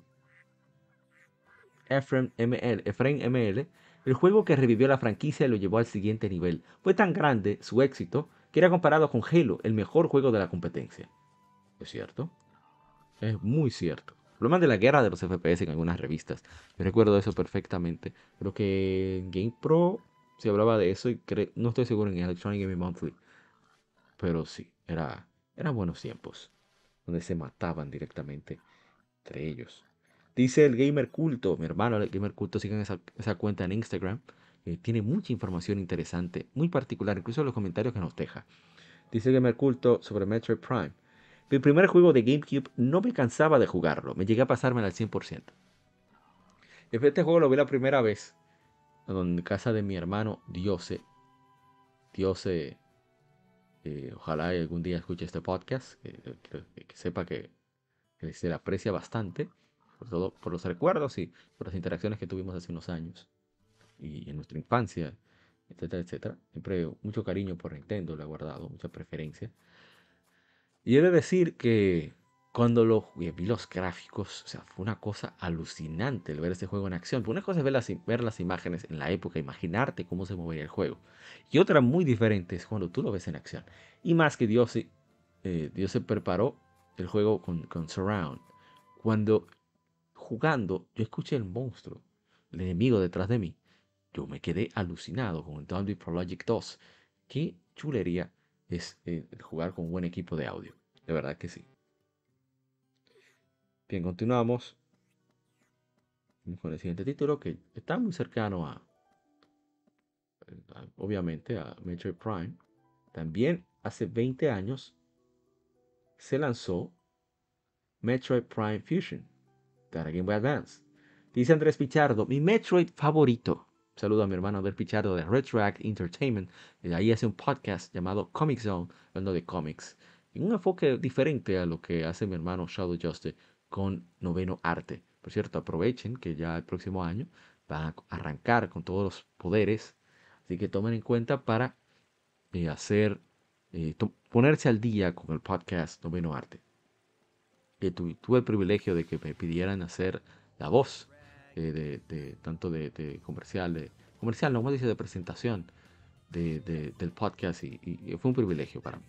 Efraim M L, Efraim M L, el juego que revivió la franquicia y lo llevó al siguiente nivel. Fue tan grande su éxito que era comparado con Halo, el mejor juego de la competencia. ¿Es cierto? Es muy cierto. Hablaban de la guerra de los F P S en algunas revistas. Yo recuerdo eso perfectamente. Creo que en GamePro se hablaba de eso y no estoy seguro en Electronic Gaming Monthly. pero sí, era, eran buenos tiempos, donde se mataban directamente entre ellos. Dice el Gamer Culto, mi hermano, el Gamer Culto, sigan esa, esa cuenta en Instagram. Eh, tiene mucha información interesante, muy particular, incluso los comentarios que nos deja. Dice el Gamer Culto sobre Metroid Prime. Mi primer juego de GameCube no me cansaba de jugarlo, me llegué a pasármelo al cien por ciento. Este juego lo vi la primera vez en casa de mi hermano Diose. Diose, eh, ojalá algún día escuche este podcast, que, que, que sepa que, que se le aprecia bastante, sobre todo por los recuerdos y por las interacciones que tuvimos hace unos años y en nuestra infancia, etcétera, etcétera. Siempre mucho cariño por Nintendo le he guardado, mucha preferencia. Y he de decir que cuando lo jugué, vi los gráficos, o sea, fue una cosa alucinante el ver este juego en acción. Una cosa es ver las, ver las imágenes en la época, imaginarte cómo se movería el juego. Y otra muy diferente es cuando tú lo ves en acción. Y más que Dios, eh, Dios se preparó el juego con, con Surround. Cuando jugando, yo escuché el monstruo, el enemigo detrás de mí. Yo me quedé alucinado con el Downbeat Pro Logic dos. Qué chulería es eh, jugar con un buen equipo de audio. De verdad que sí. Bien, continuamos con el siguiente título que está muy cercano a, a obviamente, a Metroid Prime. También hace veinte años se lanzó Metroid Prime Fusion para Game Boy Advance. Dice Andrés Pichardo, mi Metroid favorito. Saludo a mi hermano Andrés Pichardo de Retroact Entertainment. Y de ahí hace un podcast llamado Comic Zone, hablando de cómics. En un enfoque diferente a lo que hace mi hermano Shadow Justice con Noveno Arte. Por cierto, aprovechen que ya el próximo año van a arrancar con todos los poderes. Así que tomen en cuenta para eh, hacer, eh, ponerse al día con el podcast Noveno Arte. Que tu, tuve el privilegio de que me pidieran hacer la voz eh, de, de, tanto de, de comercial, de comercial, no, como dice, de presentación de, de, del podcast y, y fue un privilegio para mí.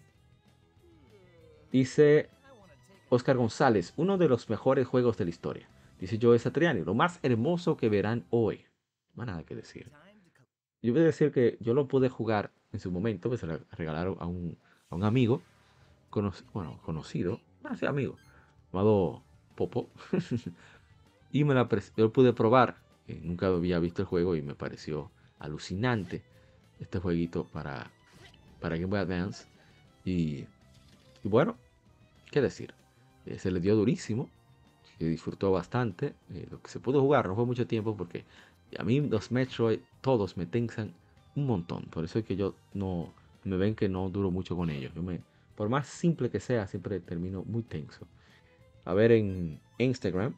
Dice Oscar González, uno de los mejores juegos de la historia. Dice Joe Satriani, lo más hermoso que verán hoy. No hay nada que decir. Yo voy a decir que yo lo pude jugar en su momento, pues se lo regalaron a un, a un amigo, cono bueno, conocido, no sé, amigo, llamado Popo. Y me la yo lo pude probar. Eh, nunca había visto el juego y me pareció alucinante este jueguito para, para Game Boy Advance. Y, y bueno, qué decir. Eh, se le dio durísimo. Se disfrutó bastante. Eh, lo que se pudo jugar no fue mucho tiempo porque a mí los Metroid todos me tensan un montón. Por eso es que yo no me ven que no duro mucho con ellos. Yo me, por más simple que sea, siempre termino muy tenso. A ver en Instagram.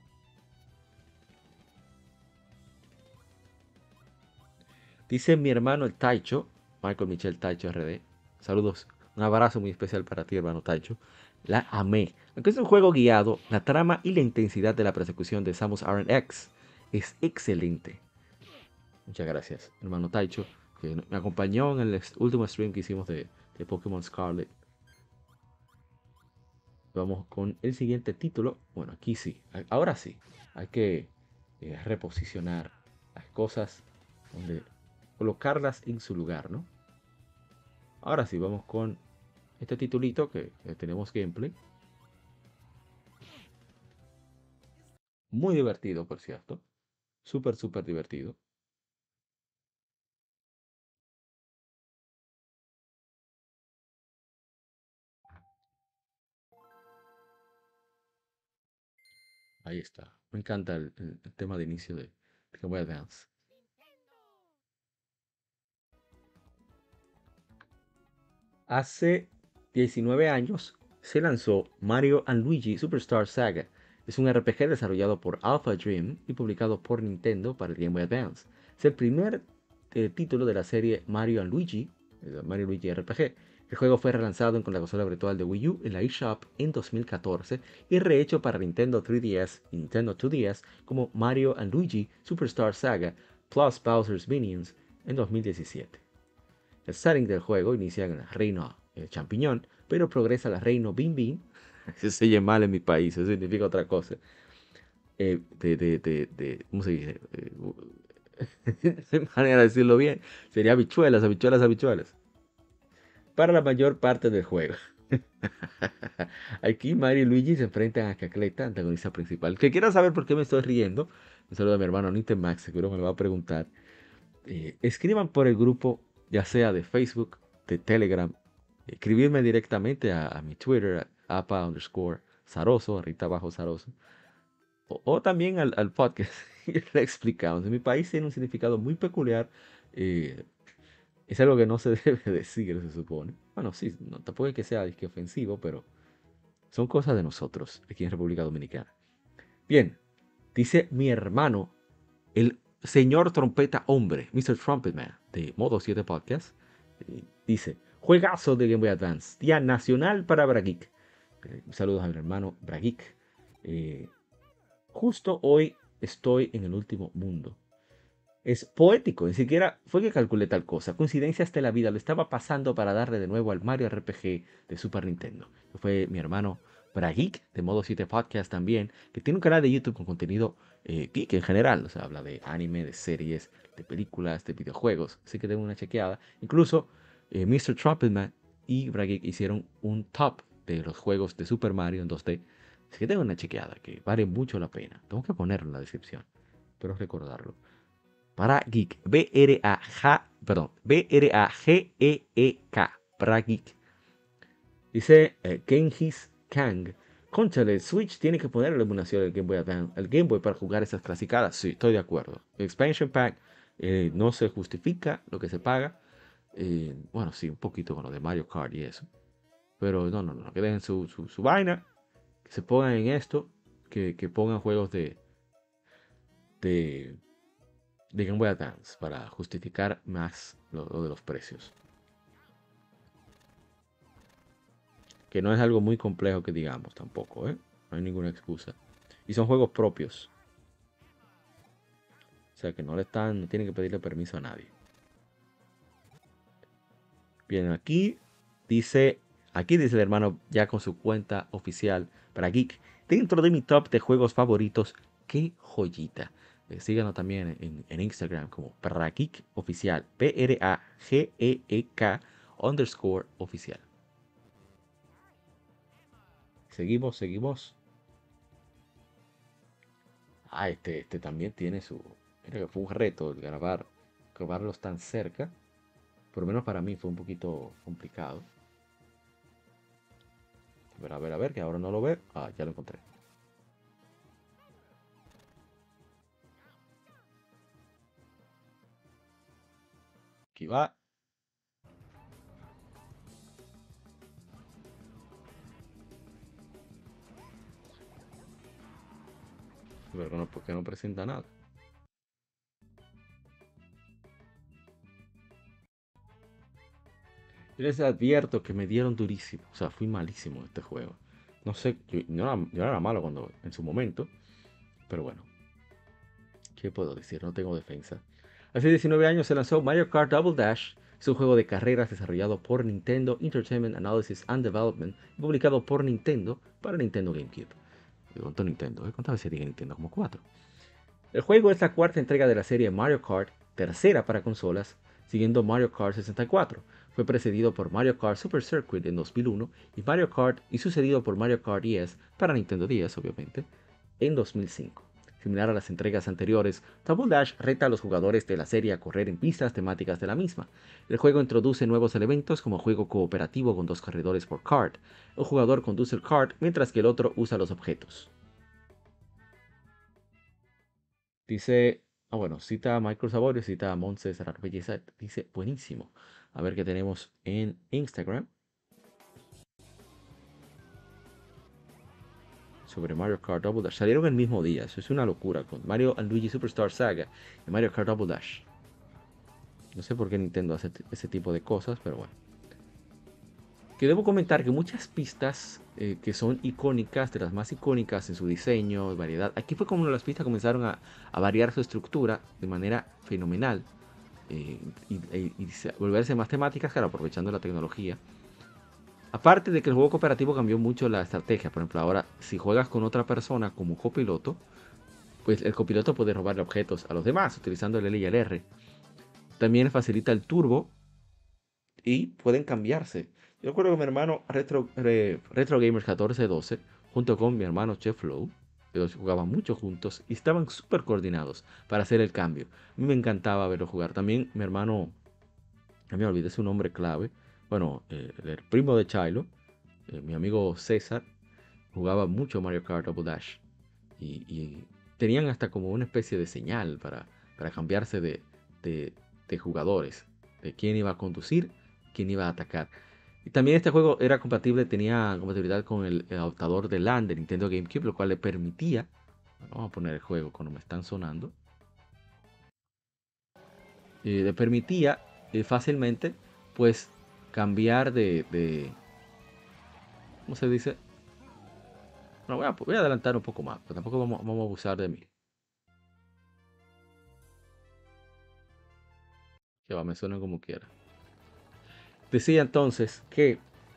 Dice mi hermano el Taicho, Michael Michel Taicho R D. Saludos, un abrazo muy especial para ti, hermano Taicho. La amé. Aunque es un juego guiado, la trama y la intensidad de la persecución de Samus Aran X es excelente. Muchas gracias, hermano Taicho, que me acompañó en el último stream que hicimos de, de Pokémon Scarlet. Vamos con el siguiente título. Bueno, aquí sí, ahora sí, hay que eh, reposicionar las cosas donde colocarlas en su lugar, ¿no? Ahora sí, vamos con este titulito que, que tenemos gameplay. Muy divertido, por cierto. Súper, súper divertido. Ahí está. Me encanta el, el, el tema de inicio de Game Boy Advance. Hace diecinueve años se lanzó Mario and Luigi Superstar Saga. Es un R P G desarrollado por Alpha Dream y publicado por Nintendo para el Game Boy Advance. Es el primer eh, título de la serie Mario and Luigi, eh, Mario Luigi R P G. El juego fue relanzado con la consola virtual de Wii U en la eShop en dos mil catorce y rehecho para Nintendo tres D S y Nintendo dos D S como Mario and Luigi Superstar Saga plus Bowser's Minions en dos mil diecisiete. El setting del juego inicia en el reino eh, champiñón, pero progresa al reino Bim Bim. Eso se oye mal en mi país, eso significa otra cosa. Eh, de, de, de, de, ¿cómo se dice? Eh, no hay manera de decirlo bien. Sería habichuelas, habichuelas, habichuelas. para la mayor parte del juego. Aquí Mario y Luigi se enfrentan a Cacleta, antagonista principal. Que quiera saber por qué me estoy riendo, un saludo a mi hermano Nintemax, seguro me lo va a preguntar. Eh, escriban por el grupo, ya sea de Facebook, de Telegram, escribirme directamente a, a mi Twitter, apa underscore Zaroso, arriba abajo Zaroso, o, o también al, al podcast. Le explicamos. En mi país tiene un significado muy peculiar. Eh, es algo que no se debe decir, se supone. Bueno, sí, no, tampoco es que sea disque ofensivo, pero son cosas de nosotros aquí en República Dominicana. Bien, dice mi hermano, el señor trompeta hombre, mister Trumpetman, de Modo siete Podcast, eh, dice, juegazo de Game Boy Advance, día nacional para Brageek. Eh, saludos a mi hermano Brageek. Eh, justo hoy estoy en el último mundo. Es poético, ni siquiera fue que calculé tal cosa. Coincidencias de la vida, lo estaba pasando para darle de nuevo al Mario R P G de Super Nintendo. Fue mi hermano Brageek, de Modo siete Podcast también, que tiene un canal de YouTube con contenido eh, geek en general. O sea, habla de anime, de series, de películas, de videojuegos. Así que tengo una chequeada. Incluso eh, mister Trumpetman y Brageek hicieron un top de los juegos de Super Mario en dos D. Así que tengo una chequeada que vale mucho la pena. Tengo que ponerlo en la descripción. Espero recordarlo. Brageek, B R A G, perdón, B R A G E E K, Brageek. Dice eh, Genghis Kang, cónchale, Switch tiene que poner la emulación del Game Boy Advance, el Game Boy para jugar esas clasicadas. Sí, estoy de acuerdo. El Expansion Pack eh, no se justifica lo que se paga. Eh, bueno, sí, un poquito con lo de Mario Kart y eso. Pero no, no, no, que dejen su, su, su vaina, que se pongan en esto, que, que pongan juegos de... de de Game Boy Advance para justificar más lo, lo de los precios. Que no es algo muy complejo que digamos tampoco, ¿eh? No hay ninguna excusa. Y son juegos propios. O sea que no le están, no tienen que pedirle permiso a nadie. Bien, aquí dice, aquí dice el hermano ya con su cuenta oficial para Geek. Dentro de mi top de juegos favoritos, qué joyita. Síganos también en, en Instagram como Brageek Oficial. P R A G E E K underscore oficial. Seguimos, seguimos. Ah, este, este también tiene su... Mira que fue un reto el grabar, grabarlos tan cerca. Por lo menos para mí fue un poquito complicado. A ver, a ver, a ver, que ahora no lo veo. Ah, ya lo encontré. Aquí va. Pero no, porque no presenta nada. Yo les advierto que me dieron durísimo. O sea, fui malísimo en este juego. No sé, yo, yo, era, yo era malo cuando en su momento. Pero bueno. ¿Qué puedo decir? No tengo defensa. Hace diecinueve años se lanzó Mario Kart Double Dash. Es un juego de carreras desarrollado por Nintendo Entertainment Analysis and Development y publicado por Nintendo para Nintendo GameCube. ¿Cuánto Nintendo? ¿Eh? ¿Cuántas veces dije Nintendo? Como cuatro. El juego es la cuarta entrega de la serie Mario Kart, tercera para consolas, siguiendo Mario Kart sesenta y cuatro. Fue precedido por Mario Kart Super Circuit en dos mil uno y Mario Kart y sucedido por Mario Kart D S para Nintendo D S, obviamente, en dos mil cinco. Similar a las entregas anteriores, Double Dash reta a los jugadores de la serie a correr en pistas temáticas de la misma. El juego introduce nuevos elementos como juego cooperativo con dos corredores por kart. Un jugador conduce el kart mientras que el otro usa los objetos. Dice, ah bueno, cita a Michael Saborio, cita a Montse Serrar Belleza, dice, buenísimo. A ver qué tenemos en Instagram. Sobre Mario Kart Double Dash. Salieron el mismo día, eso es una locura. Con Mario and Luigi Superstar Saga y Mario Kart Double Dash. No sé por qué Nintendo hace ese tipo de cosas, pero bueno. Que debo comentar que muchas pistas eh, que son icónicas, de las más icónicas en su diseño, variedad. Aquí fue como las pistas comenzaron a, a variar su estructura de manera fenomenal. Eh, y, y, y volverse más temáticas, claro, aprovechando la tecnología. Aparte de que el juego cooperativo cambió mucho la estrategia. Por ejemplo, ahora si juegas con otra persona como copiloto, pues el copiloto puede robarle objetos a los demás utilizando el L y el R. También facilita el turbo, y pueden cambiarse. Yo recuerdo que mi hermano Retro, eh, Retro Gamers catorce doce, junto con mi hermano Chef Flow, ellos jugaban mucho juntos y estaban súper coordinados para hacer el cambio. A mí me encantaba verlo jugar. También mi hermano, a mí me olvidé su nombre clave, bueno, eh, el primo de Chilo, eh, mi amigo César, jugaba mucho Mario Kart Double Dash. Y, y tenían hasta como una especie de señal para, para cambiarse de, de, de jugadores, de quién iba a conducir, quién iba a atacar. Y también este juego era compatible, tenía compatibilidad con el, el adaptador de LAN de Nintendo GameCube, lo cual le permitía, bueno, vamos a poner el juego cuando me están sonando, eh, le permitía eh, fácilmente pues cambiar de, de, ¿cómo se dice? Bueno, voy a, voy a adelantar un poco más, pero tampoco vamos, vamos a abusar de mí. Que va, me suena como quiera. Decía entonces que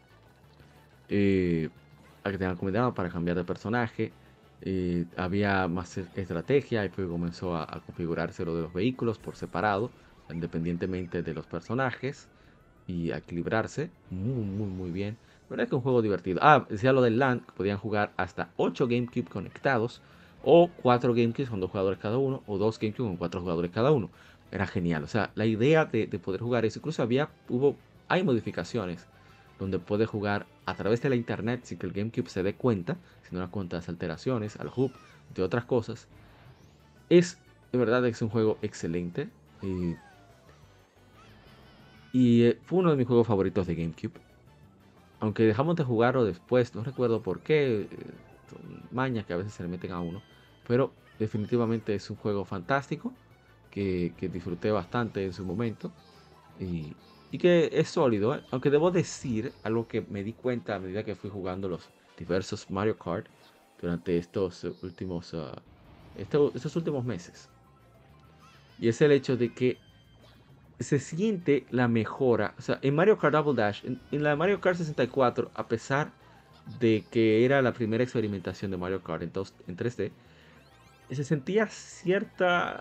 eh, a que tengan cuidado para cambiar de personaje. Eh, había más estrategia y pues comenzó a, a configurarse lo de los vehículos por separado, independientemente de los personajes, y a equilibrarse muy, muy, muy bien. La verdad es que es un juego divertido. Ah, decía lo del LAN, que podían jugar hasta ocho GameCube conectados, o cuatro GameCube con dos jugadores cada uno, o dos GameCube con cuatro jugadores cada uno. Era genial. O sea, la idea de, de poder jugar eso, incluso había, hubo, hay modificaciones donde puedes jugar a través de la internet sin que el GameCube se dé cuenta, sin dar cuenta de las alteraciones, al hub, de otras cosas. Es, de verdad, es un juego excelente. Y, y eh, fue uno de mis juegos favoritos de GameCube. Aunque dejamos de jugarlo después, no recuerdo por qué, eh, son mañas que a veces se le meten a uno. Pero definitivamente es un juego fantástico que, que disfruté bastante en su momento. Y, y que es sólido, ¿eh? Aunque debo decir algo que me di cuenta a medida que fui jugando los diversos Mario Kart durante estos últimos, uh, estos, estos últimos meses. Y es el hecho de que se siente la mejora. O sea, en Mario Kart Double Dash, en, en la Mario Kart sesenta y cuatro, a pesar de que era la primera experimentación de Mario Kart en, tos, en tres D, se sentía cierta,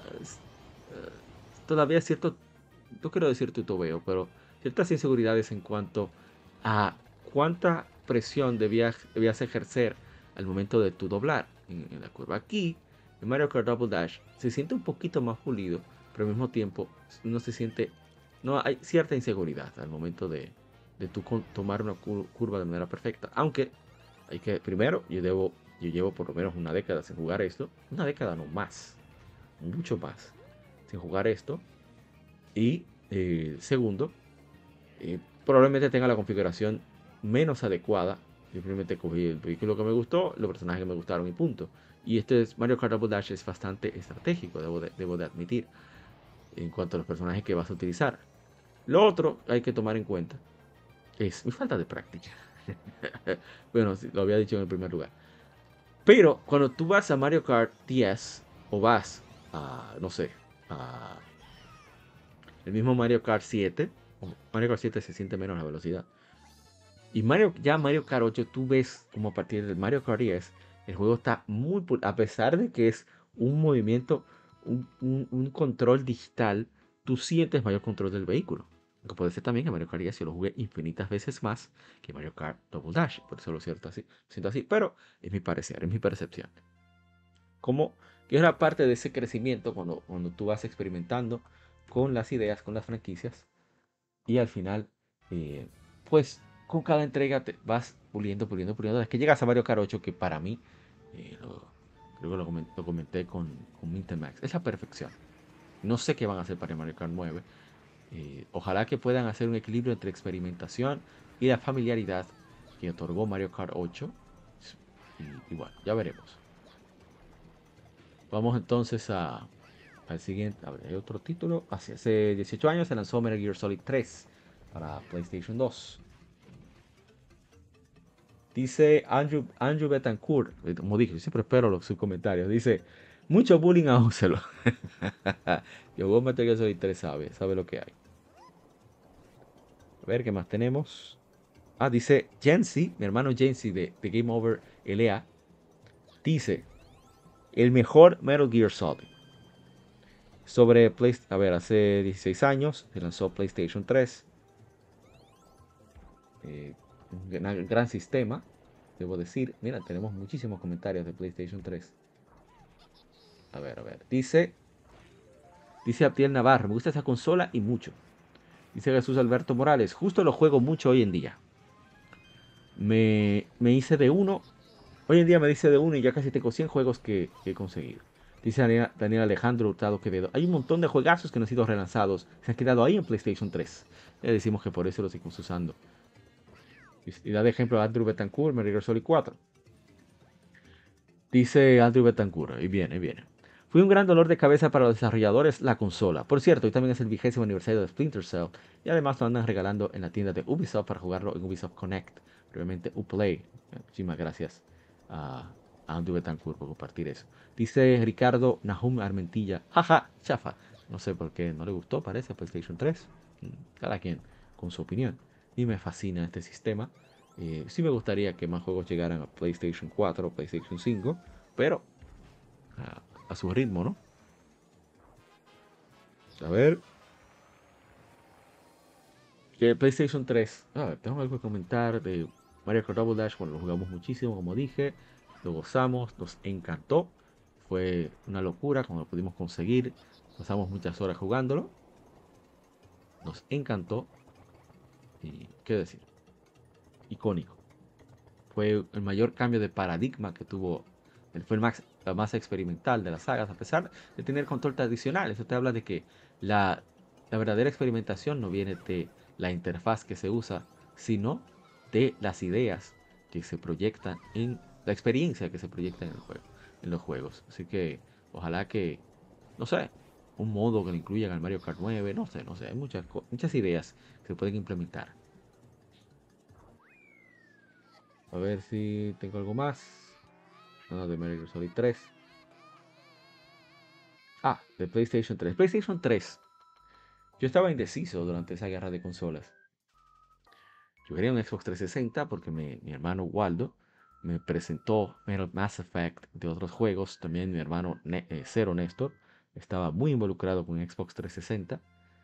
uh, todavía cierto, no quiero decir tutobeo, pero ciertas inseguridades en cuanto a cuánta presión debías, debías ejercer al momento de tu doblar en, en la curva. Aquí, en Mario Kart Double Dash, se siente un poquito más pulido, pero al mismo tiempo no se siente, no hay cierta inseguridad al momento de, de tu tomar una curva de manera perfecta. Aunque hay que, primero, yo debo, yo llevo por lo menos una década sin jugar esto, una década no más, mucho más, sin jugar esto. Y eh, segundo, eh, probablemente tenga la configuración menos adecuada. Simplemente cogí el vehículo que me gustó, los personajes que me gustaron y punto. Y este es, Mario Kart Double Dash es bastante estratégico, debo de, debo de admitir, en cuanto a los personajes que vas a utilizar. Lo otro que hay que tomar en cuenta es mi falta de práctica. Bueno, lo había dicho en el primer lugar. Pero cuando tú vas a Mario Kart diez o vas a, no sé, a el mismo Mario Kart siete, Mario Kart siete se siente menos la velocidad. Y Mario, ya Mario Kart ocho, tú ves como a partir del Mario Kart diez, el juego está muy, a pesar de que es un movimiento, un, un, un control digital, tú sientes mayor control del vehículo. Aunque puede ser también que Mario Kart diez yo lo jugué infinitas veces más que Mario Kart Double Dash, por eso lo siento así, siento así, pero es mi parecer, es mi percepción. Como que es una parte de ese crecimiento cuando, cuando tú vas experimentando con las ideas, con las franquicias, y al final, eh, pues con cada entrega te vas puliendo, puliendo, puliendo. Es que llegas a Mario Kart ocho, que para mí, eh, lo, creo que lo comenté, lo comenté con, con Mintamax, es la perfección. No sé qué van a hacer para Mario Kart nueve. Eh, ojalá que puedan hacer un equilibrio entre experimentación y la familiaridad que otorgó Mario Kart ocho. Y, y bueno, ya veremos. Vamos entonces a, al siguiente. A ver, hay otro título. Hace, hace dieciocho años se lanzó Metal Gear Solid tres para PlayStation dos. Dice Andrew, Andrew Betancourt, como dije, yo siempre espero los, sus comentarios. Dice, mucho bullying a Ocelot. Yo voy a Metal Gear Solid tres, sabe, sabe lo que hay. A ver, ¿qué más tenemos? Ah, dice Jensi, mi hermano Jensi de, de Game Over L A. Dice, el mejor Metal Gear Solid. Sobre PlayStation, a ver, hace dieciséis años se lanzó PlayStation tres. Eh, un gran, gran sistema, debo decir. Mira, tenemos muchísimos comentarios de PlayStation tres. A ver, a ver. Dice, dice Abdiel Navarro, me gusta esa consola y mucho. Dice Jesús Alberto Morales, justo lo juego mucho hoy en día. Me, me hice de uno. Hoy en día me dice de uno y ya casi tengo cien juegos que, que he conseguido. Dice Daniel, Daniel Alejandro Hurtado Quevedo. Hay un montón de juegazos que no han sido relanzados. Se han quedado ahí en PlayStation tres. Le decimos que por eso los seguimos usando. Y, y da de ejemplo a Andrew Betancourt, Metal Gear Solid cuatro. Dice Andrew Betancourt. Y viene, viene. Fue un gran dolor de cabeza para los desarrolladores la consola. Por cierto, hoy también es el vigésimo aniversario de Splinter Cell. Y además lo andan regalando en la tienda de Ubisoft para jugarlo en Ubisoft Connect. Brevemente Uplay. Muchísimas gracias a Andrew Betancourt por compartir eso. Dice Ricardo Nahum Armentilla. Jaja, chafa. No sé por qué no le gustó, parece, PlayStation tres. Cada quien con su opinión. Y me fascina este sistema. Eh, sí me gustaría que más juegos llegaran a PlayStation cuatro o PlayStation cinco. Pero a, a su ritmo, ¿no? A ver. Que PlayStation tres. A ver, tengo algo que comentar de Mario Kart Double Dash. Bueno, lo jugamos muchísimo, como dije. Lo gozamos, nos encantó. Fue una locura cuando lo pudimos conseguir. Pasamos muchas horas jugándolo. Nos encantó. Y qué decir. Icónico. Fue el mayor cambio de paradigma que tuvo. Fue el más, la más experimental de las sagas, a pesar de tener control tradicional. Eso te habla de que la, la verdadera experimentación no viene de la interfaz que se usa, sino de las ideas que se proyectan en la experiencia que se proyecta en el juego, en los juegos. Así que ojalá que, no sé, un modo que lo incluyan al Mario Kart nueve, no sé, no sé, hay muchas, muchas ideas que se pueden implementar. A ver si tengo algo más. No, de Metal Gear Solid tres. Ah, de PlayStation tres. PlayStation tres. Yo estaba indeciso durante esa guerra de consolas. Yo quería un Xbox trescientos sesenta porque mi, mi hermano Waldo me presentó Mass Effect de otros juegos. También mi hermano ne eh, Zero Néstor estaba muy involucrado con Xbox trescientos sesenta.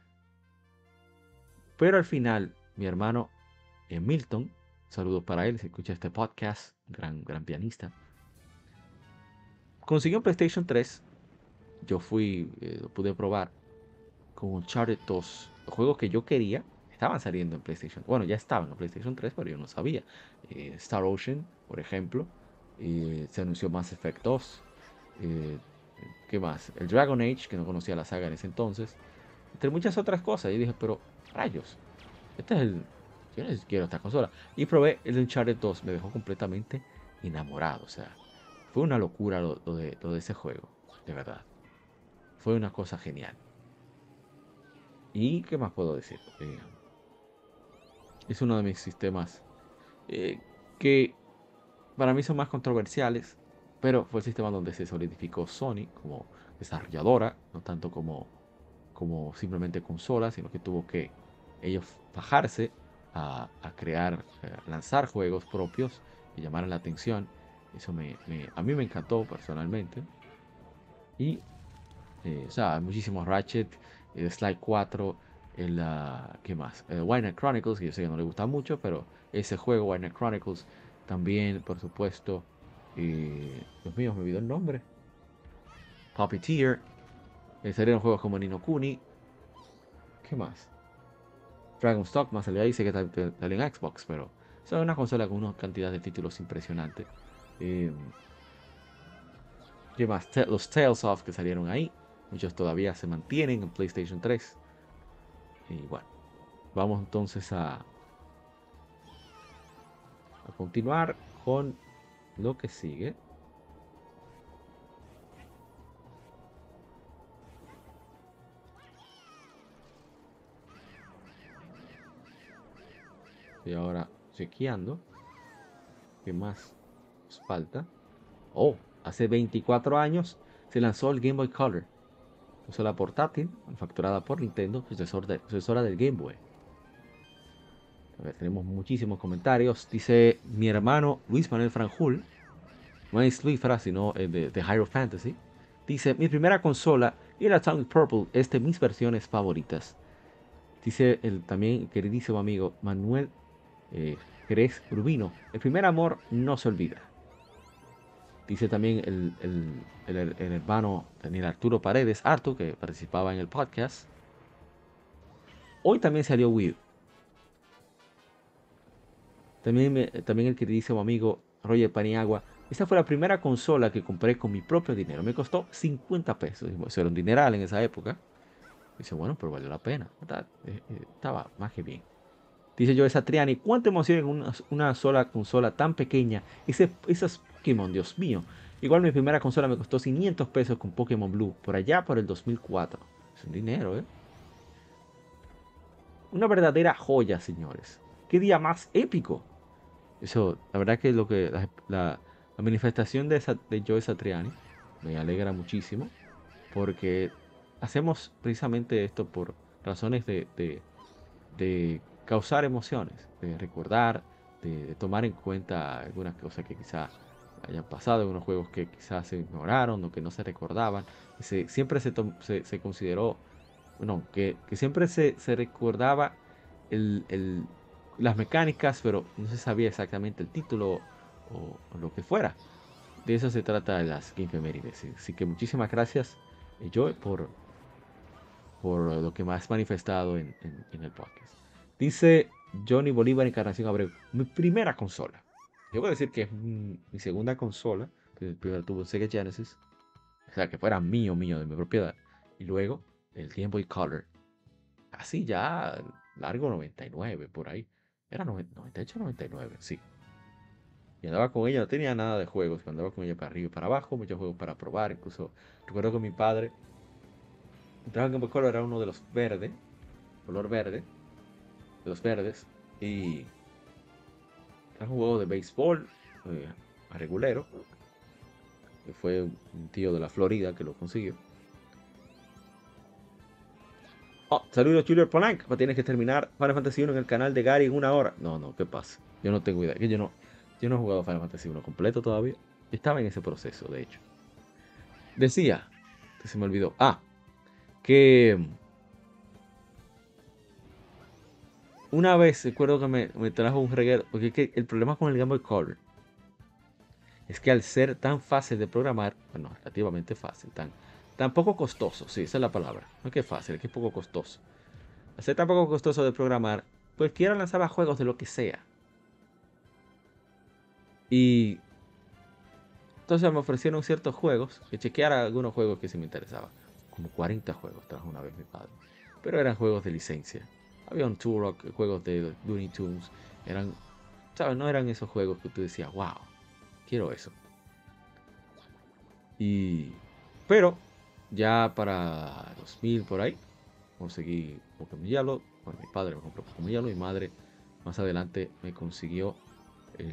Pero al final, mi hermano eh, Milton, saludos para él, si escucha este podcast, gran, gran pianista, consiguió un PlayStation tres. Yo fui, eh, lo pude probar con Uncharted dos. Los juegos que yo quería estaban saliendo en PlayStation. Bueno, ya estaban en PlayStation tres, pero yo no sabía. Eh, Star Ocean, por ejemplo. Eh, se anunció Mass Effect dos. Eh, ¿Qué más? El Dragon Age, que no conocía la saga en ese entonces. Entre muchas otras cosas. Y dije, pero rayos. Este es el... Yo no quiero esta consola. Y probé el Uncharted dos. Me dejó completamente enamorado. O sea, fue una locura lo, lo, de, lo de ese juego. De verdad. Fue una cosa genial. ¿Y qué más puedo decir? Eh, es uno de mis sistemas eh, que para mí son más controversiales, pero fue el sistema donde se solidificó Sony como desarrolladora, no tanto como, como simplemente consola, sino que tuvo que ellos bajarse a, a crear, a lanzar juegos propios que llamaran la atención. Eso me, me, a mí me encantó personalmente. Y Eh, o sea, muchísimos Ratchet, el Sly cuatro, el, uh, ¿qué más? El Wildnight Chronicles, que yo sé que no le gusta mucho, pero ese juego, Wildnight Chronicles, también, por supuesto, eh, Dios mío, me olvidó el nombre. Puppeteer, eh, salieron juegos como Ni no Kuni, ¿qué más? Dragon's Dogma salió ahí, sé que salió en Xbox, pero es una consola con una cantidad de títulos impresionante. Eh, ¿Qué más? Los Tales of que salieron ahí. Muchos todavía se mantienen en PlayStation tres. Y bueno, vamos entonces a, a continuar con lo que sigue. Y ahora chequeando. ¿Qué más nos falta? Oh, hace veinticuatro años se lanzó el Game Boy Color. Consola portátil, manufacturada por Nintendo, sucesor de, sucesora del Game Boy. A ver, tenemos muchísimos comentarios. Dice mi hermano Luis Manuel Franjul, no es Luis Fra, sino eh, de, de Hyrule Fantasy. Dice, mi primera consola y la Atomic Purple es de mis versiones favoritas. Dice el también queridísimo amigo Manuel eh, Jerez Urbino. El primer amor no se olvida. Dice también el, el, el, el hermano Daniel Arturo Paredes, Artu, que participaba en el podcast. Hoy también salió Wii U. También, me, también el queridísimo amigo Roger Paniagua. Esta fue la primera consola que compré con mi propio dinero. Me costó cincuenta pesos. Eso era un dineral en esa época. Dice, bueno, pero valió la pena. Estaba más que bien. Dice Joe Satriani, cuánta emoción en una, una sola consola tan pequeña. Ese, esos Pokémon, Dios mío. Igual mi primera consola me costó quinientos pesos con Pokémon Blue. Por allá por el dos mil cuatro. Es un dinero, ¿eh? Una verdadera joya, señores. Qué día más épico. Eso, la verdad que lo que la, la, la manifestación de, esa, de Joe Satriani me alegra muchísimo. Porque hacemos precisamente esto por razones de, de, de causar emociones, de recordar, de, de tomar en cuenta algunas cosas que quizás hayan pasado, algunos juegos que quizás se ignoraron o que no se recordaban. Se, siempre se, se, se consideró, bueno, que, que siempre se, se recordaba el, el, las mecánicas, pero no se sabía exactamente el título o, o lo que fuera. De eso se trata de las Gamefemérides. Así que muchísimas gracias, Joe, por, por lo que me has manifestado en, en, en el podcast. Dice Johnny Bolívar Encarnación Abreu, mi primera consola. Yo voy a decir que es mi, mi segunda consola, que primero tuvo Sega Genesis, o sea, que fuera mío, mío, de mi propiedad. Y luego el Game Boy Color. Así ya, largo noventa y nueve, por ahí. Era noventa y ocho, noventa y nueve, sí. Y andaba con ella, no tenía nada de juegos, andaba con ella para arriba y para abajo, muchos juegos para probar. Incluso recuerdo que mi padre trajo el Game Boy Color, era uno de los verdes, color verde, de los verdes, y trajo un juego de béisbol eh, a regulero, que fue un tío de la Florida que lo consiguió. Oh, saludos Julio Polanc, tienes que terminar Final Fantasy uno en el canal de Gary en una hora. No, no, ¿qué pasa? Yo no tengo idea, yo no, yo no he jugado Final Fantasy uno completo todavía. Estaba en ese proceso, de hecho. Decía, que se me olvidó, ah, que una vez recuerdo que me, me trajo un reguero, porque es que el problema con el Game Boy Color es que al ser tan fácil de programar, bueno, relativamente fácil, tan, tan poco costoso, sí, esa es la palabra, no es que es fácil, es que es poco costoso. Al ser tan poco costoso de programar, cualquiera lanzaba juegos de lo que sea. Y entonces me ofrecieron ciertos juegos, que chequeara algunos juegos que sí me interesaban. Como cuarenta juegos trajo una vez mi padre, pero eran juegos de licencia. Había un Turok, juegos de Looney Tunes, eran, ¿sabes? No eran esos juegos que tú decías, wow, quiero eso. Y, pero ya para dos mil por ahí, conseguí Pokémon Yellow. Bueno, mi padre me compró Pokémon Yellow, mi madre más adelante me consiguió el,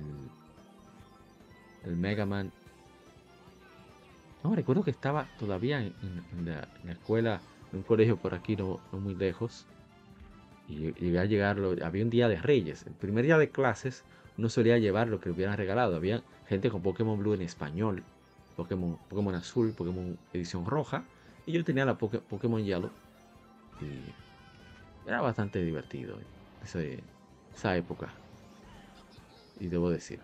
el Mega Man. No, recuerdo que estaba todavía en, en, la, en la escuela, en un colegio por aquí, no, no muy lejos. Y llegué a llegarlo, había un día de Reyes, el primer día de clases uno solía llevar lo que le hubieran regalado. Había gente con Pokémon Blue en español, Pokémon, Pokémon Azul, Pokémon Edición Roja, y yo tenía la Poké, Pokémon Yellow. Y era bastante divertido ese, esa época, y debo decir.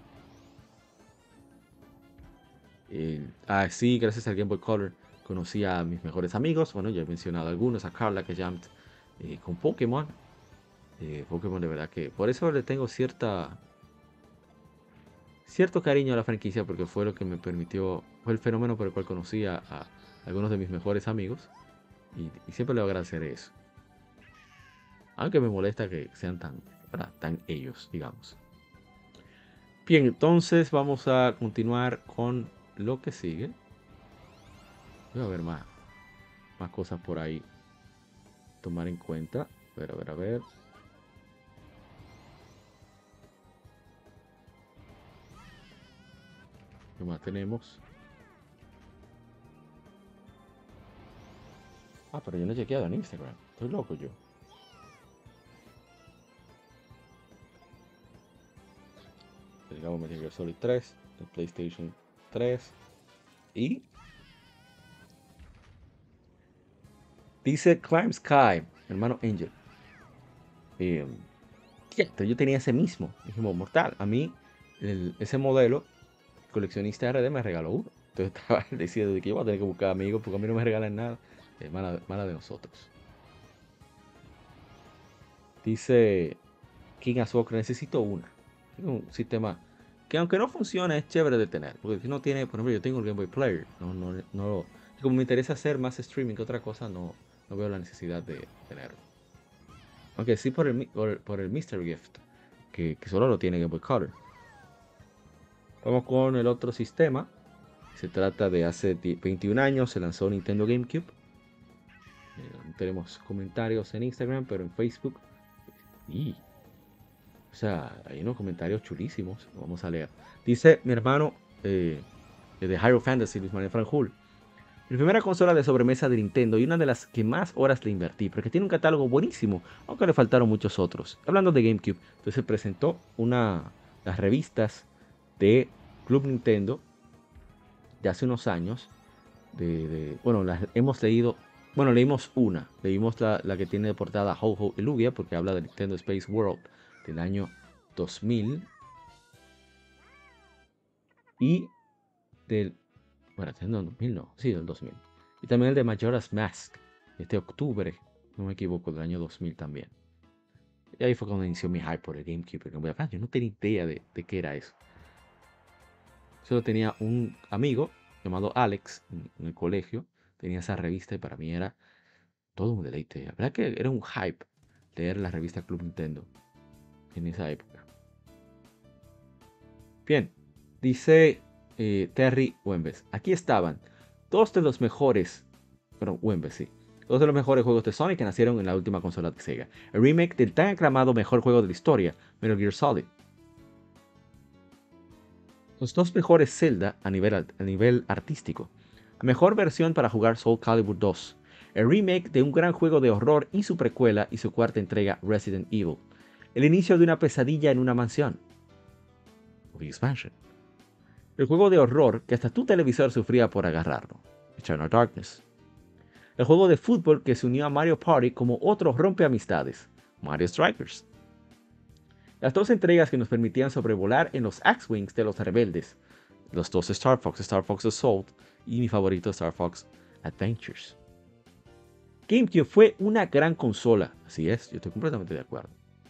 Eh, ah, sí, gracias al Game Boy Color conocí a mis mejores amigos. Bueno, ya he mencionado algunos, a Carla que jammed eh, con Pokémon. Eh, Pokémon de verdad que por eso le tengo cierta cierto cariño a la franquicia, porque fue lo que me permitió, fue el fenómeno por el cual conocí a, a algunos de mis mejores amigos, y, y siempre le agradeceré eso, aunque me molesta que sean tan, ¿verdad? Tan ellos, digamos. Bien, entonces vamos a continuar con lo que sigue. Voy a ver más, más cosas por ahí tomar en cuenta. A ver, a ver, a ver. ¿Qué más tenemos? Ah, pero yo no he chequeado en Instagram. Estoy loco yo. Digamos Metal Gear Solid tres, el PlayStation tres. Y dice Climb Sky, hermano Angel. Eh, cierto, yo tenía ese mismo. Dijimos, mortal. A mí, el, ese modelo, coleccionista R D, me regaló uno. Entonces estaba diciendo que yo voy a tener que buscar amigos porque a mí no me regalan nada. Es mala, mala de nosotros. Dice King Aswalker, necesito una. Un sistema que aunque no funcione es chévere de tener. Porque si no tiene, por ejemplo, yo tengo el Game Boy Player. No, no, no, como me interesa hacer más streaming que otra cosa, no, no veo la necesidad de tenerlo. Aunque sí por el, por, por el Mystery Gift, que, que solo lo tiene Game Boy Color. Vamos con el otro sistema. Se trata de hace veintiún años, se lanzó Nintendo GameCube. Eh, tenemos comentarios en Instagram, pero en Facebook. Y, o sea, hay unos comentarios chulísimos. Vamos a leer. Dice mi hermano eh, de Hyrule Fantasy, Luis Manuel Franjul. Mi primera consola de sobremesa de Nintendo y una de las que más horas le invertí, porque tiene un catálogo buenísimo, aunque le faltaron muchos otros. Hablando de GameCube, entonces presentó una, las revistas de Club Nintendo de hace unos años. De, de, bueno, las hemos leído, bueno, leímos una, leímos la, la que tiene de portada Ho-Ho y Lugia, porque habla de Nintendo Space World del año dos mil. Y del... Bueno, no, dos mil no, sí, del dos mil. Y también el de Majora's Mask, este octubre, no me equivoco, del año dos mil también. Y ahí fue cuando inició mi hype por el GameCube. Yo no tenía idea de, de qué era eso. Solo tenía un amigo llamado Alex en, en el colegio. Tenía esa revista y para mí era todo un deleite. La verdad que era un hype leer la revista Club Nintendo en esa época. Bien, dice... Eh, Terry Wembes. Aquí estaban dos de los mejores, bueno, Wembes sí, dos de los mejores juegos de Sonic que nacieron en la última consola de Sega. El remake del tan aclamado mejor juego de la historia, Metal Gear Solid. Los dos mejores Zelda a nivel, a nivel artístico. Mejor versión para jugar Soul Calibur dos. El remake de un gran juego de horror y su precuela y su cuarta entrega, Resident Evil. El inicio de una pesadilla en una mansión. The Expansion. El juego de horror que hasta tu televisor sufría por agarrarlo, Eternal Darkness. El juego de fútbol que se unió a Mario Party como otro rompeamistades, Mario Strikers. Las dos entregas que nos permitían sobrevolar en los X-Wings de los rebeldes, los dos Star Fox, Star Fox Assault y mi favorito Star Fox Adventures. GameCube fue una gran consola, así es, yo estoy completamente de acuerdo.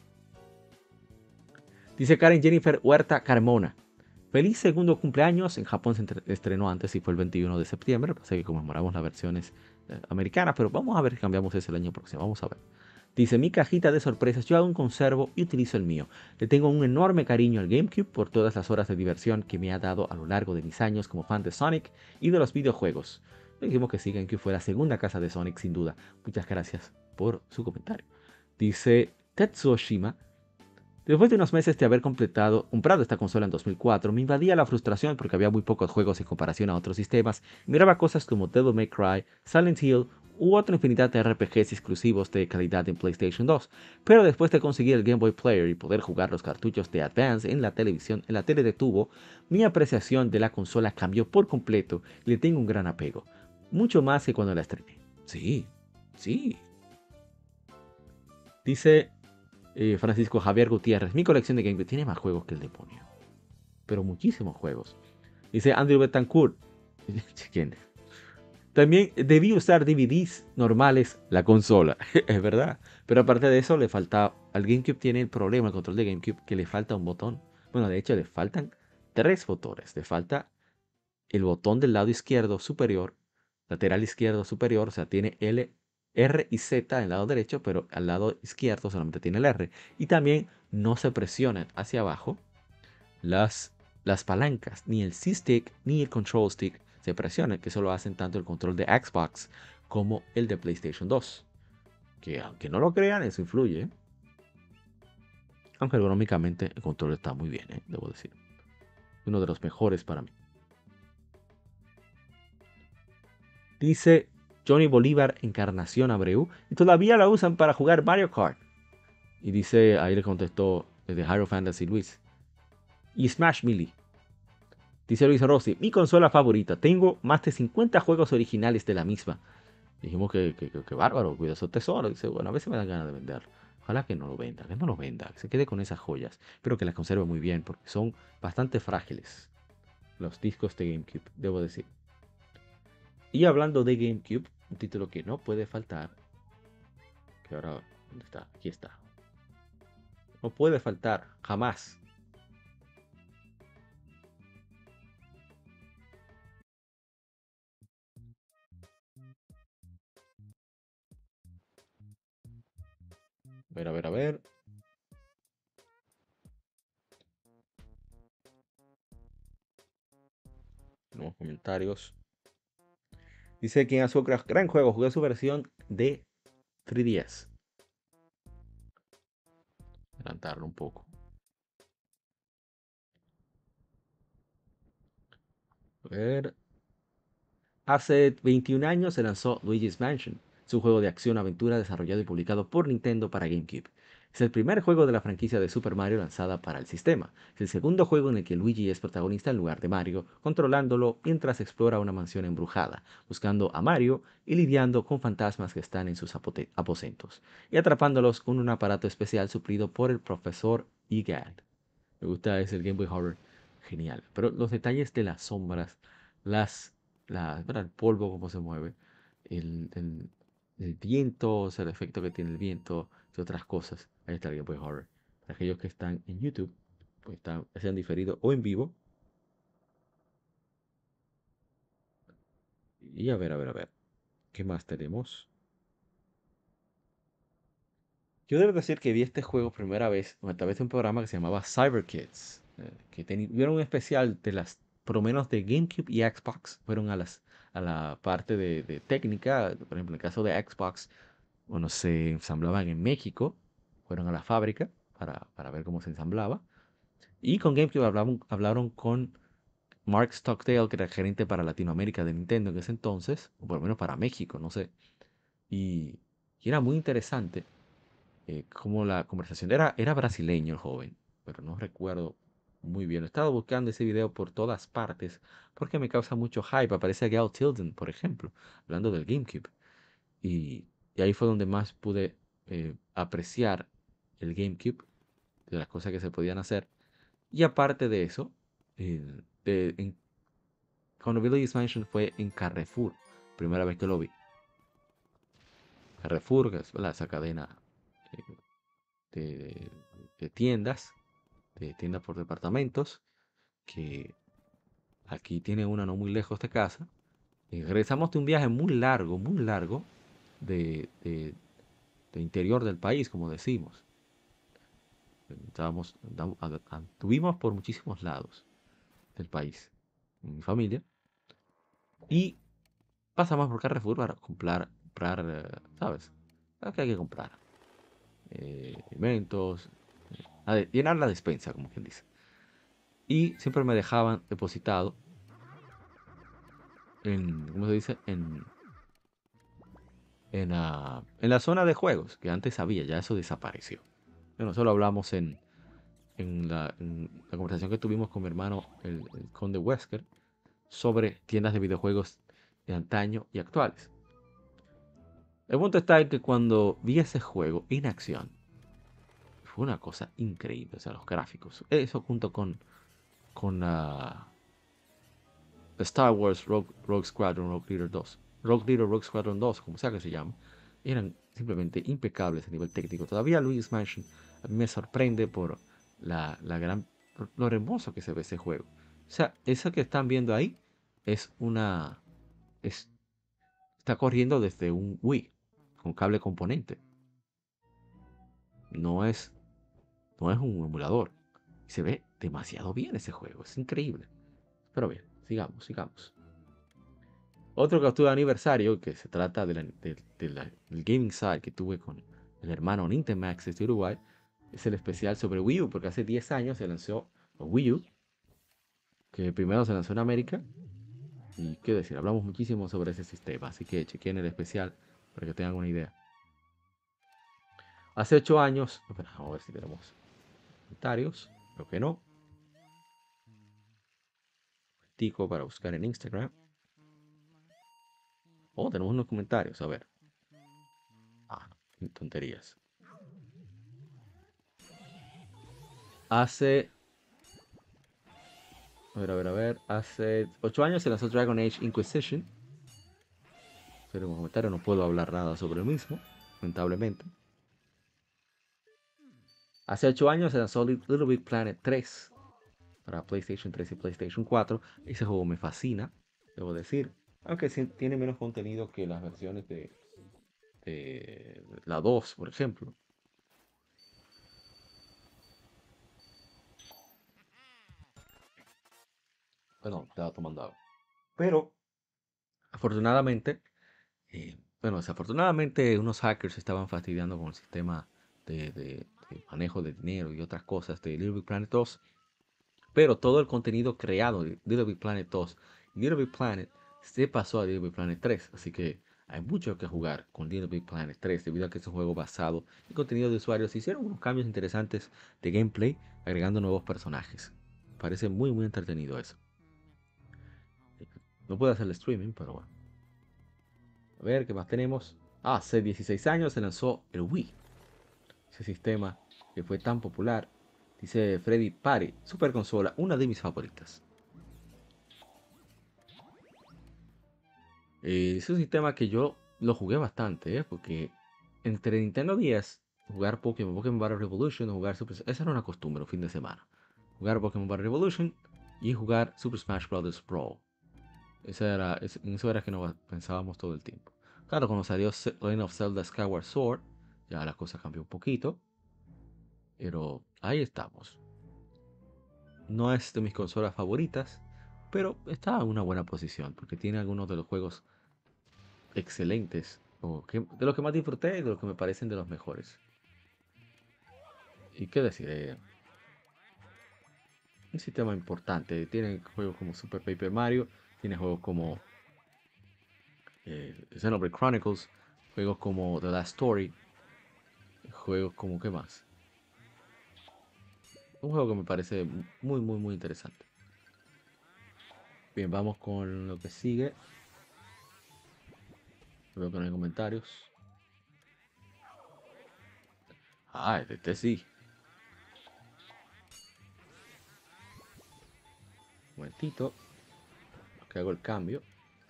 Dice Karen Jennifer Huerta Carmona. Feliz segundo cumpleaños. En Japón se estrenó antes y fue el veintiuno de septiembre. Así que conmemoramos las versiones eh, americanas. Pero vamos a ver si cambiamos ese el año próximo. Vamos a ver. Dice, mi cajita de sorpresas yo aún conservo y utilizo el mío. Le tengo un enorme cariño al GameCube por todas las horas de diversión que me ha dado a lo largo de mis años como fan de Sonic y de los videojuegos. Le dijimos que sí, GameCube fue la segunda casa de Sonic sin duda. Muchas gracias por su comentario. Dice Tetsuo Shima. Después de unos meses de haber completado, comprado esta consola en dos mil cuatro, me invadía la frustración porque había muy pocos juegos en comparación a otros sistemas. Miraba cosas como Devil May Cry, Silent Hill u otra infinidad de R P Gs exclusivos de calidad en PlayStation dos. Pero después de conseguir el Game Boy Player y poder jugar los cartuchos de Advance en la televisión, en la tele de tubo, mi apreciación de la consola cambió por completo y le tengo un gran apego. Mucho más que cuando la estrené. Sí, sí. Dice... Eh, Francisco Javier Gutiérrez, mi colección de GameCube tiene más juegos que el demonio, pero muchísimos juegos. Dice Andrew Betancourt, ¿quién? También debí usar D V Ds normales la consola, es verdad, pero aparte de eso le falta, al GameCube tiene el problema, el control de GameCube, que le falta un botón. Bueno, de hecho le faltan tres botones, le falta el botón del lado izquierdo superior, lateral izquierdo superior, o sea, tiene L, R y Z en el lado derecho, pero al lado izquierdo solamente tiene el R. Y también no se presionan hacia abajo las, las palancas, ni el C-Stick ni el Control Stick se presionan, que solo hacen tanto el control de Xbox como el de PlayStation dos. Que aunque no lo crean, eso influye. ¿eh? Aunque ergonómicamente el control está muy bien, ¿eh? debo decir. Uno de los mejores para mí. Dice Johnny Bolívar Encarnación Abreu, y todavía la usan para jugar Mario Kart. Y dice, ahí le contestó de Hyrule Fantasy Luis. Y Smash Melee. Dice Luis Rossi, mi consola favorita. Tengo más de cincuenta juegos originales de la misma. Dijimos que, que, que, que bárbaro, cuida su tesoro. Dice, bueno, a veces me dan ganas de venderlo. Ojalá que no lo venda, que no lo venda, que se quede con esas joyas. Pero que las conserve muy bien porque son bastante frágiles los discos de GameCube, debo decir. Y hablando de GameCube, un título que no puede faltar, que ahora, ¿dónde está? Aquí está. No puede faltar, jamás. A ver, a ver, a ver. Nuevos comentarios. Dice que en Azúcar, gran juego, jugué su versión de tres D S. Adelantarlo un poco. A ver. Hace veintiún años se lanzó Luigi's Mansion. Es un juego de acción-aventura desarrollado y publicado por Nintendo para GameCube. Es el primer juego de la franquicia de Super Mario lanzada para el sistema. Es el segundo juego en el que Luigi es protagonista en lugar de Mario, controlándolo mientras explora una mansión embrujada, buscando a Mario y lidiando con fantasmas que están en sus aposentos, y atrapándolos con un aparato especial suplido por el profesor Egad. Me gusta ese el Game Boy Horror. Genial. Pero los detalles de las sombras, las, la, ¿verdad? El polvo, cómo se mueve, el, el, el viento, o sea, el efecto que tiene el viento y otras cosas. Ahí está el Game Boy Horror. Para aquellos que están en YouTube, pues están, sean diferido o en vivo. Y a ver, a ver, a ver. ¿Qué más tenemos? Yo debo decir que vi este juego primera vez a través de un programa que se llamaba Cyber Kids, eh, que tuvieron un especial de las, por lo menos de GameCube y Xbox, fueron a las a la parte de, de técnica, por ejemplo, en el caso de Xbox, bueno, se ensamblaban en México, fueron a la fábrica para, para ver cómo se ensamblaba, y con GameCube hablaron, hablaron con Mark Stockdale, que era el gerente para Latinoamérica de Nintendo en ese entonces, o por lo menos para México, no sé, y, y era muy interesante eh, como la conversación era, era brasileño el joven, pero no recuerdo muy bien. He estado buscando ese video por todas partes porque me causa mucho hype. Aparece Gal Tilden, por ejemplo, hablando del GameCube. Y, y ahí fue donde más pude eh, apreciar el GameCube, de las cosas que se podían hacer. Y aparte de eso, eh, de- en- cuando vi Luigi's Mansion fue en Carrefour, primera vez que lo vi. Carrefour, que es, ¿verdad? Esa cadena eh, de, de tiendas, de tiendas por departamentos, que aquí tiene una no muy lejos de casa. Y regresamos de un viaje muy largo, muy largo, de, de, de interior del país, como decimos. Estábamos, andam- a- anduvimos por muchísimos lados del país, en mi familia, y pasamos por Carrefour para comprar, comprar eh, ¿sabes? Lo que hay que comprar. Eh, alimentos, eh, a de- llenar la despensa, como quien dice. Y siempre me dejaban depositado en, ¿cómo se dice? En, en, la, en la zona de juegos, que antes había, ya eso desapareció. Bueno, solo hablamos en, en, la, en la conversación que tuvimos con mi hermano, el, el Conde Wesker, sobre tiendas de videojuegos de antaño y actuales. El punto está en que cuando vi ese juego en acción, fue una cosa increíble, o sea, los gráficos. Eso junto con, con la Star Wars Rogue, Rogue Squadron, Rogue Leader dos. Rogue Leader, Rogue Squadron dos, como sea que se llame, eran simplemente impecables a nivel técnico. Todavía Luigi's Mansion a mí me sorprende por la, la gran, por lo hermoso que se ve ese juego. O sea, eso que están viendo ahí es una, es, está corriendo desde un Wii con cable componente. No es, no es un emulador. Se ve demasiado bien ese juego, es increíble. Pero bien, sigamos, sigamos. Otro que tuve aniversario, que se trata de la- de- de la- del gaming side que tuve con el hermano Nintemax de Uruguay, es el especial sobre Wii U, porque hace diez años se lanzó Wii U, que primero se lanzó en América, y qué decir, hablamos muchísimo sobre ese sistema, así que chequen el especial para que tengan una idea. Hace ocho años, espera, vamos a ver si tenemos comentarios, creo que no. Tico para buscar en Instagram. Oh, tenemos unos comentarios, a ver. Ah, tonterías. hace... A ver, a ver, a ver. Hace ocho años se lanzó Dragon Age Inquisition. Pero como comentario no puedo hablar nada sobre el mismo, lamentablemente. Hace ocho años se lanzó Little Big Planet tres para PlayStation tres y PlayStation cuatro. Ese juego me fascina, debo decir. Aunque sí tiene menos contenido que las versiones de, de la dos, por ejemplo. Perdón, estaba tomando agua. Pero, afortunadamente, eh, bueno, desafortunadamente unos hackers estaban fastidiando con el sistema de, de- de manejo de dinero y otras cosas de Little Big Planet dos. Pero todo el contenido creado de Little Big Planet dos y Little Big Planet se pasó a Little Big Planet tres. Así que hay mucho que jugar con Little Big Planet tres debido a que es un juego basado en contenido de usuarios. Hicieron unos cambios interesantes de gameplay agregando nuevos personajes. Parece muy muy entretenido eso. No puedo hacer el streaming, pero bueno. A ver, ¿qué más tenemos? Ah, hace dieciséis años se lanzó el Wii. Ese sistema que fue tan popular. Dice Freddy Party, super consola, una de mis favoritas. Eh, es un sistema que yo lo jugué bastante, ¿eh? Porque entre Nintendo diez, jugar Pokémon, Pokémon Battle Revolution, jugar Super... Esa era una costumbre, un fin de semana. Jugar Pokémon Battle Revolution y jugar Super Smash Bros. Brawl. Esa era, es- en eso era que nos pensábamos todo el tiempo. Claro, cuando salió Se- Legend of Zelda Skyward Sword, ya la cosa cambió un poquito. Pero ahí estamos. No es de mis consolas favoritas, pero está en una buena posición porque tiene algunos de los juegos excelentes, o que, de los que más disfruté y de los que me parecen de los mejores. ¿Y qué decir? Eh, un sistema importante. Tiene juegos como Super Paper Mario, tiene juegos como eh, Xenoblade Chronicles, juegos como The Last Story, juegos como ¿qué más? Un juego que me parece muy, muy, muy interesante. Bien, vamos con lo que sigue. Veo que no hay comentarios. Ah, este, este sí. Un momentito. Que hago el cambio.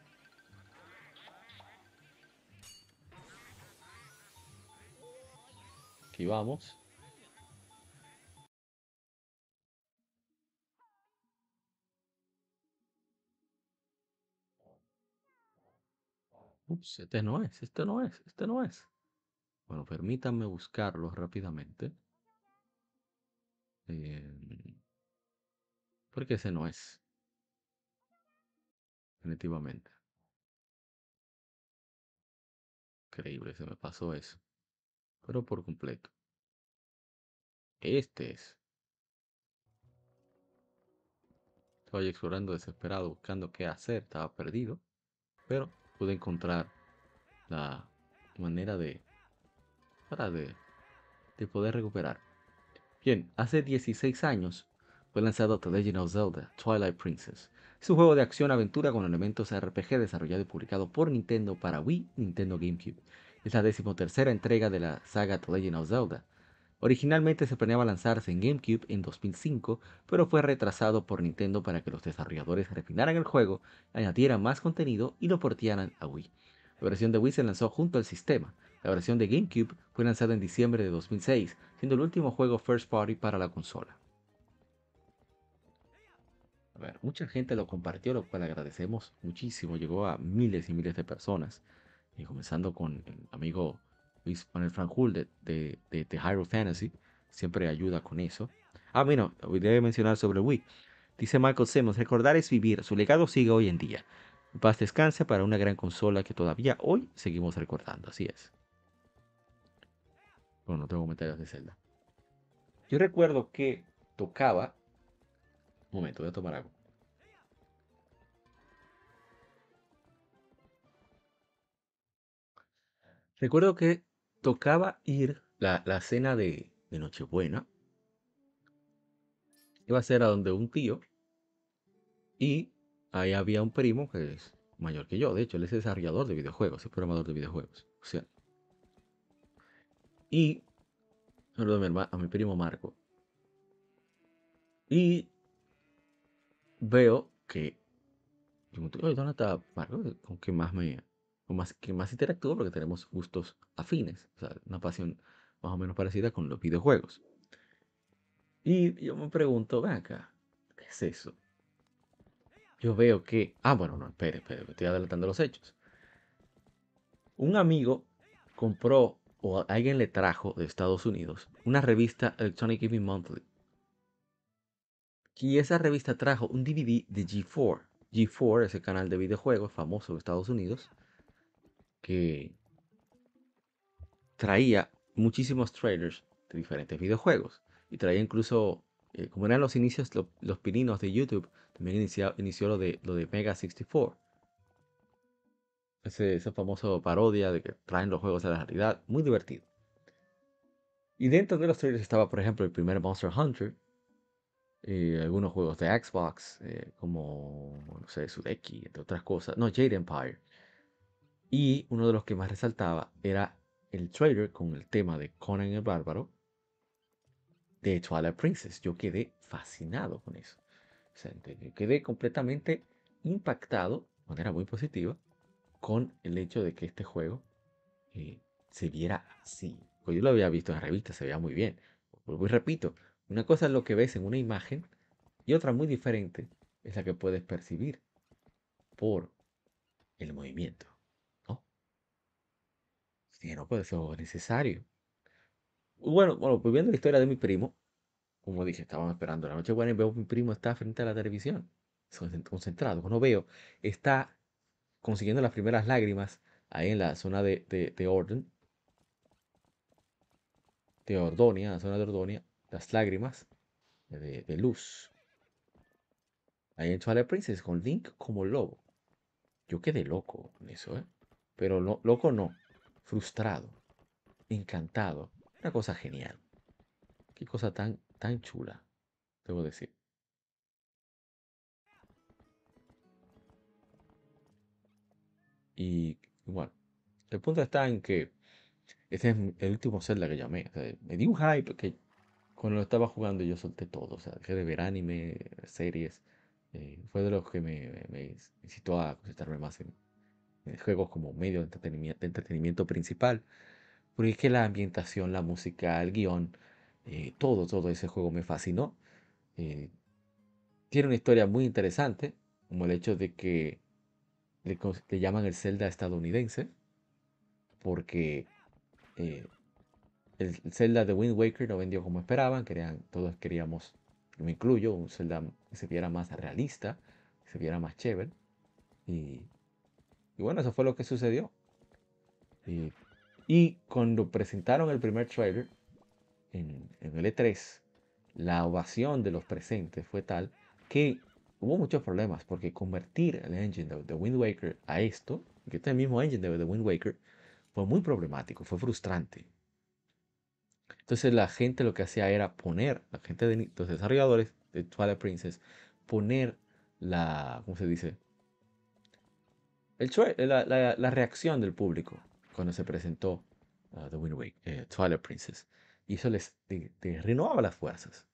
Aquí vamos. Ups, este no es, este no es, este no es. Bueno, permítanme buscarlo rápidamente. Eh, porque ese no es, definitivamente. Increíble, se me pasó eso. Pero por completo. Este es. Estaba yo explorando desesperado, buscando qué hacer. Estaba perdido. Pero pude encontrar la manera de, para de, de poder recuperar. Bien, hace dieciséis años fue lanzado The Legend of Zelda Twilight Princess. Es un juego de acción-aventura con elementos R P G desarrollado y publicado por Nintendo para Wii y Nintendo GameCube. Es la decimotercera entrega de la saga The Legend of Zelda. Originalmente se planeaba lanzarse en GameCube en dos mil cinco, pero fue retrasado por Nintendo para que los desarrolladores refinaran el juego, añadieran más contenido y lo portearan a Wii. La versión de Wii se lanzó junto al sistema. La versión de GameCube fue lanzada en diciembre de dos mil seis, siendo el último juego first party para la consola. A ver, mucha gente lo compartió, lo cual agradecemos muchísimo. Llegó a miles y miles de personas. Y comenzando con el amigo Luis Manuel Franjul de, de, de, de Hyrule Fantasy. Siempre ayuda con eso. Ah, bueno, olvidé mencionar sobre Wii. Dice Michael Simmons, recordar es vivir. Su legado sigue hoy en día. En paz descanse para una gran consola que todavía hoy seguimos recordando. Así es. Bueno, no tengo comentarios de Zelda. Yo recuerdo que tocaba... Un momento, voy a tomar algo. Recuerdo que tocaba ir la, la cena de, de Nochebuena. Iba a ser a donde un tío. Y ahí había un primo que es mayor que yo. De hecho, él es desarrollador de videojuegos, es programador de videojuegos. O sea, y saludo a mi, herma- a mi primo Marco. Y veo que, oye, ¿dónde está Marco? Con que más me, con más, que más interactúo porque tenemos gustos afines, o sea, una pasión más o menos parecida con los videojuegos. Y yo me pregunto, ven acá, ¿qué es eso? Yo veo que, ah, bueno, no, espere, espere, me estoy adelantando los hechos. Un amigo compró o alguien le trajo de Estados Unidos una revista Electronic Gaming Monthly. Y esa revista trajo un D V D de G cuatro. G cuatro es el canal de videojuegos famoso de Estados Unidos que traía muchísimos trailers de diferentes videojuegos. Y traía incluso, eh, como eran los inicios, lo- los pininos de YouTube, también inicia- inició lo de, lo de Mega sesenta y cuatro. Ese, esa famosa parodia de que traen los juegos a la realidad. Muy divertido. Y dentro de los trailers estaba, por ejemplo, el primer Monster Hunter. Y algunos juegos de Xbox, eh, como, no sé, Sudeki, entre otras cosas. No, Jade Empire. Y uno de los que más resaltaba era el trailer con el tema de Conan el Bárbaro de Twilight Princess. Yo quedé fascinado con eso. O sea, yo quedé completamente impactado, de manera muy positiva, con el hecho de que este juego eh, se viera así. Pues yo lo había visto en revistas, se veía muy bien. Vuelvo y repito, una cosa es lo que ves en una imagen y otra muy diferente es la que puedes percibir por el movimiento, ¿no? Sí, no puede ser necesario. Bueno, bueno, pues viendo la historia de mi primo, como dije, estábamos esperando la noche buena y veo que mi primo está frente a la televisión, concentrado. Cuando veo, está consiguiendo las primeras lágrimas ahí en la zona de, de, de Orden, de Ordonia, la zona de Ordonia, las lágrimas de, de luz. Ahí en Twilight Princess con Link como lobo. Yo quedé loco con eso, ¿eh? Pero no, loco no, frustrado, encantado. Una cosa genial. Qué cosa tan, tan chula, debo decir. Y bueno, el punto está en que este es el último Zelda que llamé. O sea, me di un hype que cuando lo estaba jugando yo solté todo. O sea, dejé de ver anime, series. Eh, fue de los que me, me incitó a concentrarme más en, en juegos como medio de entretenimiento, de entretenimiento principal. Porque es que la ambientación, la música, el guión, eh, todo, todo ese juego me fascinó. Eh, tiene una historia muy interesante, como el hecho de que le, le llaman el Zelda estadounidense, porque eh, el Zelda de Wind Waker no vendió como esperaban, querían, todos queríamos, yo me incluyo, un Zelda que se viera más realista, que se viera más chévere. Y, y bueno, eso fue lo que sucedió. Y, y cuando presentaron el primer trailer en, en el E tres, la ovación de los presentes fue tal que hubo muchos problemas porque convertir el engine de, de Wind Waker a esto, que este mismo engine de, de Wind Waker, fue muy problemático, fue frustrante. Entonces la gente lo que hacía era poner, la gente de los desarrolladores de Twilight Princess, poner la, ¿cómo se dice? El la, la, la, reacción del público cuando se presentó uh, The Wind Waker, eh, Twilight Princess. Y eso les de, de renovaba las fuerzas.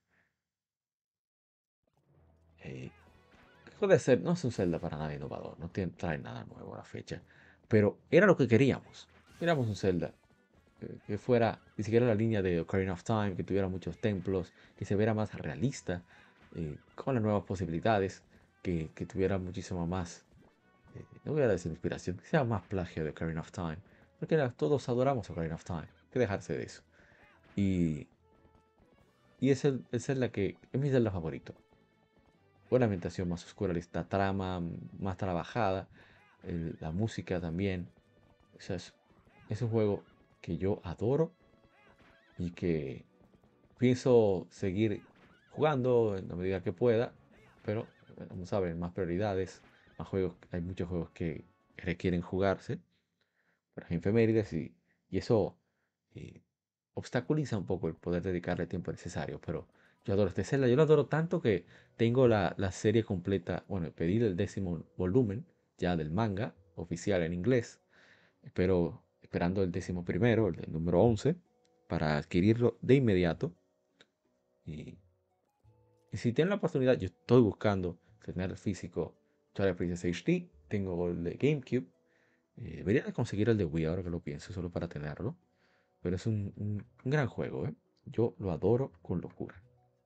Eh, puede ser, no es un Zelda para nada innovador, no tiene, trae nada nuevo a la fecha, pero era lo que queríamos. Queríamos un Zelda eh, que fuera ni siquiera la línea de Ocarina of Time, que tuviera muchos templos, que se viera más realista, eh, con las nuevas posibilidades, que, que tuviera muchísimo más, eh, no voy a decir inspiración, que sea más plagio de Ocarina of Time, porque era, todos adoramos Ocarina of Time, hay que dejarse de eso. Y, y es el, es la que es mi Zelda favorito. Una ambientación más oscura, la trama más trabajada, el- la música también. O sea, es, es un juego que yo adoro y que pienso seguir jugando en la medida que pueda, pero como saben, más prioridades, más juegos, hay muchos juegos que requieren jugarse, pero hay efemérides y, y eso eh, obstaculiza un poco el poder dedicarle el tiempo necesario, pero yo adoro este Zelda, yo lo adoro tanto que tengo la, la serie completa, bueno, pedí el décimo volumen ya del manga oficial en inglés, espero, esperando el décimo primero, el, el número once, para adquirirlo de inmediato y, Y si tienen la oportunidad, yo estoy buscando tener el físico Twilight Princess H D. Tengo el de GameCube. Eh, debería de conseguir el de Wii ahora que lo pienso, solo para tenerlo. Pero es un, un- un gran juego, ¿eh? Yo lo adoro con locura.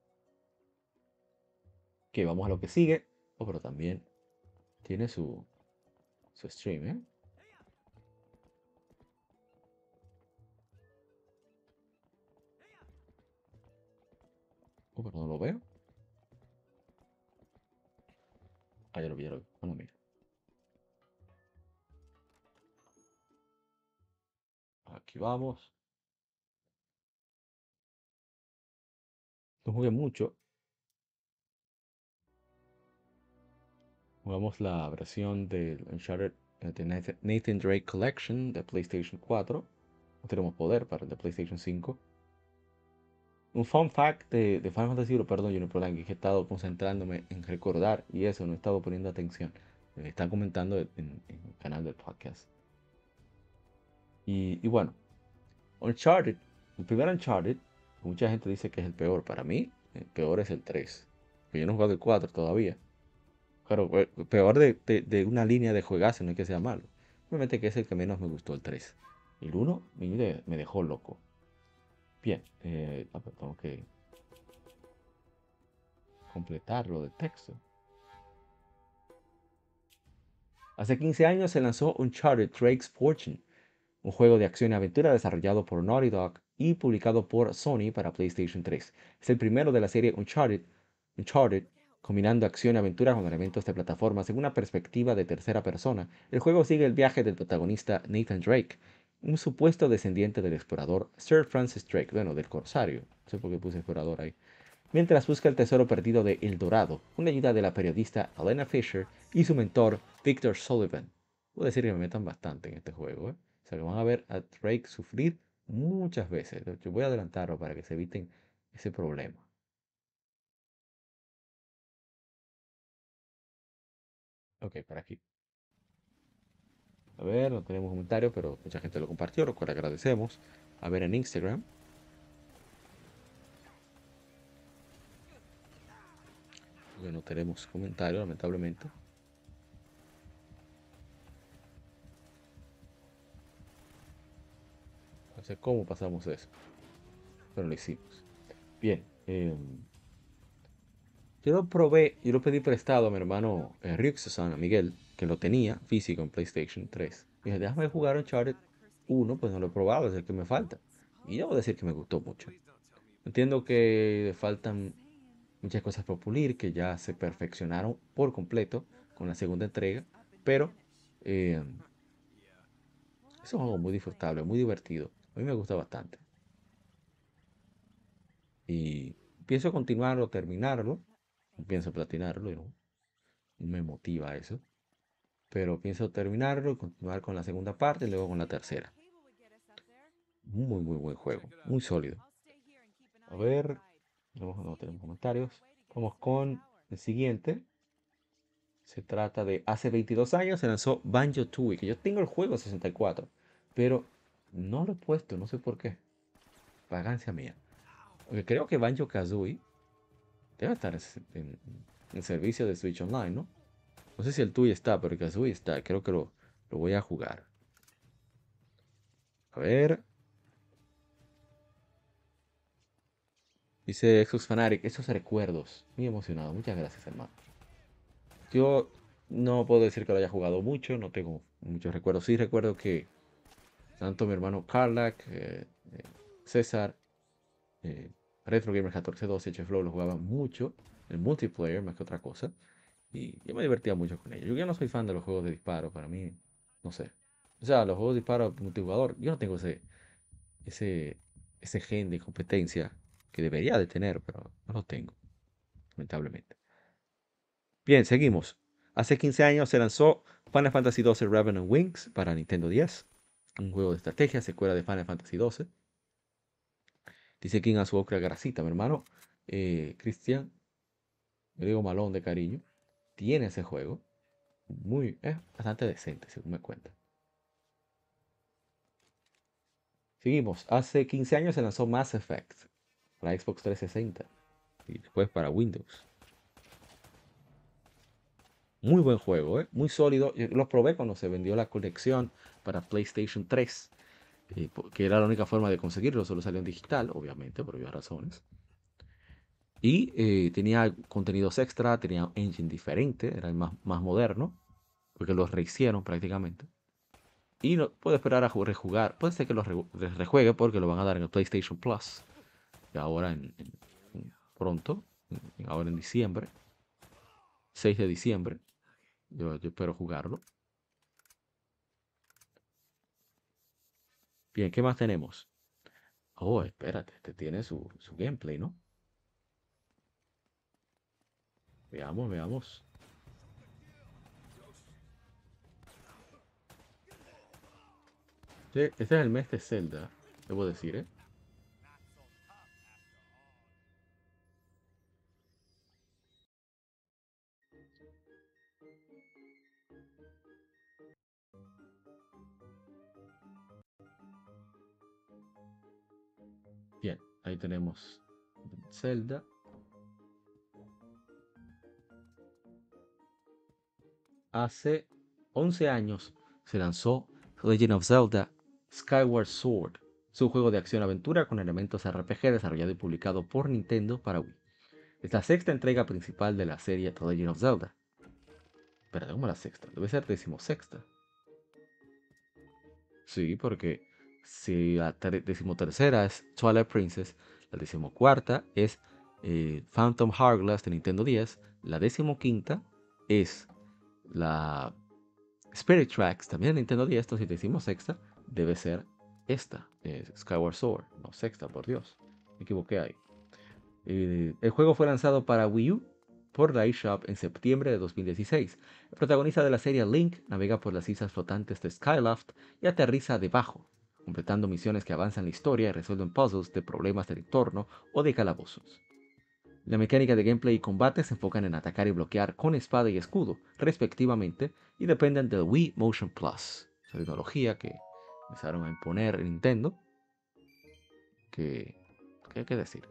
Que vamos a lo que sigue. Oh, pero también tiene su, su stream, ¿eh? Oh, pero no lo veo. Ah, ya lo vi, ya lo vi. Bueno, mira. Aquí vamos. No jugué mucho. Jugamos la versión del Uncharted eh, de Nathan Nathan Drake Collection de PlayStation cuatro. No tenemos poder para el de PlayStation cinco. Un fun fact de, de Final Fantasy, perdón, Junior Polanyi, que he estado concentrándome en recordar y eso, no he estado poniendo atención. Me están comentando en, en el canal del podcast. Y, y bueno, Uncharted, el primer Uncharted, mucha gente dice que es el peor. Para mí, el peor es el tres. Pero yo no he jugado el cuatro todavía. Claro, eh, peor de, de- de una línea de juegazo, no es que sea malo. Simplemente que es el que menos me gustó, el tres. El uno me, de- me dejó loco. Bien, eh, a ver, tengo que completarlo de texto. Hace quince años se lanzó Uncharted Drake's Fortune, un juego de acción y aventura desarrollado por Naughty Dog y publicado por Sony para PlayStation tres. Es el primero de la serie Uncharted, Uncharted, combinando acción y aventura con elementos de plataformas en una perspectiva de tercera persona. El juego sigue el viaje del protagonista Nathan Drake, un supuesto descendiente del explorador Sir Francis Drake, bueno, del corsario, no sé por qué puse explorador ahí, mientras busca el tesoro perdido de El Dorado, con la ayuda de la periodista Elena Fisher y su mentor Victor Sullivan. Puedo decir que me metan bastante en este juego, ¿eh? O sea que van a ver a Drake sufrir muchas veces. Yo voy a adelantarlo para que se eviten ese problema. Ok, para aquí. A ver, no tenemos comentarios, pero mucha gente lo compartió, lo cual agradecemos. A ver en Instagram. Porque no tenemos comentarios, lamentablemente. No sé cómo pasamos eso, pero lo hicimos. Bien, eh, yo lo probé, yo lo pedí prestado a mi hermano eh, Ryuxo-san, a Miguel, que lo tenía físico en PlayStation tres. Y dije, déjame jugar Uncharted uno, pues no lo he probado, es el que me falta. Y debo decir que me gustó mucho. Entiendo que le faltan muchas cosas por pulir, que ya se perfeccionaron por completo con la segunda entrega, pero eh, es un juego muy disfrutable, muy divertido. A mí me gusta bastante. Y pienso continuarlo, terminarlo. No pienso platinarlo, y no no me motiva eso. Pero pienso terminarlo y continuar con la segunda parte y luego con la tercera. Muy, muy buen juego, muy sólido. A ver, no, no tenemos comentarios. Vamos con el siguiente. Se trata de hace veintidós años se lanzó Banjo-Tooie, que yo tengo el juego sesenta y cuatro, pero no lo he puesto, no sé por qué. Vagancia mía. Porque creo que Banjo-Kazooie debe estar en, en servicio de Switch Online, ¿no? No sé si el Tui está, pero el Kazooie está. Creo que lo, lo voy a jugar. A ver. Dice Xbox Fanatic, esos recuerdos. Muy emocionado. Muchas gracias, hermano. Yo no puedo decir que lo haya jugado mucho. No tengo muchos recuerdos. Sí recuerdo que tanto mi hermano Carlac, eh, eh, César, eh, Retro Gamer catorce doce, Cheflow lo jugaban mucho. El multiplayer más que otra cosa. Y yo me divertía mucho con ellos. Yo ya no soy fan de los juegos de disparo. Para mí, no sé. O sea, los juegos de disparo multijugador, yo no tengo ese, ese, ese gen de competencia que debería de tener, pero no lo tengo, lamentablemente. Bien, seguimos. Hace quince años se lanzó Final Fantasy doce Revenant Wings para Nintendo diez, un juego de estrategia, secuela de Final Fantasy doce. Dice King a su ocra grasita, mi hermano. Eh, Cristian, yo digo malón de cariño, tiene ese juego. Muy, es bastante decente, según me cuenta. Seguimos. Hace quince años se lanzó Mass Effect para Xbox trescientos sesenta. y después para Windows. Muy buen juego, ¿eh? Muy sólido. Yo lo probé cuando se vendió la colección para PlayStation tres, eh, que era la única forma de conseguirlo, solo salió en digital, obviamente, por obvias razones. Y eh, tenía contenidos extra, tenía un engine diferente, era el más, más moderno, porque lo rehicieron prácticamente. Y no puedo esperar a rejugar. Puede ser que lo re, rejuegue porque lo van a dar en el PlayStation Plus. Y ahora en, en, en pronto, en, ahora en diciembre, seis de diciembre. Yo, yo espero jugarlo. Bien, ¿qué más tenemos? Oh, espérate, este tiene su, su gameplay, ¿no? Veamos, veamos. Este, este es el mes de Zelda, debo decir, ¿eh? Bien, ahí tenemos Zelda. Hace once años se lanzó Legend of Zelda Skyward Sword. Es un juego de acción-aventura con elementos R P G desarrollado y publicado por Nintendo para Wii. Es la sexta entrega principal de la serie The Legend of Zelda. Pero ¿cómo la sexta? Debe ser decimosexta. Sí, porque si la decimotercera es Twilight Princess, la decimocuarta es eh, Phantom Hourglass de Nintendo diez, la decimoquinta es la Spirit Tracks, también de Nintendo diez, entonces si decimos sexta, debe ser esta, eh, Skyward Sword, no sexta, por Dios, me equivoqué ahí. Eh, el juego fue lanzado para Wii U por la eShop en septiembre de dos mil dieciséis. El protagonista de la serie, Link, navega por las islas flotantes de Skyloft y aterriza debajo, completando misiones que avanzan la historia y resuelven puzzles de problemas del entorno o de calabozos. La mecánica de gameplay y combate se enfocan en atacar y bloquear con espada y escudo, respectivamente, y dependen del Wii Motion Plus, esa tecnología que empezaron a imponer en Nintendo, que, ¿qué hay que decir?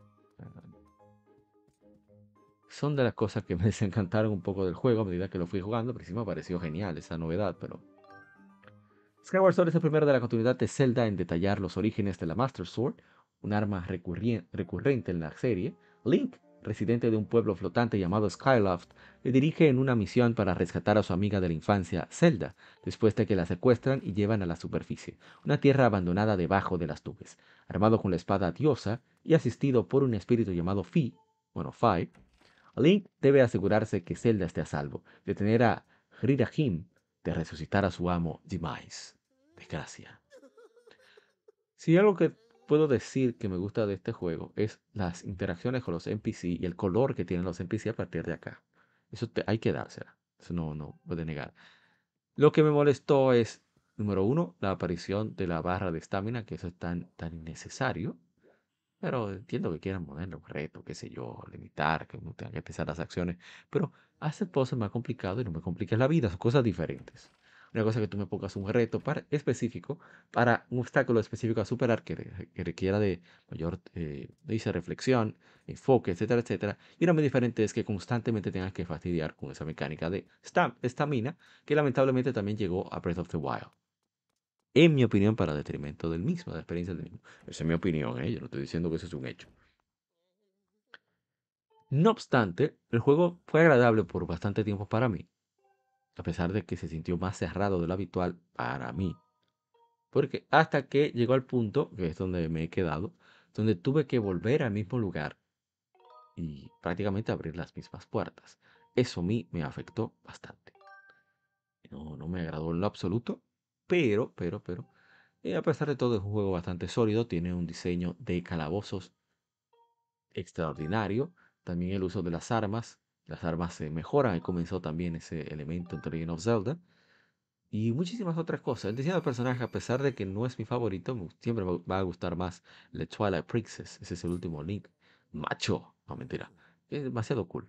Son de las cosas que me desencantaron un poco del juego a medida que lo fui jugando, pero sí me pareció genial esa novedad, pero... Skyward Sword es el primero de la continuidad de Zelda en detallar los orígenes de la Master Sword, un arma recurrente en la serie. Link, residente de un pueblo flotante llamado Skyloft, le dirige en una misión para rescatar a su amiga de la infancia, Zelda, después de que la secuestran y llevan a la superficie, una tierra abandonada debajo de las nubes. Armado con la espada diosa y asistido por un espíritu llamado Fi, bueno, Fi, Link debe asegurarse que Zelda esté a salvo, detener a Hrithahim, de resucitar a su amo Demise. Desgracia. Si algo que puedo decir que me gusta de este juego es las interacciones con los N P C y el color que tienen los N P C a partir de acá. Eso te- hay que dársela. Eso no, no puede negar. Lo que me molestó es, número uno, la aparición de la barra de estamina, que eso es tan, tan innecesario. Pero entiendo que quieran ponerle un reto, qué sé yo, limitar, que uno tenga que empezar las acciones. Pero hace cosas más complicadas y no me compliques la vida, son cosas diferentes. Una cosa que tú me pongas un reto para, específico para un obstáculo específico a superar que, re- que requiera de mayor eh, dice, reflexión, enfoque, etcétera, etcétera. Y una muy diferente es que constantemente tengas que fastidiar con esa mecánica de stam- estamina que lamentablemente también llegó a Breath of the Wild, en mi opinión, para detrimento del mismo, de la experiencia del mismo. Esa es mi opinión, ¿eh? Yo no estoy diciendo que eso es un hecho. No obstante, el juego fue agradable por bastante tiempo para mí, a pesar de que se sintió más cerrado de lo habitual para mí. Porque hasta que llegó al punto, que es donde me he quedado, donde tuve que volver al mismo lugar y prácticamente abrir las mismas puertas. Eso a mí me afectó bastante. No, no me agradó en lo absoluto, pero, pero, pero, eh, a pesar de todo es un juego bastante sólido, tiene un diseño de calabozos extraordinario, también el uso de las armas, las armas se mejoran, y comenzó también ese elemento en The Legend of Zelda, y muchísimas otras cosas. El diseño de personaje, a pesar de que no es mi favorito, me- siempre me va a gustar más el Twilight Princess, ese es el último Link, macho, no mentira, es demasiado cool.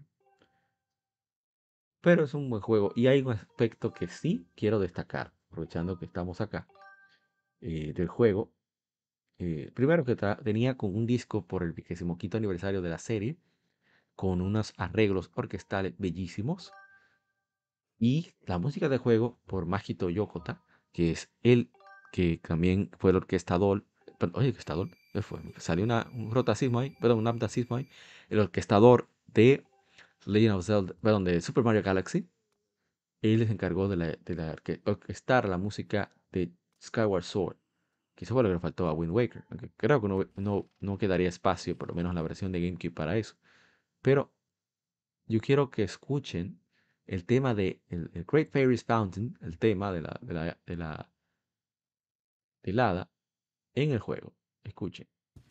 Pero es un buen juego y hay un aspecto que sí quiero destacar, aprovechando que estamos acá, eh, del juego. Eh, primero que tra- tenía con un disco por el vigésimo quinto aniversario de la serie, con unos arreglos orquestales bellísimos. Y la música del juego por Majito Yokota, que es él, que también fue el orquestador. Pero, oye, orquestador, ¿qué fue? Salió una, un rotacismo ahí, perdón, un abdacismo ahí. El orquestador de Legend of Zelda, perdón, de Super Mario Galaxy. Él se encargó de, la, de la orque- orquestar la música de Skyward Sword, que eso fue lo que le faltó a Wind Waker. Aunque creo que no, no, no quedaría espacio, por lo menos en la versión de GameCube, para eso. Pero yo quiero que escuchen el tema de el, el Great Fairies Fountain, el tema de la, de la, de la del hada en el juego. Escuchen.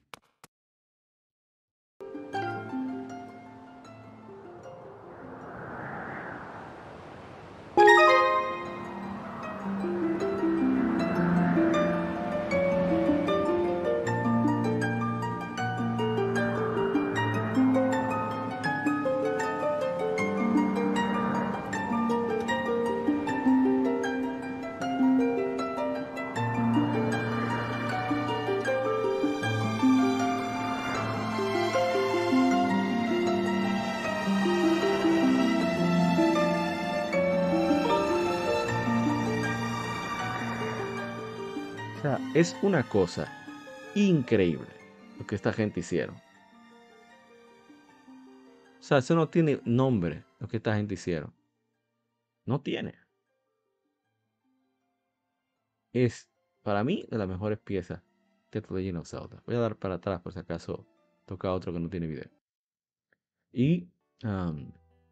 O sea, es una cosa increíble lo que esta gente hicieron. O sea, eso no tiene nombre lo que esta gente hicieron. No tiene. Es, para mí, de las mejores piezas de The Legend of Zelda. Voy a dar para atrás por si acaso toca otro que no tiene video. Y, um,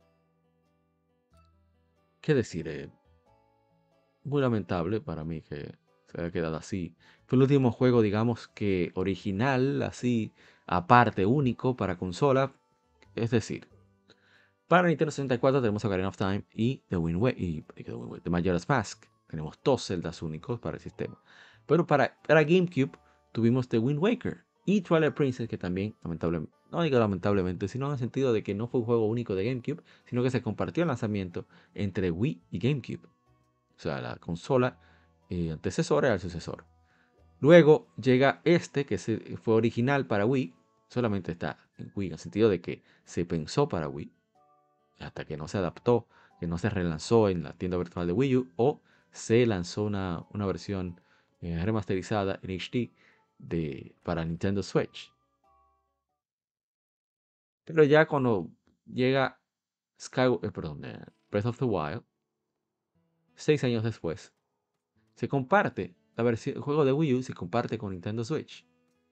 ¿qué decir? Eh, muy lamentable para mí que se haya quedado así. Fue el último juego, digamos que original, así, aparte, único para consola. Es decir, para Nintendo sesenta y cuatro tenemos Ocarina of Time y The Wind Waker y y The, Wind Waker, The Majora's Mask. Tenemos dos celdas únicos para el sistema. Pero para, para GameCube tuvimos The Wind Waker y Twilight Princess, que también, lamentablemente, no digo lamentablemente, sino en el sentido de que no fue un juego único de GameCube, sino que se compartió el lanzamiento entre Wii y GameCube. O sea, la consola eh, antecesora al sucesor. Luego llega este, que se, fue original para Wii, solamente está en Wii, en el sentido de que se pensó para Wii, hasta que no se adaptó, que no se relanzó en la tienda virtual de Wii U, o se lanzó una, una versión eh, remasterizada en H D de, para Nintendo Switch. Pero ya cuando llega Sky, eh, perdón, eh, Breath of the Wild, seis años después, se comparte, la versión, el juego de Wii U se comparte con Nintendo Switch.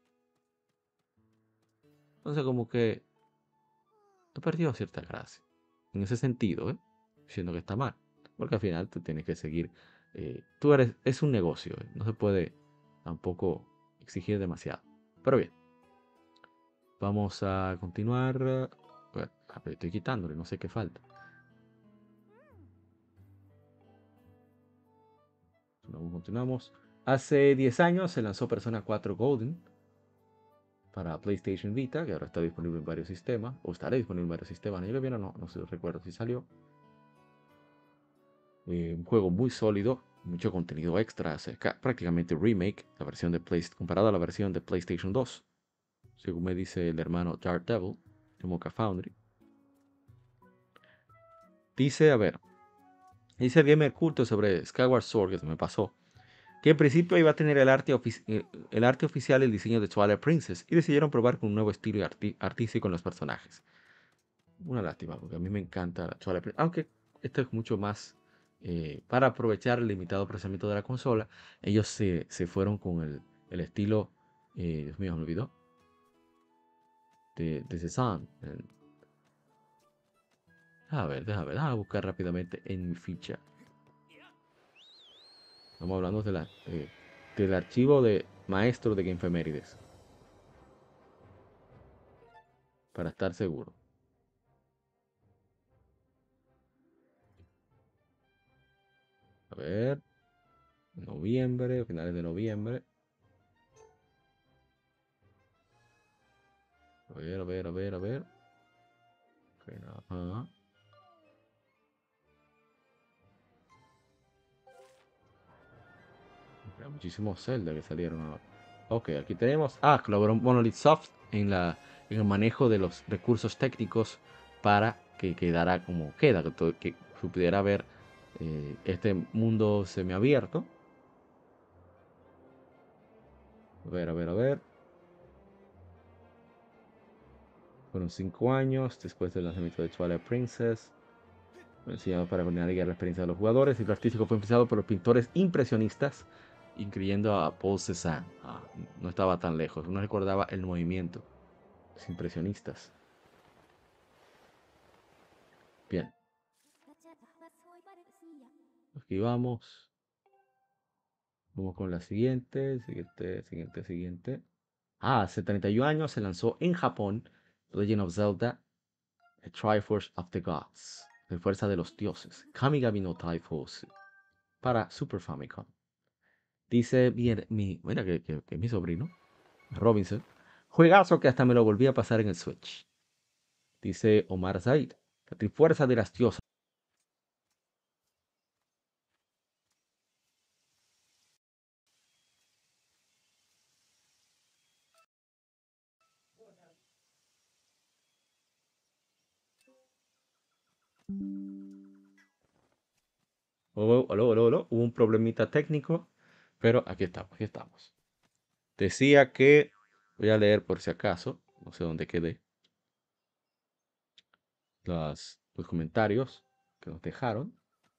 Entonces como que he perdido cierta gracia. En ese sentido, ¿eh? Diciendo que está mal. Porque al final tú tienes que seguir. Eh, tú eres, es un negocio, ¿eh? No se puede tampoco exigir demasiado. Pero bien, vamos a continuar. Bueno, estoy quitándole, no sé qué falta. Luego continuamos. Hace diez años se lanzó Persona cuatro Golden para PlayStation Vita, que ahora está disponible en varios sistemas, o estará disponible en varios sistemas. Yo lo vi, no, no sé, recuerdo si salió. Eh, un juego muy sólido, mucho contenido extra, prácticamente remake, la versión de Play, comparado a la versión de PlayStation dos, según me dice el hermano Dark Devil de Mocha Foundry. Dice, a ver, dice el gamer culto sobre Skyward Sword, que se me pasó, que en principio iba a tener el arte, el arte oficial y el diseño de Twilight Princess, y decidieron probar con un nuevo estilo arti artístico en los personajes. Una lástima, porque a mí me encanta Twilight Princess, aunque esto es mucho más eh, para aprovechar el limitado procesamiento de la consola. Ellos se, se fueron con el, el estilo, eh, Dios mío, me olvidó, de, de Cezanne. A ver, déjame ver, déjame buscar rápidamente en mi ficha. Estamos hablando de la, eh, del archivo de maestro de Gamefemérides, para estar seguro. A ver, noviembre, finales de noviembre. A ver, a ver, a ver, a ver. Okay, ajá. Hay muchísimos Zelda que salieron ahora. Ok, aquí tenemos. Ah, colaboró Monolith Soft en la en el manejo de los recursos técnicos para que quedara como queda, que, todo- que se pudiera ver eh, este mundo semiabierto. A ver, a ver, a ver. Fueron cinco años después del lanzamiento de Twilight Princess. Fue diseñado para coordinar y guiar la experiencia de los jugadores. El estilo artístico fue influenciado por los pintores impresionistas, incluyendo a Paul Cézanne. Ah, no estaba tan lejos, uno recordaba el movimiento. Los impresionistas. Bien, aquí vamos. Vamos con la siguiente, siguiente, siguiente, siguiente. Ah, hace treinta y un años se lanzó en Japón Legend of Zelda The Triforce of the Gods, la fuerza de los dioses, Kamigami no Triforce, para Super Famicom. Dice bien, mi, mira que, que, que mi sobrino, Robinson, juegazo que hasta me lo volví a pasar en el Switch. Dice Omar Said, la Trifuerza de las diosas. Oh, aló, aló, aló, hubo un problemita técnico, pero aquí estamos, aquí estamos. Decía que, voy a leer por si acaso, no sé dónde quedé, las, los comentarios que nos dejaron.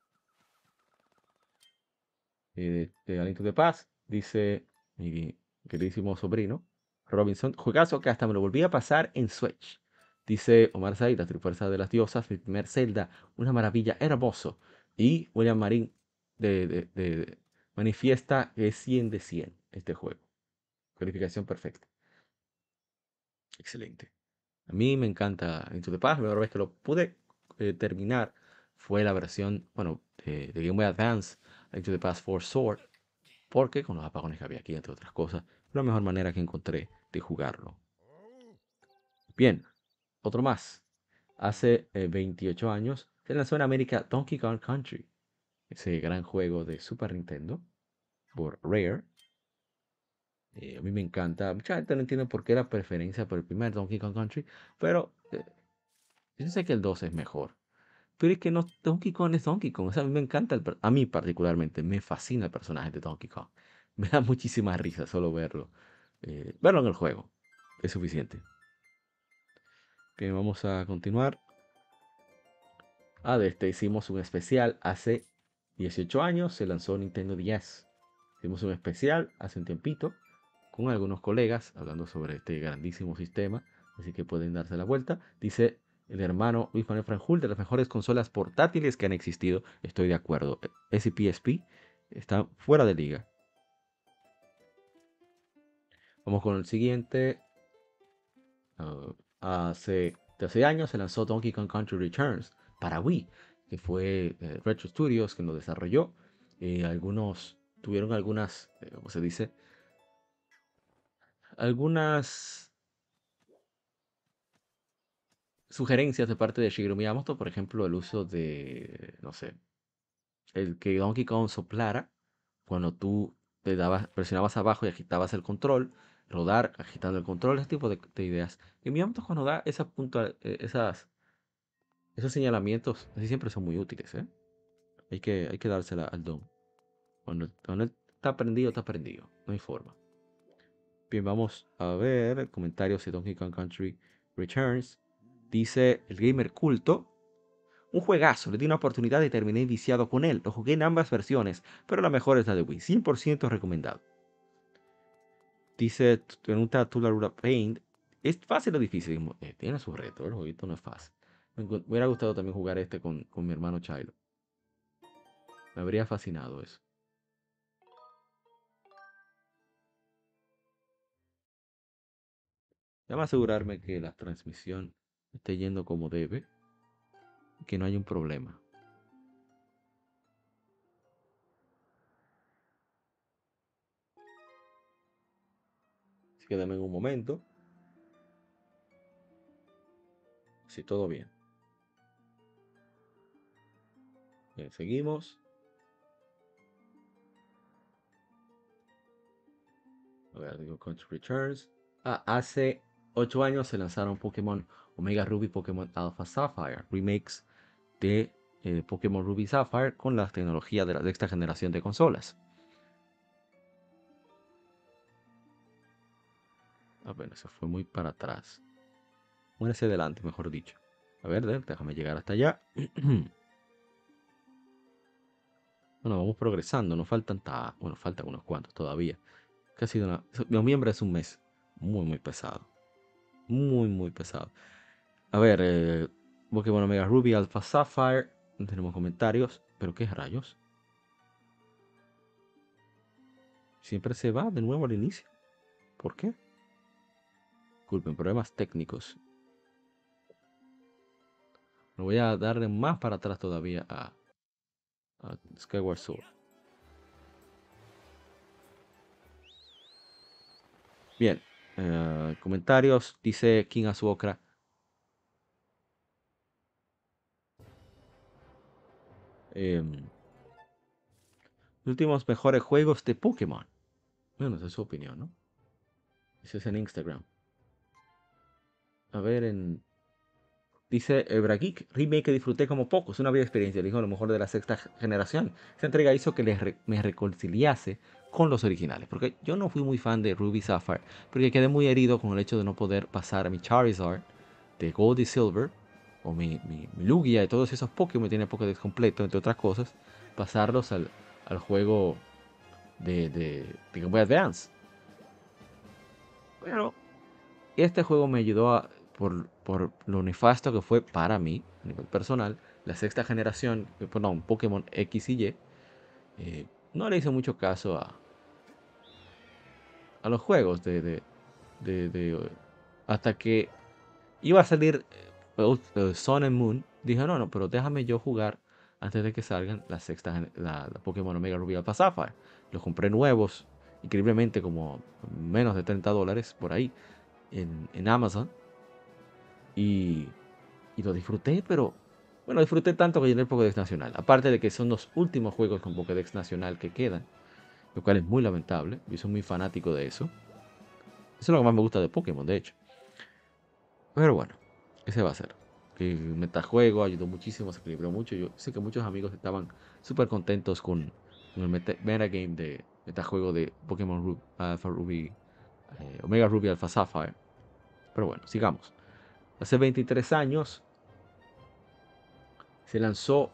Eh, de Aliento de Paz, dice mi queridísimo sobrino Robinson, juegazo que hasta me lo volví a pasar en Switch. Dice Omar Said, la Trifuerza de las Diosas, mi primer Zelda, una maravilla, hermoso. Y William Marín de, de- de- manifiesta que es cien de cien este juego. Calificación perfecta. Excelente. A mí me encanta Into the Past. La primera vez que lo pude eh, terminar fue la versión, bueno, de, de Game Boy Advance, Into the Past four Sword, porque con los apagones que había aquí, entre otras cosas, fue la mejor manera que encontré de jugarlo. Bien, otro más. Hace eh, veintiocho años se lanzó en América Donkey Kong Country, ese gran juego de Super Nintendo por Rare. Eh, a mí me encanta. Mucha gente no entiende por qué la preferencia por el primer Donkey Kong Country, pero eh, yo sé que el dos es mejor. Pero es que no, Donkey Kong es Donkey Kong. O sea, a mí me encanta, el per- a mí particularmente, me fascina el personaje de Donkey Kong. Me da muchísima risa solo verlo. Eh, verlo en el juego. Es suficiente. Bien, vamos a continuar. Ah, de este hicimos un especial hace dieciocho años. Se lanzó Nintendo D S. Hicimos un especial hace un tiempito con algunos colegas hablando sobre este grandísimo sistema. Así que pueden darse la vuelta. Dice el hermano Luis Manuel Franjul, de las mejores consolas portátiles que han existido. Estoy de acuerdo. S P S P está fuera de liga. Vamos con el siguiente. Uh, hace trece años se lanzó Donkey Kong Country Returns para Wii, que fue eh, Retro Studios quien lo desarrolló. Eh, algunos tuvieron algunas, eh, ¿cómo se dice? Algunas sugerencias de parte de Shigeru Miyamoto, por ejemplo, el uso de, no sé, el que Donkey Kong soplara cuando tú te dabas, presionabas abajo y agitabas el control, rodar agitando el control, ese tipo de, de ideas. Y Miyamoto cuando da esa punta, eh, esas, esos señalamientos, así siempre son muy útiles, ¿eh? Hay que, hay que dársela al don. Cuando, cuando él está prendido, está prendido, no hay forma. Bien, vamos a ver comentarios de Donkey Kong Country Returns. Dice el gamer culto. Un juegazo, le di una oportunidad y terminé viciado con él. Lo jugué en ambas versiones, pero la mejor es la de Wii. cien por ciento recomendado. Dice, pregunta Tularura Paint. ¿Es fácil o difícil? Eh, tiene su reto, el jueguito no es fácil. Me encu- me hubiera gustado también jugar este con, con mi hermano Chilo. Me habría fascinado eso. Déjame asegurarme que la transmisión esté yendo como debe y que no haya un problema. Así que dame un momento. Si todo bien. Bien, seguimos. A ver, digo Country Returns. Ah, hace ocho años se lanzaron Pokémon Omega Ruby, Pokémon Alpha Sapphire, remakes de eh, Pokémon Ruby Sapphire con las tecnologías de la sexta generación de consolas. Ah, bueno, se fue muy para atrás. Muy hacia adelante, mejor dicho. A ver, déjame llegar hasta allá. Bueno, vamos progresando. No faltan ta... Bueno, faltan unos cuantos todavía. Que ha sido una... Noviembre es un mes muy, muy pesado. Muy, muy pesado. A ver, eh, Pokémon Omega Ruby, Alpha Sapphire. No tenemos comentarios. ¿Pero qué rayos? Siempre se va de nuevo al inicio. ¿Por qué? Disculpen, problemas técnicos. Me voy a darle más para atrás todavía a, a Skyward Sword. Bien. Eh, comentarios. Dice King Azuokra. Eh, los últimos mejores juegos de Pokémon. Bueno, esa es su opinión, ¿no? Eso es en Instagram. A ver, en... Dice Ebrageek, remake que disfruté como poco. Es una bella experiencia. Dijo a lo mejor de la sexta generación. Esta entrega hizo que re me reconciliase con los originales. Porque yo no fui muy fan de Ruby Sapphire. Porque quedé muy herido con el hecho de no poder pasar a mi Charizard de Gold y Silver. O mi, mi, mi Lugia y todos esos Pokémon. Tiene Pokédex completo, entre otras cosas. Pasarlos al, al juego de, de, de Game Boy Advance. Pero este juego me ayudó a, por, por lo nefasto que fue para mí, a nivel personal, la sexta generación, eh, perdón, Pokémon X y Y. Eh, no le hice mucho caso a, a los juegos de, de, de, de, eh, hasta que iba a salir eh, uh, Sun and Moon. Dije, no, no, pero déjame yo jugar antes de que salgan la sexta gen- la, la Pokémon Omega Ruby Alpha Sapphire. Los compré nuevos, increíblemente como menos de treinta dólares por ahí en, en Amazon. Y, y lo disfruté, pero bueno, disfruté tanto que llené el Pokédex Nacional. Aparte de que son los últimos juegos con Pokédex Nacional que quedan, lo cual es muy lamentable. Yo soy muy fanático de eso. Eso es lo que más me gusta de Pokémon, de hecho. Pero bueno, ¿qué se va a hacer? Que el metajuego ayudó muchísimo, se equilibró mucho. Yo sé que muchos amigos estaban súper contentos con, con el meta, metagame de metajuego de Pokémon Ruby, Alpha Ruby, eh, Omega Ruby Alpha Sapphire. Pero bueno, sigamos. Hace veintitrés años se lanzó.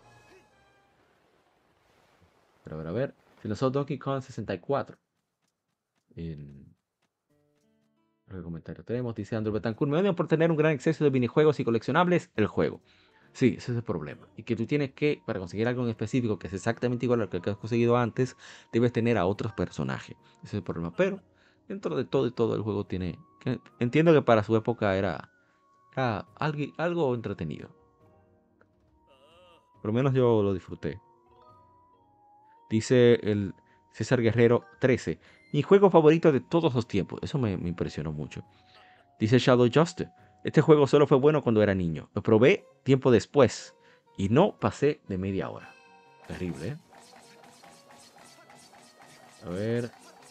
Pero a ver, a ver. Se lanzó Donkey Kong sesenta y cuatro. En el comentario tenemos, dice Andrew Betancourt, me odian por tener un gran exceso de minijuegos y coleccionables, el juego. Sí, ese es el problema. Y que tú tienes que, para conseguir algo en específico que es exactamente igual a lo que has conseguido antes, debes tener a otros personajes. Ese es el problema. Pero, dentro de todo y todo, el juego tiene... Que, entiendo que para su época era, era algo, algo entretenido. Por lo menos yo lo disfruté. Dice el César Guerrero trece. Mi juego favorito de todos los tiempos. Eso me, me impresionó mucho. Dice Shadow Justice. Este juego solo fue bueno cuando era niño. Lo probé tiempo después. Y no pasé de media hora. Terrible, ¿eh? A ver.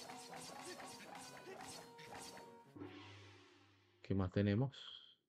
¿Qué más tenemos?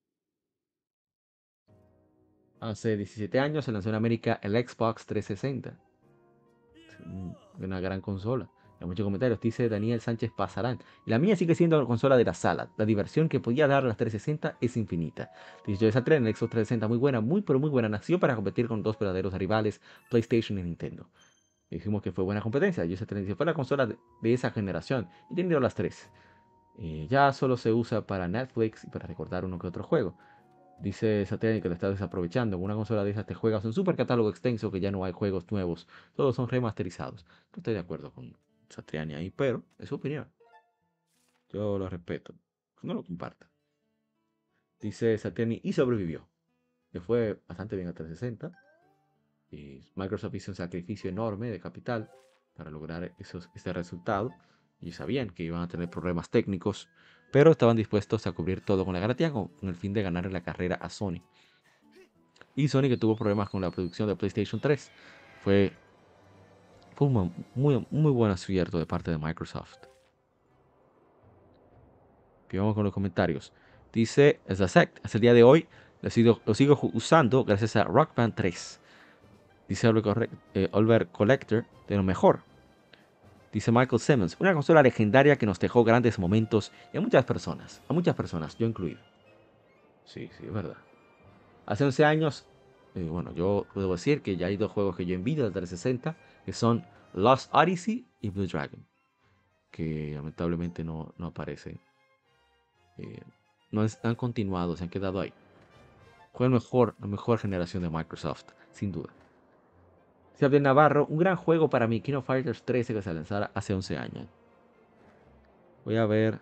Hace diecisiete años se lanzó en América el Xbox trescientos sesenta. Una gran consola. Hay muchos comentarios. Dice Daniel Sánchez Pasarán. La mía sigue siendo la consola de la sala. La diversión que podía dar las trescientos sesenta es infinita. Dice esa tren, el Xbox trescientos sesenta muy buena, muy pero muy buena. Nació para competir con dos verdaderos rivales, PlayStation y Nintendo. Dijimos que fue buena competencia. Yo esa tren fue la consola de, de esa generación. Y tenido las tres. Eh, ya solo se usa para Netflix y para recordar uno que otro juego. Dice Satriani que lo está desaprovechando. En una consola de esas te juegas un super catálogo extenso que ya no hay juegos nuevos. Todos son remasterizados. No estoy de acuerdo con Satriani ahí, pero es su opinión. Yo lo respeto. No lo comparta. Dice Satriani y sobrevivió. Le fue bastante bien a trescientos sesenta. Y Microsoft hizo un sacrificio enorme de capital para lograr esos, este resultado. Y sabían que iban a tener problemas técnicos, pero estaban dispuestos a cubrir todo con la garantía con, con el fin de ganar la carrera a Sony. Y Sony, que tuvo problemas con la producción de PlayStation tres, fue, fue un muy, muy buen acierto de parte de Microsoft. Y vamos con los comentarios. Dice, as a sect, hasta el día de hoy lo sigo, lo sigo usando gracias a Rock Band tres. Dice Oliver, eh, Oliver Collector, de lo mejor. Dice Michael Simmons, una consola legendaria que nos dejó grandes momentos y a muchas personas, a muchas personas, yo incluido. Sí, sí, es verdad. Hace once años, eh, bueno, yo puedo decir que ya hay dos juegos que yo envidio de trescientos sesenta, que son Lost Odyssey y Blue Dragon, que lamentablemente no, no aparecen. Eh, no es- han continuado, se han quedado ahí. Fue el mejor, la mejor generación de Microsoft, sin duda. Dice Abdel Navarro, un gran juego para mí, King of Fighters trece, que se lanzara hace once años. Voy a ver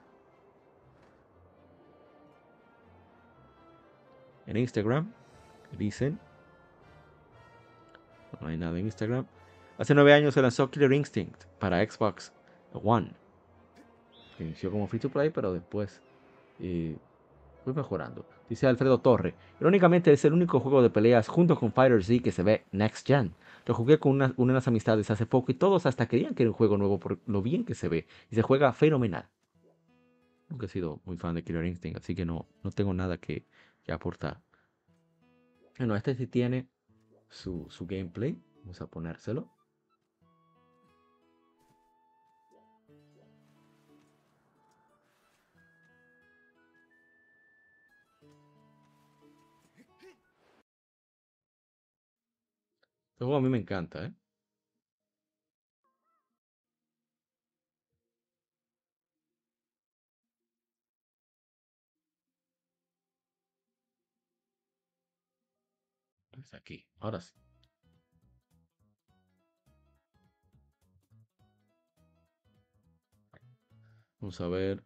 en Instagram, dicen, no hay nada en Instagram. Hace nueve años se lanzó Killer Instinct para Xbox One, que inició como free to play, pero después eh, fue mejorando. Dice Alfredo Torre, irónicamente es el único juego de peleas junto con Fighter Z que se ve Next Gen. Lo jugué con unas, unas amistades hace poco y todos hasta creían que era un juego nuevo por lo bien que se ve y se juega fenomenal. Nunca he sido muy fan de Killer Instinct, así que no, no tengo nada que, que aportar. Bueno, este sí tiene su, su gameplay. Vamos a ponérselo. Este juego a mí me encanta, ¿eh? Está aquí, ahora sí. Vamos a ver.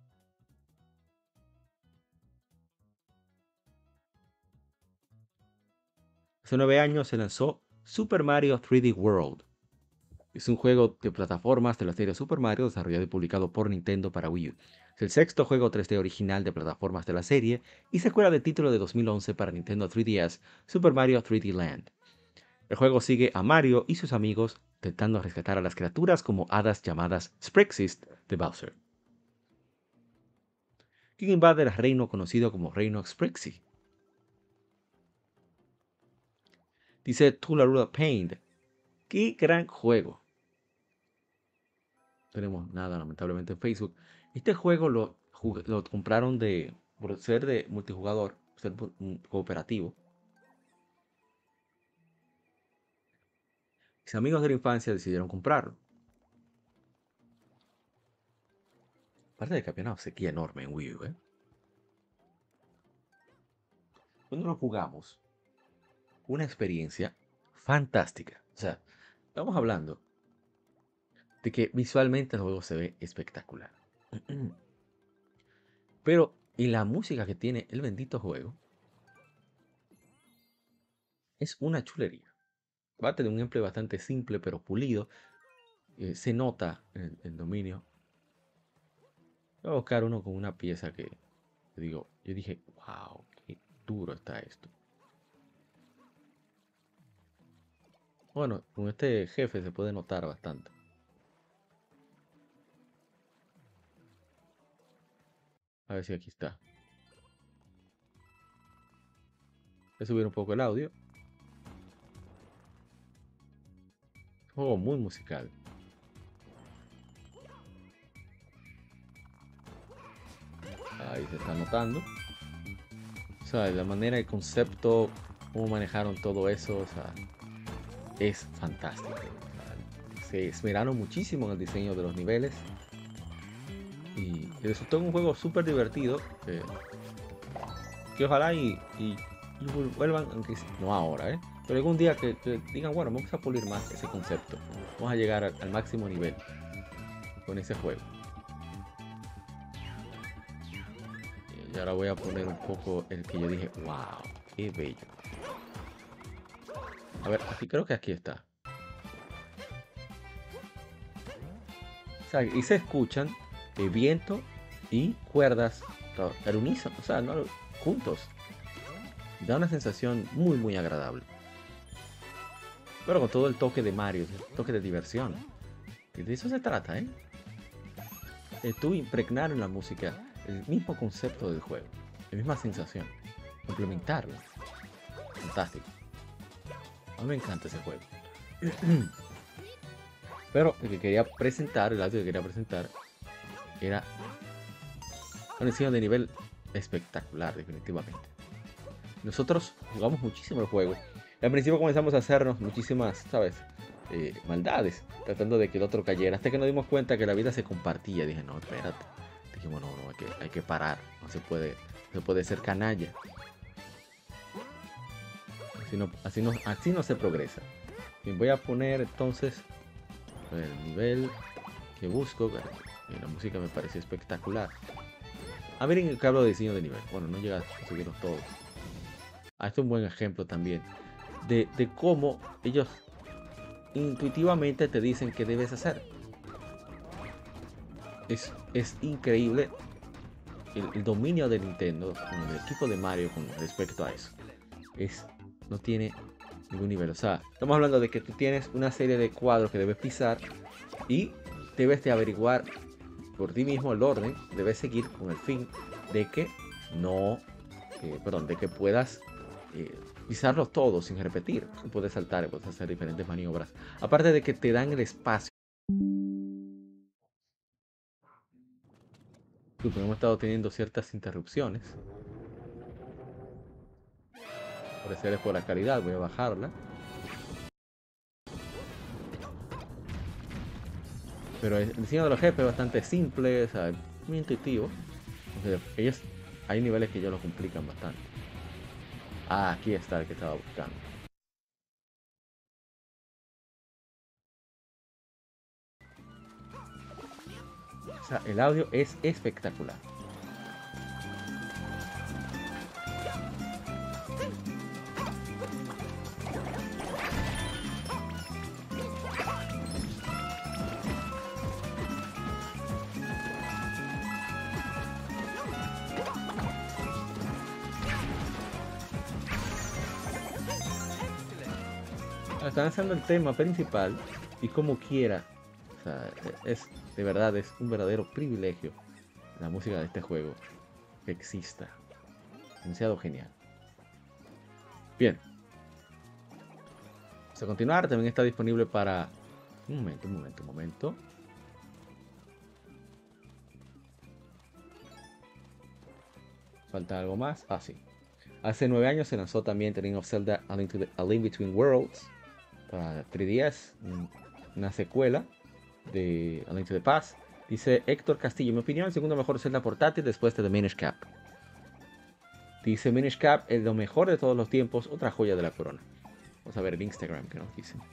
Hace nueve años se lanzó Super Mario tres D World. Es un juego de plataformas de la serie Super Mario desarrollado y publicado por Nintendo para Wii U. Es el sexto juego tres D original de plataformas de la serie y secuela del título de dos mil once para Nintendo tres D S, Super Mario tres D Land. El juego sigue a Mario y sus amigos intentando rescatar a las criaturas como hadas llamadas Sprixis de Bowser. ¿Quién invade el reino conocido como Reino Sprixie? Dice Tularula Paint. ¡Qué gran juego! No tenemos nada, lamentablemente, en Facebook. Este juego lo, lo compraron de, por ser de multijugador, ser cooperativo. Mis amigos de la infancia decidieron comprarlo. Aparte de que había una sequía enorme en Wii U, ¿eh? Cuando lo jugamos, una experiencia fantástica. O sea, estamos hablando de que visualmente el juego se ve espectacular. Pero, y la música que tiene el bendito juego es una chulería. Va a tener un gameplay bastante simple pero pulido. Eh, se nota el, el dominio. Voy a buscar uno con una pieza que, que digo, yo dije, wow, qué duro está esto. Bueno, con este jefe se puede notar bastante. A ver si aquí está. Voy a subir un poco el audio. Juego muy musical. Ahí se está notando. O sea, la manera, el concepto, cómo manejaron todo eso, o sea, es fantástico. O sea, se esmeraron muchísimo en el diseño de los niveles. Y resultó un juego súper divertido. Que, que ojalá y, y, y vuelvan, aunque no ahora, ¿eh? Pero algún día que, que digan, bueno, vamos a pulir más ese concepto. Vamos a llegar al, al máximo nivel con ese juego. Y ahora voy a poner un poco el que yo dije, wow, qué bello. A ver, aquí creo que aquí está. O sea, y se escuchan el viento y cuerdas al unísono, o sea, no juntos. Da una sensación muy, muy agradable. Pero con todo el toque de Mario, el toque de diversión. Y de eso se trata, ¿eh? De tú impregnar en la música el mismo concepto del juego. la misma sensación, complementarlo. Fantástico. A mí me encanta ese juego. Pero el que quería presentar, el audio que quería presentar, era un diseño de nivel espectacular, definitivamente. Nosotros jugamos muchísimo el juego. Y al principio comenzamos a hacernos muchísimas, ¿sabes? Eh, maldades, tratando de que el otro cayera, hasta que nos dimos cuenta que la vida se compartía. Dije, no, espérate. Dijimos, no, no, hay que, hay que parar. No se puede, no se puede ser canalla. Así no, así no, así no se progresa. Y voy a poner entonces el nivel que busco. Y la música me parece espectacular. A ver en qué hablo de diseño de nivel. Bueno, no llega a subirlos todos. Ah, este es un buen ejemplo también de, de cómo ellos intuitivamente te dicen qué debes hacer. Es, es increíble el, el dominio de Nintendo con el equipo de Mario con respecto a eso. Es, no tiene ningún nivel. O sea, estamos hablando de que tú tienes una serie de cuadros que debes pisar y debes de averiguar por ti mismo el orden. Debes seguir con el fin de que no, eh, perdón, de que puedas eh, pisarlos todos sin repetir. Puedes saltar, puedes hacer diferentes maniobras. Aparte de que te dan el espacio. Hemos estado teniendo ciertas interrupciones. Por eso es por la calidad, voy a bajarla. Pero el diseño de los jefes es bastante simple, o sea, muy intuitivo. Entonces, ellos, hay niveles que ellos lo complican bastante. Ah, aquí está el que estaba buscando. O sea, el audio es espectacular. Están haciendo el tema principal y como quiera, o sea, es de verdad es un verdadero privilegio la música de este juego que exista. Demasiado genial. Bien. Vamos a continuar. También está disponible para... Un momento, un momento, un momento. Falta algo más. Ah, sí. Hace nueve años se lanzó también The Legend of Zelda A Link, to the, A Link Between Worlds para tres D S, una secuela de A Link to the Past. Dice Héctor Castillo, en mi opinión, el segundo mejor Zelda portátil después de The Minish Cap. Dice Minish Cap es lo mejor de todos los tiempos, otra joya de la corona. Vamos a ver el Instagram que nos dice.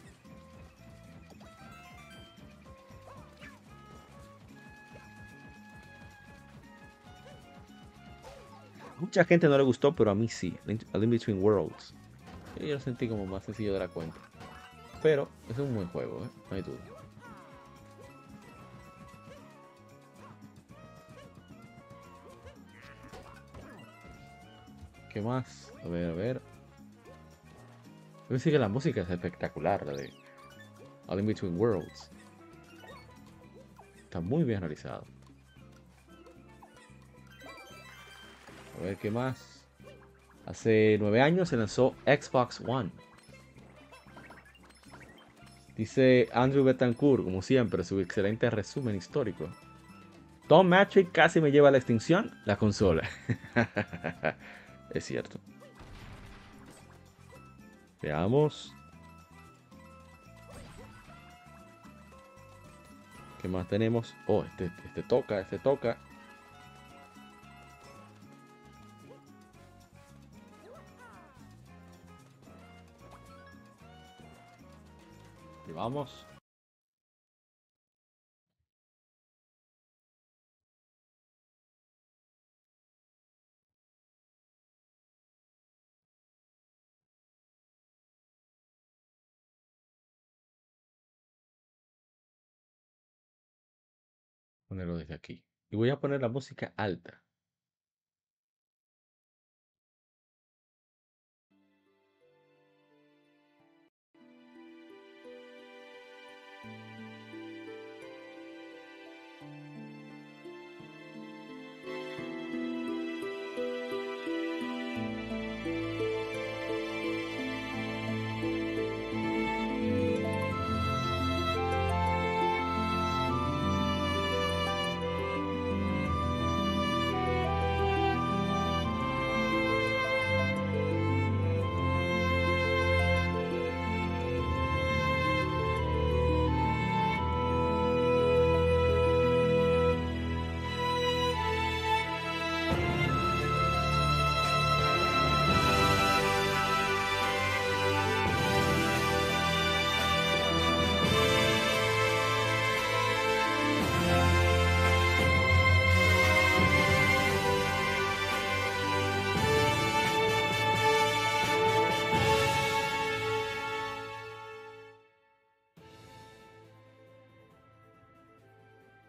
Mucha gente no le gustó, pero a mí sí. A Link Between Worlds. Yo lo sentí como más sencillo de la cuenta. Pero es un buen juego, ¿eh? No hay duda. ¿Qué más? A ver, a ver. Yo decir que la música es espectacular, la de A Link Between Worlds. Está muy bien realizado. A ver, ¿qué más? Hace nueve años se lanzó Xbox One. Dice Andrew Betancourt, como siempre, su excelente resumen histórico. Tom Matrick casi me lleva a la extinción, la consola. Es cierto. Veamos. ¿Qué más tenemos? Oh, este, este toca, este toca. Y vamos. Ponerlo desde aquí. Y voy a poner la música alta.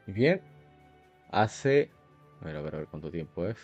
Y bien, hace... A ver, a ver, a ver cuánto tiempo es.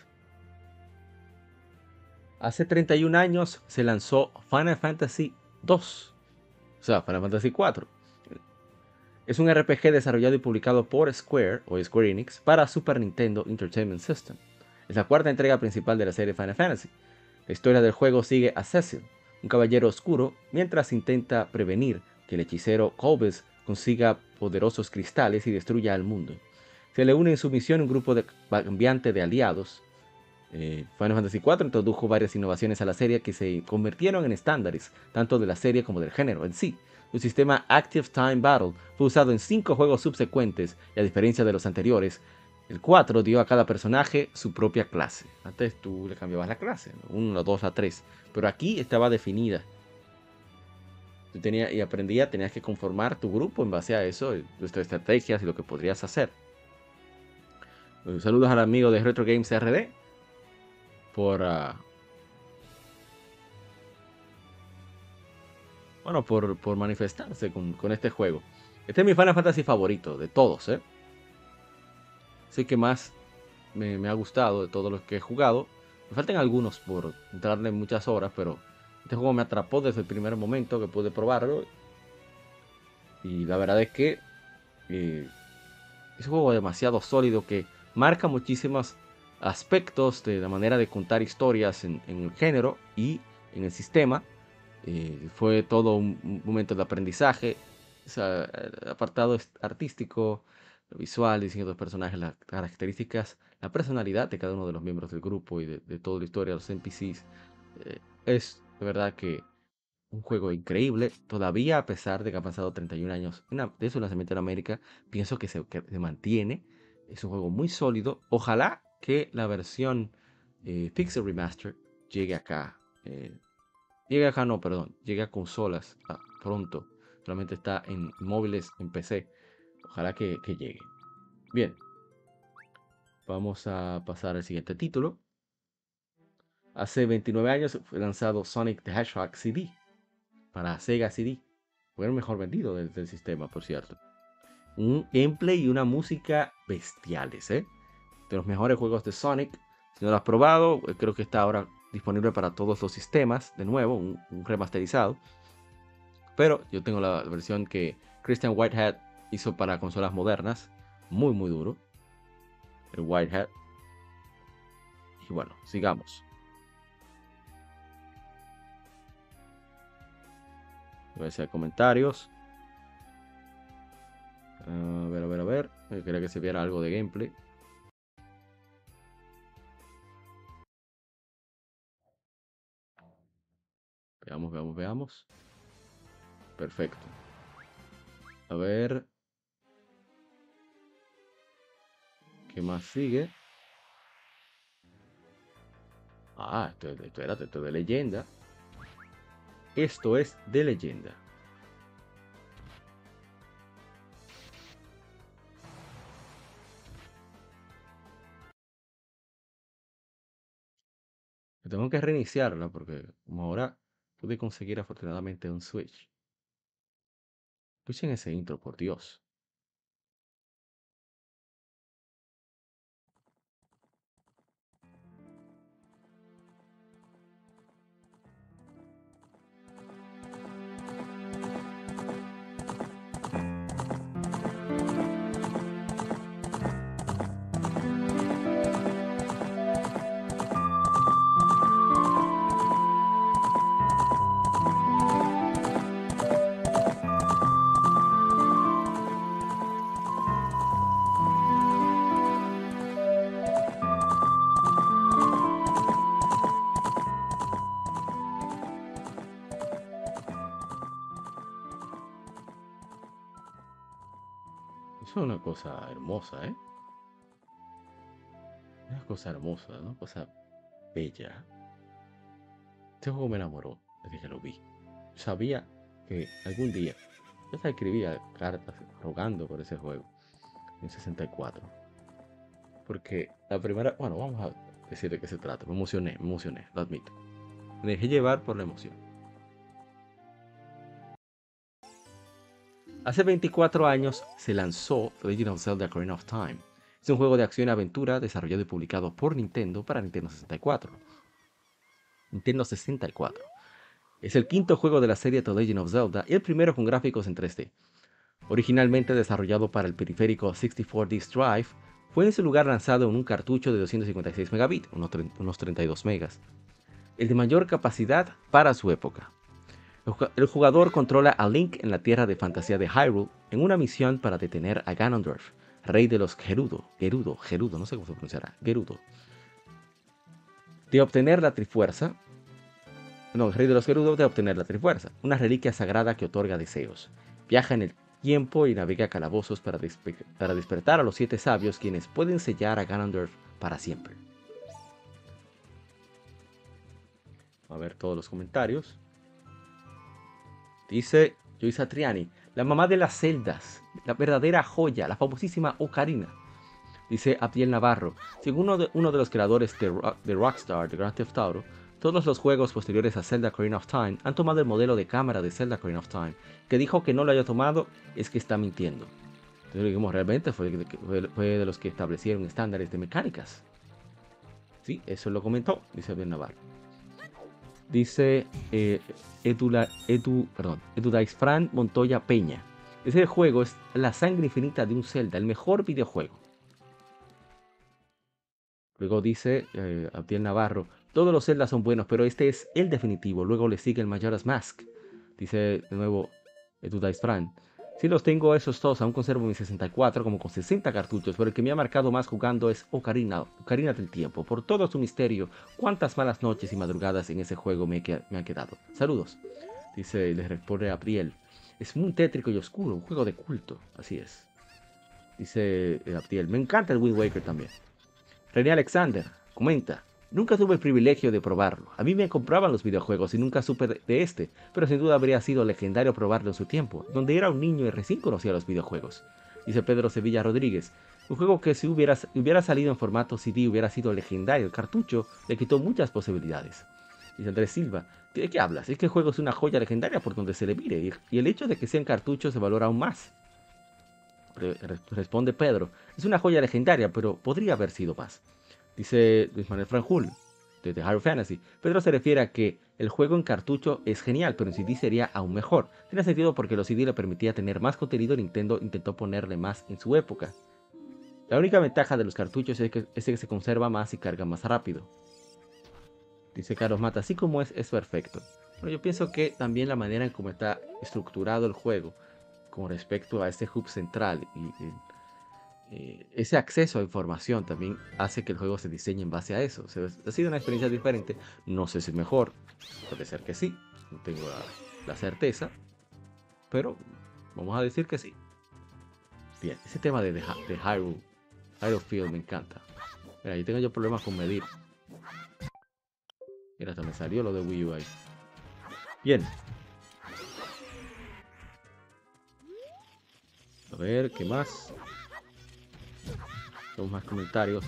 Hace treinta y un años se lanzó Final Fantasy dos. O sea, Final Fantasy cuatro. Es un R P G desarrollado y publicado por Square o Square Enix para Super Nintendo Entertainment System. Es la cuarta entrega principal de la serie Final Fantasy. La historia del juego sigue a Cecil, un caballero oscuro, mientras intenta prevenir que el hechicero Cobus consiga poderosos cristales y destruya al mundo. Se le une en su misión un grupo de cambiante de aliados. Eh, Final Fantasy cuatro introdujo varias innovaciones a la serie que se convirtieron en estándares, tanto de la serie como del género en sí. Su sistema Active Time Battle fue usado en cinco juegos subsecuentes y a diferencia de los anteriores, el cuatro dio a cada personaje su propia clase. Antes tú le cambiabas la clase, uno, dos, a tres, pero aquí estaba definida. Tú tenías, y aprendías, tenías que conformar tu grupo en base a eso, tus estrategias y lo que podrías hacer. Saludos al amigo de Retro Games R D por... Uh, bueno, por, por manifestarse con, con este juego. Este es mi Final Fantasy favorito de todos, ¿eh? Sé que más me, me ha gustado de todos los que he jugado. Me faltan algunos por entrarle muchas horas, pero este juego me atrapó desde el primer momento que pude probarlo. Y la verdad es que eh, es un juego demasiado sólido que marca muchísimos aspectos de la manera de contar historias en, en el género y en el sistema. Eh, fue todo un, un momento de aprendizaje, o sea, el apartado artístico, lo visual, diseño de los personajes, las características, la personalidad de cada uno de los miembros del grupo y de, de toda la historia, los N P Cs. Eh, es de verdad que un juego increíble. Todavía, a pesar de que ha pasado treinta y un años de su lanzamiento en América, pienso que se, que se mantiene. Es un juego muy sólido. Ojalá que la versión eh, Pixel Remaster llegue acá. Eh, llegue acá, no, perdón. Llegue a consolas ah, pronto. Solamente está en móviles, en P C. Ojalá que, que llegue. Bien. Vamos a pasar al siguiente título. Hace veintinueve años fue lanzado Sonic the Hedgehog C D para Sega C D. Fue el mejor vendido del, del sistema, por cierto. Un gameplay y una música bestiales, ¿eh? De los mejores juegos de Sonic. Si no lo has probado, creo que está ahora disponible para todos los sistemas. De nuevo, un, un remasterizado. Pero yo tengo la versión que Christian Whitehead hizo para consolas modernas. Muy, muy duro. El Whitehead. Y bueno, sigamos. A ver si hay comentarios. A ver, a ver, a ver. Yo quería que se viera algo de gameplay. Veamos, veamos, veamos. Perfecto. A ver. ¿Qué más sigue? Ah, esto, esto, era, esto de leyenda. Esto es de leyenda. Tengo que reiniciarla porque como ahora pude conseguir afortunadamente un Switch. Escuchen ese intro, por Dios. Eso es una cosa hermosa, ¿eh? Una cosa hermosa, una cosa bella. Este juego me enamoró desde que lo vi. Yo sabía que algún día yo hasta escribía cartas rogando por ese juego en sesenta y cuatro. Porque la primera, bueno, vamos a decir de qué se trata. Me emocioné, me emocioné, lo admito. Me dejé llevar por la emoción. Hace veinticuatro años se lanzó The Legend of Zelda Ocarina of Time. Es un juego de acción y aventura desarrollado y publicado por Nintendo para Nintendo sesenta y cuatro. Nintendo sesenta y cuatro. Es el quinto juego de la serie The Legend of Zelda y el primero con gráficos en tres D. Originalmente desarrollado para el periférico sesenta y cuatro disc Drive, fue en su lugar lanzado en un cartucho de doscientos cincuenta y seis megabits, unos treinta y dos megas, el de mayor capacidad para su época. El jugador controla a Link en la tierra de fantasía de Hyrule en una misión para detener a Ganondorf, rey de los Gerudo, Gerudo, Gerudo, no sé cómo se pronunciará, Gerudo. De obtener la Trifuerza, no, el rey de los Gerudo de obtener la Trifuerza, una reliquia sagrada que otorga deseos. Viaja en el tiempo y navega calabozos para, para despertar a los siete sabios, quienes pueden sellar a Ganondorf para siempre. A ver todos los comentarios. Dice Joyce Satriani, la mamá de las celdas, la verdadera joya, la famosísima Ocarina. Dice Abdiel Navarro, según uno de, uno de los creadores de, Rock, de Rockstar, de Grand Theft Auto, todos los juegos posteriores a Zelda Ocarina of Time han tomado el modelo de cámara de Zelda Ocarina of Time. Que dijo que no lo haya tomado es que está mintiendo. Entonces, digamos, realmente fue de, fue de los que establecieron estándares de mecánicas. Sí, eso lo comentó, dice Abdiel Navarro. Dice eh, Edula, Edu, perdón, Edudaisfran Montoya Peña. Ese juego es la sangre infinita de un Zelda, el mejor videojuego. Luego dice eh, Abdiel Navarro, todos los Zelda son buenos, pero este es el definitivo. Luego le sigue el Majora's Mask. Dice de nuevo Edudaisfran. Sí los tengo esos todos, aún conservo mi sesenta y cuatro como con sesenta cartuchos, pero el que me ha marcado más jugando es Ocarina, Ocarina del Tiempo. Por todo su misterio, cuántas malas noches y madrugadas en ese juego me, me han quedado. Saludos. Dice, le responde Abriel. Es muy tétrico y oscuro, un juego de culto. Así es. Dice Abdiel, me encanta el Wind Waker también. René Alexander comenta, nunca tuve el privilegio de probarlo. A mí me compraban los videojuegos y nunca supe de, de este, pero sin duda habría sido legendario probarlo en su tiempo, donde era un niño y recién conocía los videojuegos. Dice Pedro Sevilla Rodríguez, un juego que si hubiera, hubiera salido en formato C D hubiera sido legendario. El cartucho le quitó muchas posibilidades. Dice Andrés Silva, ¿de qué hablas? Es que el juego es una joya legendaria por donde se le mire, y, y el hecho de que sean cartuchos se valora aún más. Responde Pedro, es una joya legendaria, pero podría haber sido más. Dice Luis Manuel Franjul, de The Hyrule Fantasy, Pedro se refiere a que el juego en cartucho es genial, pero en C D sería aún mejor. Tiene sentido porque los C D le permitía tener más contenido y Nintendo intentó ponerle más en su época. La única ventaja de los cartuchos es que, es que se conserva más y carga más rápido. Dice Carlos Mata, así como es, es perfecto. Bueno, yo pienso que también la manera en cómo está estructurado el juego con respecto a este hub central y, y eh, ese acceso a información también hace que el juego se diseñe en base a eso. O sea, ha sido una experiencia diferente. No sé si es mejor, puede ser que sí, no tengo la, la certeza, pero vamos a decir que sí. Bien, ese tema de, de, de Hyrule, Hyrule Field me encanta. Mira, ahí tengo yo problemas con medir. Mira, hasta me salió lo de Wii U ahí. Bien. A ver, ¿qué más? Tenemos más comentarios.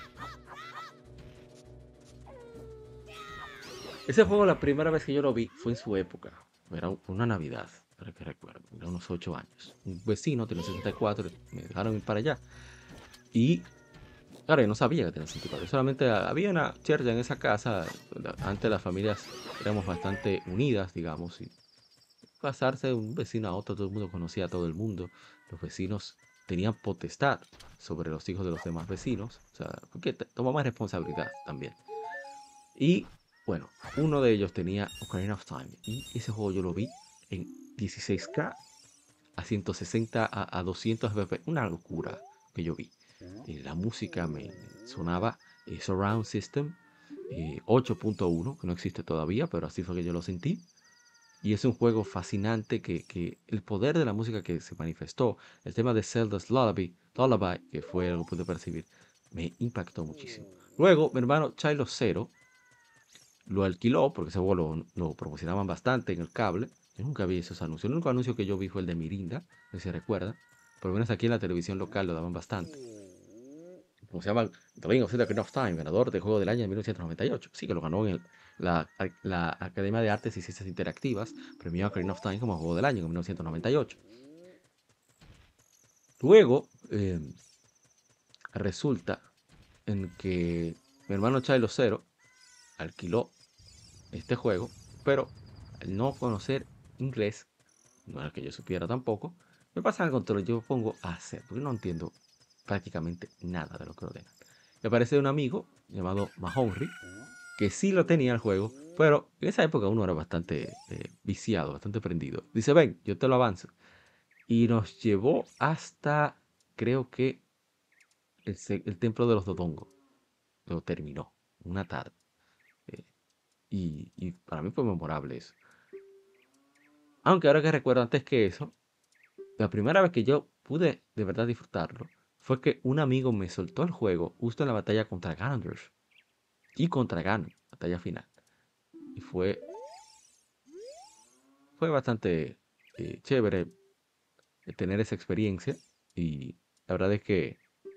Ese juego, la primera vez que yo lo vi fue en su época. Era una Navidad, para que recuerdo. Era unos ocho años. Un vecino tenía sesenta y cuatro, me dejaron ir para allá. Y claro, yo no sabía que tenía sesenta y cuatro. Solamente había una chercha en esa casa. Antes las familias éramos bastante unidas, digamos. Y pasarse de un vecino a otro, todo el mundo conocía a todo el mundo. Los vecinos tenían potestad sobre los hijos de los demás vecinos. O sea, porque tomaban responsabilidad también. Y bueno, uno de ellos tenía Ocarina of Time. Y ese juego yo lo vi en dieciséis K a ciento sesenta a, a doscientos F P S. Una locura que yo vi. Eh, la música me sonaba eh, Surround System eh, ocho punto uno, que no existe todavía, pero así fue que yo lo sentí. Y es un juego fascinante que, que el poder de la música que se manifestó, el tema de Zelda's Lullaby, Lullaby, que fue algo que pude percibir, me impactó muchísimo. Luego, mi hermano Chilo Zero lo alquiló, porque ese juego lo, lo promocionaban bastante en el cable. Yo nunca vi esos anuncios. El único anuncio que yo vi fue el de Mirinda, no sé si se recuerda. Por lo menos aquí en la televisión local lo daban bastante. Como se llama The Legend of Zelda Ocarina of Time, ganador del juego del año de mil novecientos noventa y ocho. Sí, que lo ganó en el, la, la Academia de Artes y Ciencias Interactivas, premió a Ocarina of Time como juego del año en mil novecientos noventa y ocho. Luego, eh, resulta en que mi hermano Chilo Cero alquiló este juego, pero al no conocer inglés, no era que yo supiera tampoco, me pasan el control y yo pongo a hacer, porque no entiendo prácticamente nada de lo que ordenan. Me aparece un amigo llamado Mahonry, que sí lo tenía el juego, pero en esa época uno era bastante eh, viciado, bastante prendido. Dice, ven, yo te lo avanzo. Y nos llevó hasta, creo que, el, el templo de los Dodongo. Lo terminó, una tarde. Eh, y, y para mí fue memorable eso. Aunque ahora que recuerdo, antes que eso, la primera vez que yo pude de verdad disfrutarlo fue que un amigo me soltó el juego justo en la batalla contra Ganondorf y contra Ganon, batalla final. Y fue, fue bastante eh, chévere tener esa experiencia. Y la verdad es que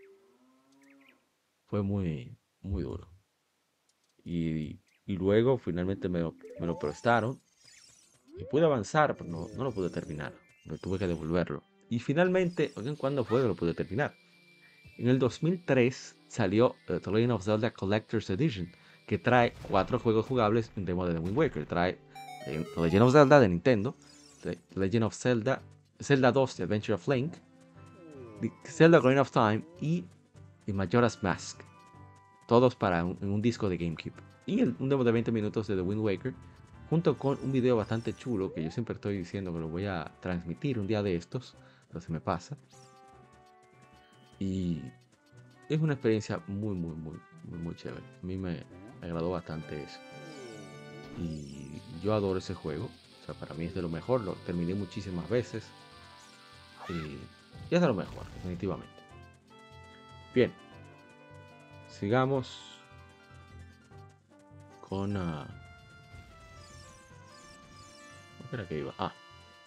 fue muy, muy duro. Y, y luego finalmente me lo, me lo prestaron y pude avanzar, pero no, no lo pude terminar. Me tuve que devolverlo. Y finalmente, oigan, ¿cuándo fue que lo pude terminar? En el dos mil tres salió uh, The Legend of Zelda Collector's Edition, que trae cuatro juegos jugables en demo de The Wind Waker. Trae The Legend of Zelda de Nintendo, The Legend of Zelda, Zelda dos, The Adventure of Link, The Zelda Ocarina of Time y The Majora's Mask. Todos para un, en un disco de GameCube. Y el, un demo de veinte minutos de The Wind Waker, junto con un video bastante chulo que yo siempre estoy diciendo que lo voy a transmitir un día de estos, pero se me pasa. Y es una experiencia muy, muy, muy, muy, muy chévere. A mí me, me agradó bastante eso. Y yo adoro ese juego. O sea, para mí es de lo mejor. Lo terminé muchísimas veces. Y, y es de lo mejor, definitivamente. Bien. Sigamos con... Uh... ¿Qué era que iba? Ah.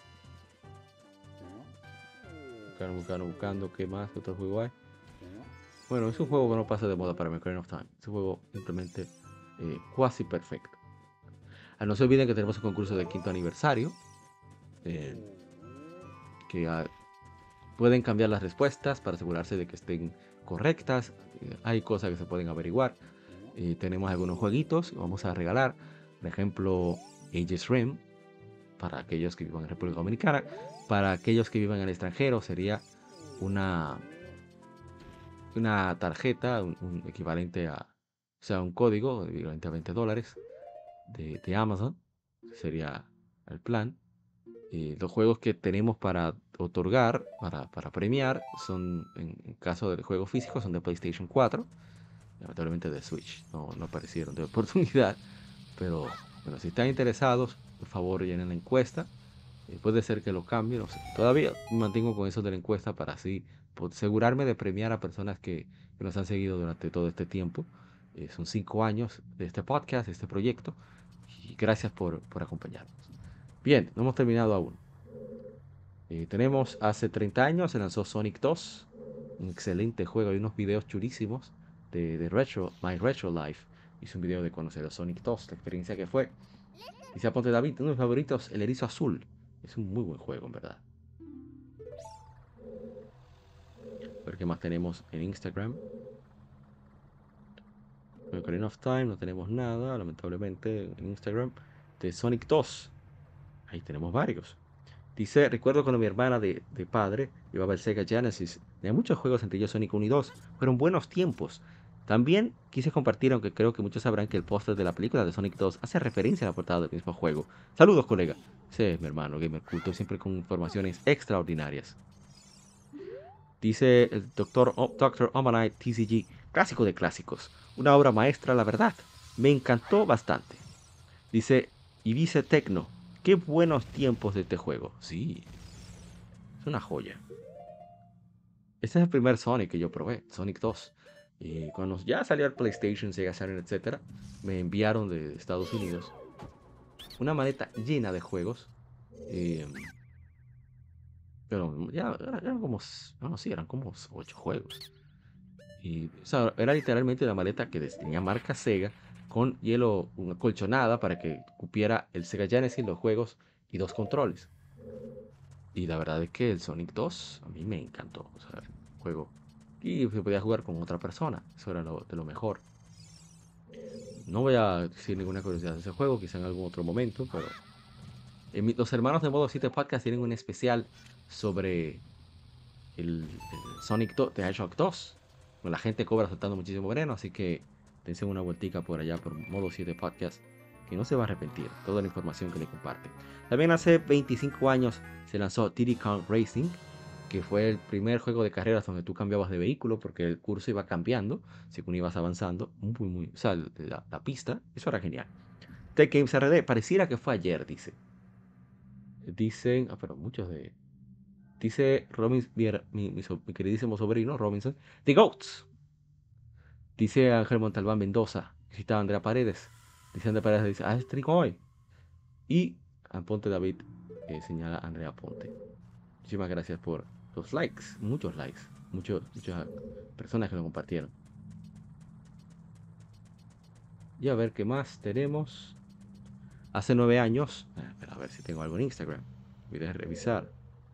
Buscando, buscando, buscando. ¿Qué más? ¿Qué otro juego hay? Bueno, es un juego que no pasa de moda para mí, Ocarina of Time. Es un juego simplemente eh, cuasi perfecto. Ah, no se olviden que tenemos un concurso de quinto aniversario. Eh, que ah, pueden cambiar las respuestas para asegurarse de que estén correctas. Eh, hay cosas que se pueden averiguar. Eh, tenemos algunos jueguitos que vamos a regalar. Por ejemplo, Aegis Rim, para aquellos que vivan en República Dominicana. Para aquellos que vivan en el extranjero sería una... una tarjeta, un, un equivalente a, o sea, un código equivalente a veinte dólares de, de Amazon, sería el plan. Y los juegos que tenemos para otorgar, para, para premiar, son, en, en caso del juego físico, son de PlayStation cuatro, lamentablemente de Switch, no, no aparecieron de oportunidad, pero bueno, si están interesados, por favor llenen la encuesta. Eh, puede ser que lo cambie, no sé. Todavía me mantengo con eso de la encuesta para así asegurarme de premiar a personas que, que nos han seguido durante todo este tiempo. Eh, son cinco años de este podcast, de este proyecto. Y gracias por, por acompañarnos. Bien, no hemos terminado aún. Eh, tenemos hace treinta años se lanzó Sonic dos. Un excelente juego. Hay unos videos chulísimos de, de Retro, My Retro Life. Hice un video de conocer a Sonic dos, la experiencia que fue. Dice Aponte David, uno de mis favoritos, el erizo azul. Es un muy buen juego, en verdad. A ver qué más tenemos en Instagram. En Ocarina of Time no tenemos nada, lamentablemente, en Instagram. De Sonic dos. Ahí tenemos varios. Dice, recuerdo cuando mi hermana de, de padre llevaba el Sega Genesis. Tenía muchos juegos entre ellos Sonic uno y dos. Fueron buenos tiempos. También quise compartir, aunque creo que muchos sabrán que el póster de la película de Sonic dos hace referencia a la portada del mismo juego. Saludos, colega. Sí, mi hermano, Gamer Culto, siempre con informaciones extraordinarias. Dice el doctor doctor Omanite T C G, clásico de clásicos. Una obra maestra, la verdad. Me encantó bastante. Dice Ibiza Tecno, qué buenos tiempos de este juego. Sí, es una joya. Este es el primer Sonic que yo probé, Sonic dos. Y cuando ya salió el PlayStation, Sega Saturn, etcétera, me enviaron de Estados Unidos una maleta llena de juegos. Eh, pero ya eran como, no, sí, eran como ocho juegos. Y, o sea, era literalmente una maleta que tenía marca Sega con hielo, una colchonada para que cupiera el Sega Genesis, los juegos y dos controles. Y la verdad es que el Sonic dos a mí me encantó. O sea, el juego. Y se podía jugar con otra persona. Eso era lo, de lo mejor. No voy a decir ninguna curiosidad de ese juego, quizá en algún otro momento, pero en mi- los hermanos de Modo siete Podcast tienen un especial sobre el, el Sonic dos, de Hedgehog dos. Con la gente cobra soltando muchísimo veneno, así que dense una vueltica por allá por Modo siete Podcast, que no se va a arrepentir toda la información que le comparte. También hace veinticinco años se lanzó Diddy Kong Racing, que fue el primer juego de carreras donde tú cambiabas de vehículo porque el curso iba cambiando según ibas avanzando. Muy, muy, o sea, la, la pista, eso era genial. Tech Games R D, pareciera que fue ayer, dice. Dicen, ah, pero muchos de. Dice Robin, mi, mi, mi so- mi queridísimo sobrino Robinson, The Goats. Dice Ángel Montalbán Mendoza, cita Andrea Paredes. Dice Andrea Paredes, dice, ah, es Tricoy. Y a Ponte David eh, señala a Andrea Ponte. Muchísimas gracias por los likes, muchos likes, muchos, muchas personas que lo compartieron. Y a ver qué más tenemos. Hace nueve años, a ver si tengo algo en Instagram. Voy a revisar.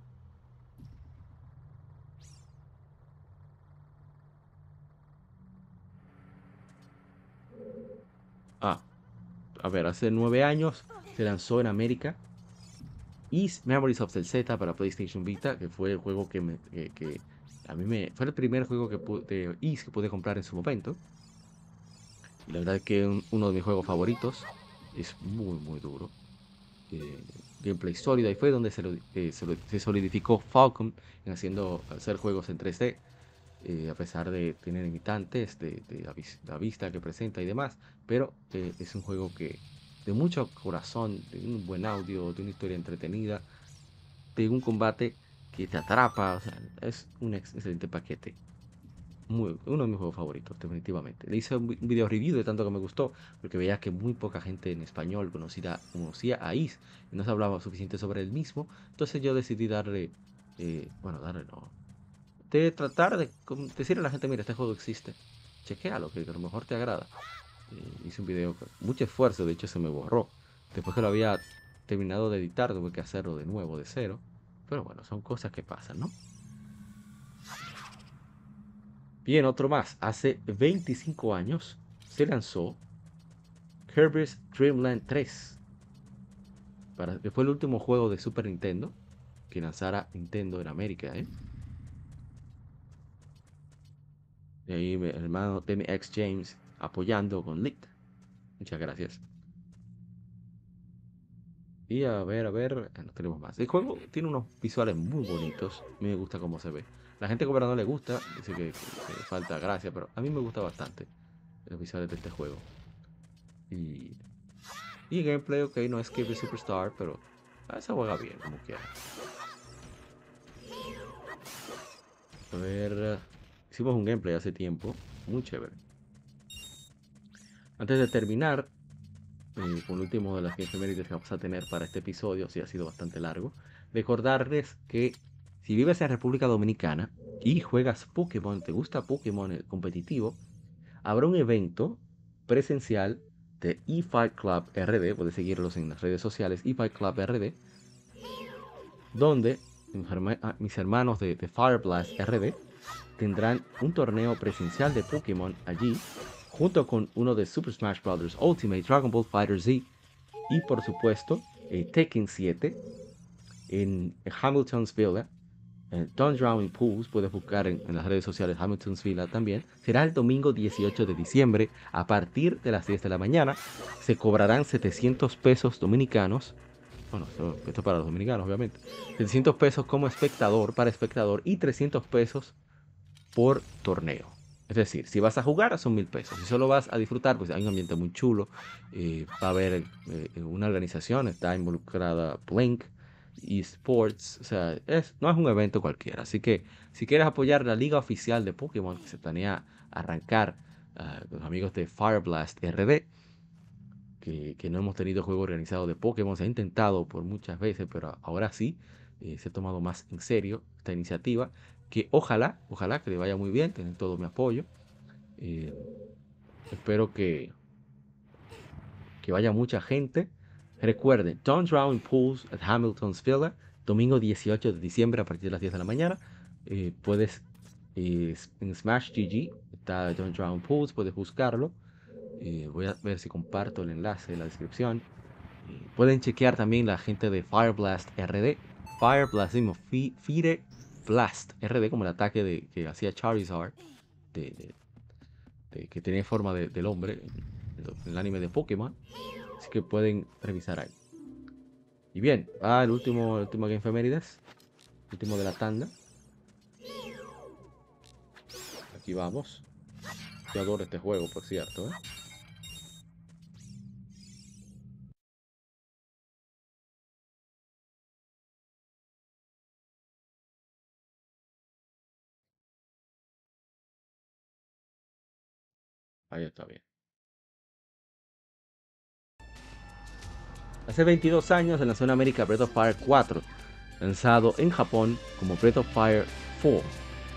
Ah, a ver, hace nueve años se lanzó en América Ys Memories of the Z para PlayStation Vita, que fue el juego que, me, que, que a mí me fue el primer juego que pude, de Ys que pude comprar en su momento. Y la verdad es que un, uno de mis juegos favoritos. Es muy muy duro. Eh, gameplay sólido, y fue donde se, lo, eh, se, lo, se solidificó Falcom en haciendo hacer juegos en tres D. Eh, a pesar de tener limitantes de, de la, vis la, vista que presenta y demás, pero eh, es un juego que de mucho corazón, de un buen audio, de una historia entretenida, de un combate que te atrapa, o sea, es un excelente paquete. Muy, uno de mis juegos favoritos, definitivamente. Le hice un, un video review de tanto que me gustó, porque veía que muy poca gente en español conocía, conocía a Ys y no se hablaba suficiente sobre el mismo. Entonces yo decidí darle, eh, bueno, darle no, de tratar de decirle a la gente, mira, este juego existe, chequéalo, que a lo mejor te agrada. Eh, hice un video con mucho esfuerzo, de hecho se me borró. Después que lo había terminado de editar, tuve que hacerlo de nuevo, de cero. Pero bueno, son cosas que pasan, ¿no? Bien, otro más. Hace veinticinco años se lanzó Kirby's Dream Land tres. Para, que fue el último juego de Super Nintendo que lanzara Nintendo en América, ¿eh? Y ahí mi hermano T M X James apoyando con Lit. Muchas gracias. Y a ver, a ver, no tenemos más. El juego tiene unos visuales muy bonitos. A mí me gusta cómo se ve. La gente como no le gusta, dice que, que, que falta gracia, pero a mí me gusta bastante los visuales de este juego. Y, y el gameplay, ok, no es Kirby Superstar, pero a se juega bien, como quiera. A ver, hicimos un gameplay hace tiempo, muy chévere. Antes de terminar, eh, con el último de las efemérides que vamos a tener para este episodio, si ha sido bastante largo, recordarles que si vives en República Dominicana y juegas Pokémon, te gusta Pokémon el competitivo, habrá un evento presencial de eFight Club R D, puedes seguirlos en las redes sociales, eFight Club R D, donde mis hermanos de, de Fire Blast R D tendrán un torneo presencial de Pokémon allí, junto con uno de Super Smash Bros. Ultimate, Dragon Ball Fighter Z y por supuesto eh, Tekken siete en Hamiltonsville. Eh, Don't Drown in Pools, puedes buscar en, en las redes sociales Hamiltonsville también. Será el domingo dieciocho de diciembre a partir de las diez de la mañana. Se cobrarán setecientos pesos dominicanos. Bueno, esto, esto para los dominicanos obviamente. setecientos pesos como espectador, para espectador, y trescientos pesos por torneo. Es decir, si vas a jugar son mil pesos. Si solo vas a disfrutar, pues hay un ambiente muy chulo. Eh, va a haber eh, una organización, está involucrada Blink eSports. O sea, es, no es un evento cualquiera. Así que si quieres apoyar la liga oficial de Pokémon que se planea arrancar, uh, los amigos de Fire Blast R D, que, que no hemos tenido juego organizado de Pokémon, se ha intentado por muchas veces, pero ahora sí eh, se ha tomado más en serio esta iniciativa. Que ojalá, ojalá que le vaya muy bien, tienen todo mi apoyo. Eh, espero que, que vaya mucha gente. Recuerden, Don't Drown in Pools at Hamiltonsville, domingo dieciocho de diciembre a partir de las diez de la mañana. Eh, puedes, eh, en Smash G G, está Don't Drown Pools, puedes buscarlo. Eh, voy a ver si comparto el enlace en la descripción. Eh, pueden chequear también la gente de Fire Blast R D. Fire Blast, mismo, Fire Blast R D, como el ataque de, que hacía Charizard, de, de, de, que tenía forma de, del hombre en el anime de Pokémon. Así que pueden revisar ahí. Y bien, ah, el último, el último Game Femérides. El último de la tanda. Aquí vamos. Yo adoro este juego, por cierto, ¿eh? Ahí está bien. Hace veintidós años se lanzó en América Breath of Fire cuatro, lanzado en Japón como Breath of Fire cuatro.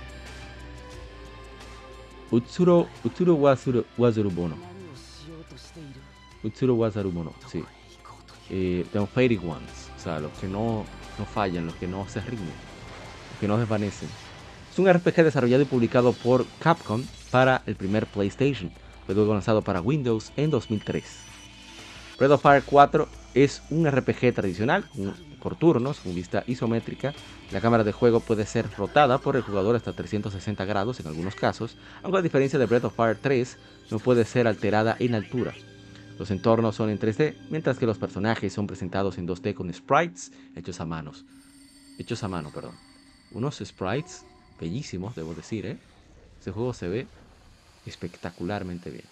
Utsuro, Utsuro Wazuru, Wazarubono. Utsuro Wazarubono, sí. Eh, The Unfading Ones, o sea, los que no, no fallan, los que no se rinden, los que no desvanecen. Es un R P G desarrollado y publicado por Capcom para el primer PlayStation, luego lanzado para Windows en dos mil tres. Breath of Fire cuatro es un R P G tradicional, por turnos, con vista isométrica. La cámara de juego puede ser rotada por el jugador hasta trescientos sesenta grados en algunos casos, aunque a diferencia de Breath of Fire tres, no puede ser alterada en altura. Los entornos son en tres D, mientras que los personajes son presentados en dos D con sprites hechos a manos. Hechos a mano, perdón. Unos sprites bellísimos, debo decir, ¿eh? Este juego se ve espectacularmente bien.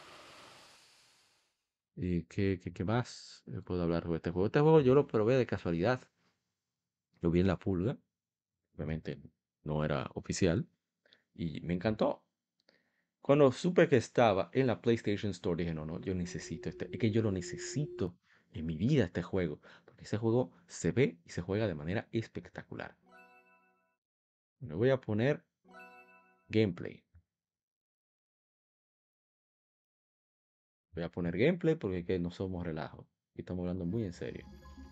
¿Y qué, qué, qué más puedo hablar de este juego? Este juego yo lo probé de casualidad. Lo vi en la pulga. Obviamente no era oficial. Y me encantó. Cuando supe que estaba en la PlayStation Store, dije, no, no, yo necesito este. Es que yo lo necesito en mi vida, este juego. Porque ese juego se ve y se juega de manera espectacular. Me voy a poner gameplay. Voy a poner gameplay porque es que no somos relajo. Y estamos hablando muy en serio.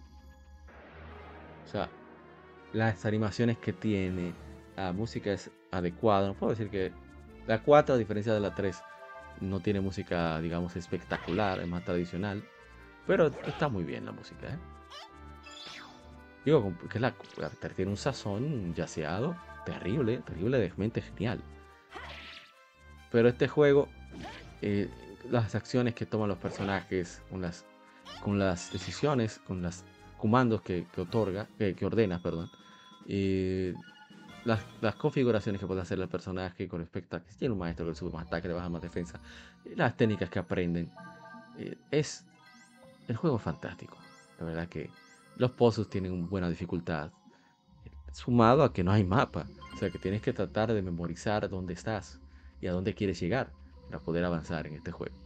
O sea, las animaciones que tiene, la música es adecuada. No puedo decir que la cuatro, a diferencia de la tres, no tiene música, digamos, espectacular, es más tradicional. Pero está muy bien la música, ¿eh? Digo, que la, la tiene un sazón yaceado terrible, terriblemente genial. Pero este juego, eh, las acciones que toman los personajes, con las, con las decisiones, con los comandos que, que otorga, que, que ordena, perdón, eh, las, las configuraciones que puede hacer el personaje con respecto a que tiene un maestro que sube más ataque, le baja más defensa, las técnicas que aprenden, eh, es el juego es fantástico. La verdad que los puzzles tienen una buena dificultad, sumado a que no hay mapa, o sea que tienes que tratar de memorizar dónde estás y a dónde quieres llegar para poder avanzar en este juego.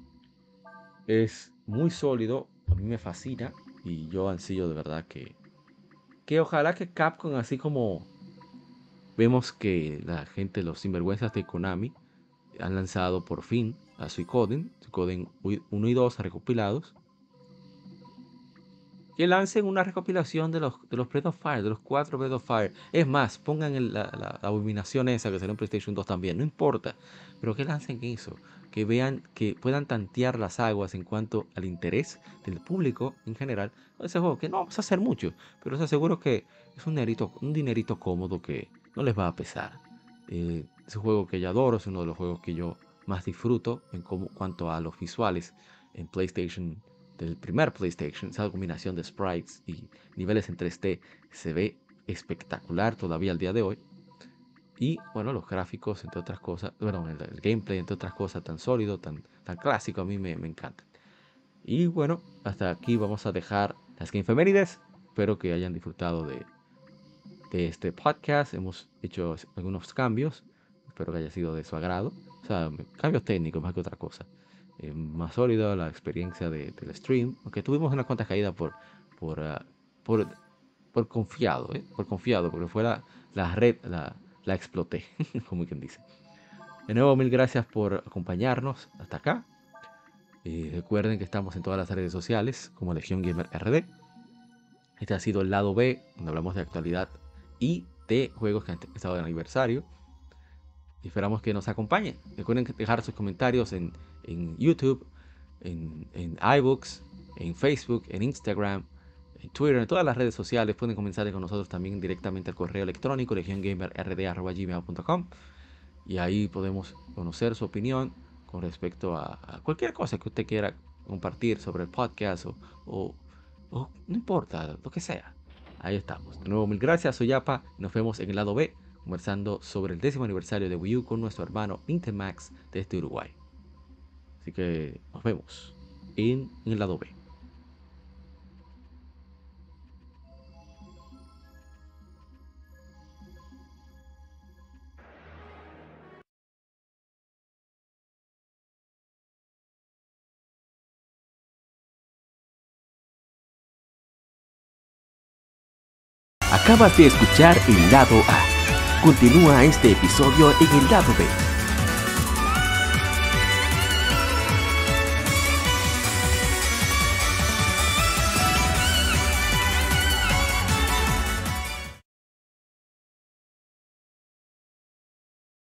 Es muy sólido, a mí me fascina y yo ansío de verdad que que ojalá que Capcom, así como vemos que la gente, los sinvergüenzas de Konami, han lanzado por fin a Suicoden, Suicoden uno y dos recopilados, que lancen una recopilación de los, de los Breath of Fire, de los cuatro Breath of Fire. Es más, pongan el, la, la, la abominación esa que salió en PlayStation dos también, no importa, pero que lancen eso, que vean, que puedan tantear las aguas en cuanto al interés del público en general con ese juego, que no vamos a hacer mucho, pero os aseguro que es un dinerito, un dinerito cómodo que no les va a pesar. Eh, es un juego que yo adoro, es uno de los juegos que yo más disfruto en como, cuanto a los visuales en PlayStation, del primer PlayStation. Esa combinación de sprites y niveles en tres D se ve espectacular todavía al día de hoy. Y bueno, los gráficos, entre otras cosas, bueno, el, el gameplay, entre otras cosas, tan sólido, tan, tan clásico, a mí me, me encanta. Y bueno, hasta aquí vamos a dejar las Game Femérides. Espero que hayan disfrutado de, de este podcast. Hemos hecho algunos cambios. Espero que haya sido de su agrado. O sea, cambios técnicos más que otra cosa. Eh, más sólida la experiencia de, del stream. Aunque tuvimos una cuantas caídas por, por, uh, por, por confiado. ¿eh? Por confiado, porque fue la, la red, la, la exploté, como quien dice. De nuevo, mil gracias por acompañarnos hasta acá. Eh, recuerden que estamos en todas las redes sociales como Legión Gamer R D. Este ha sido el lado B, donde hablamos de actualidad y de juegos que han estado de aniversario. Y esperamos que nos acompañen. Recuerden dejar sus comentarios en, en YouTube, en, en iBooks, en Facebook, en Instagram, en Twitter, en todas las redes sociales. Pueden comenzar con nosotros también directamente al correo electrónico legion gamer r d arroba gmail punto com, y ahí podemos conocer su opinión con respecto a, a cualquier cosa que usted quiera compartir sobre el podcast o, o, o no importa, lo que sea. Ahí estamos. De nuevo, mil gracias. Soy Yapa. Nos vemos en el lado B, conversando sobre el décimo aniversario de Wii U con nuestro hermano Nintemax desde Uruguay. Así que nos vemos en, en el lado B. Acabas de escuchar el lado A. Continúa este episodio en el lado B.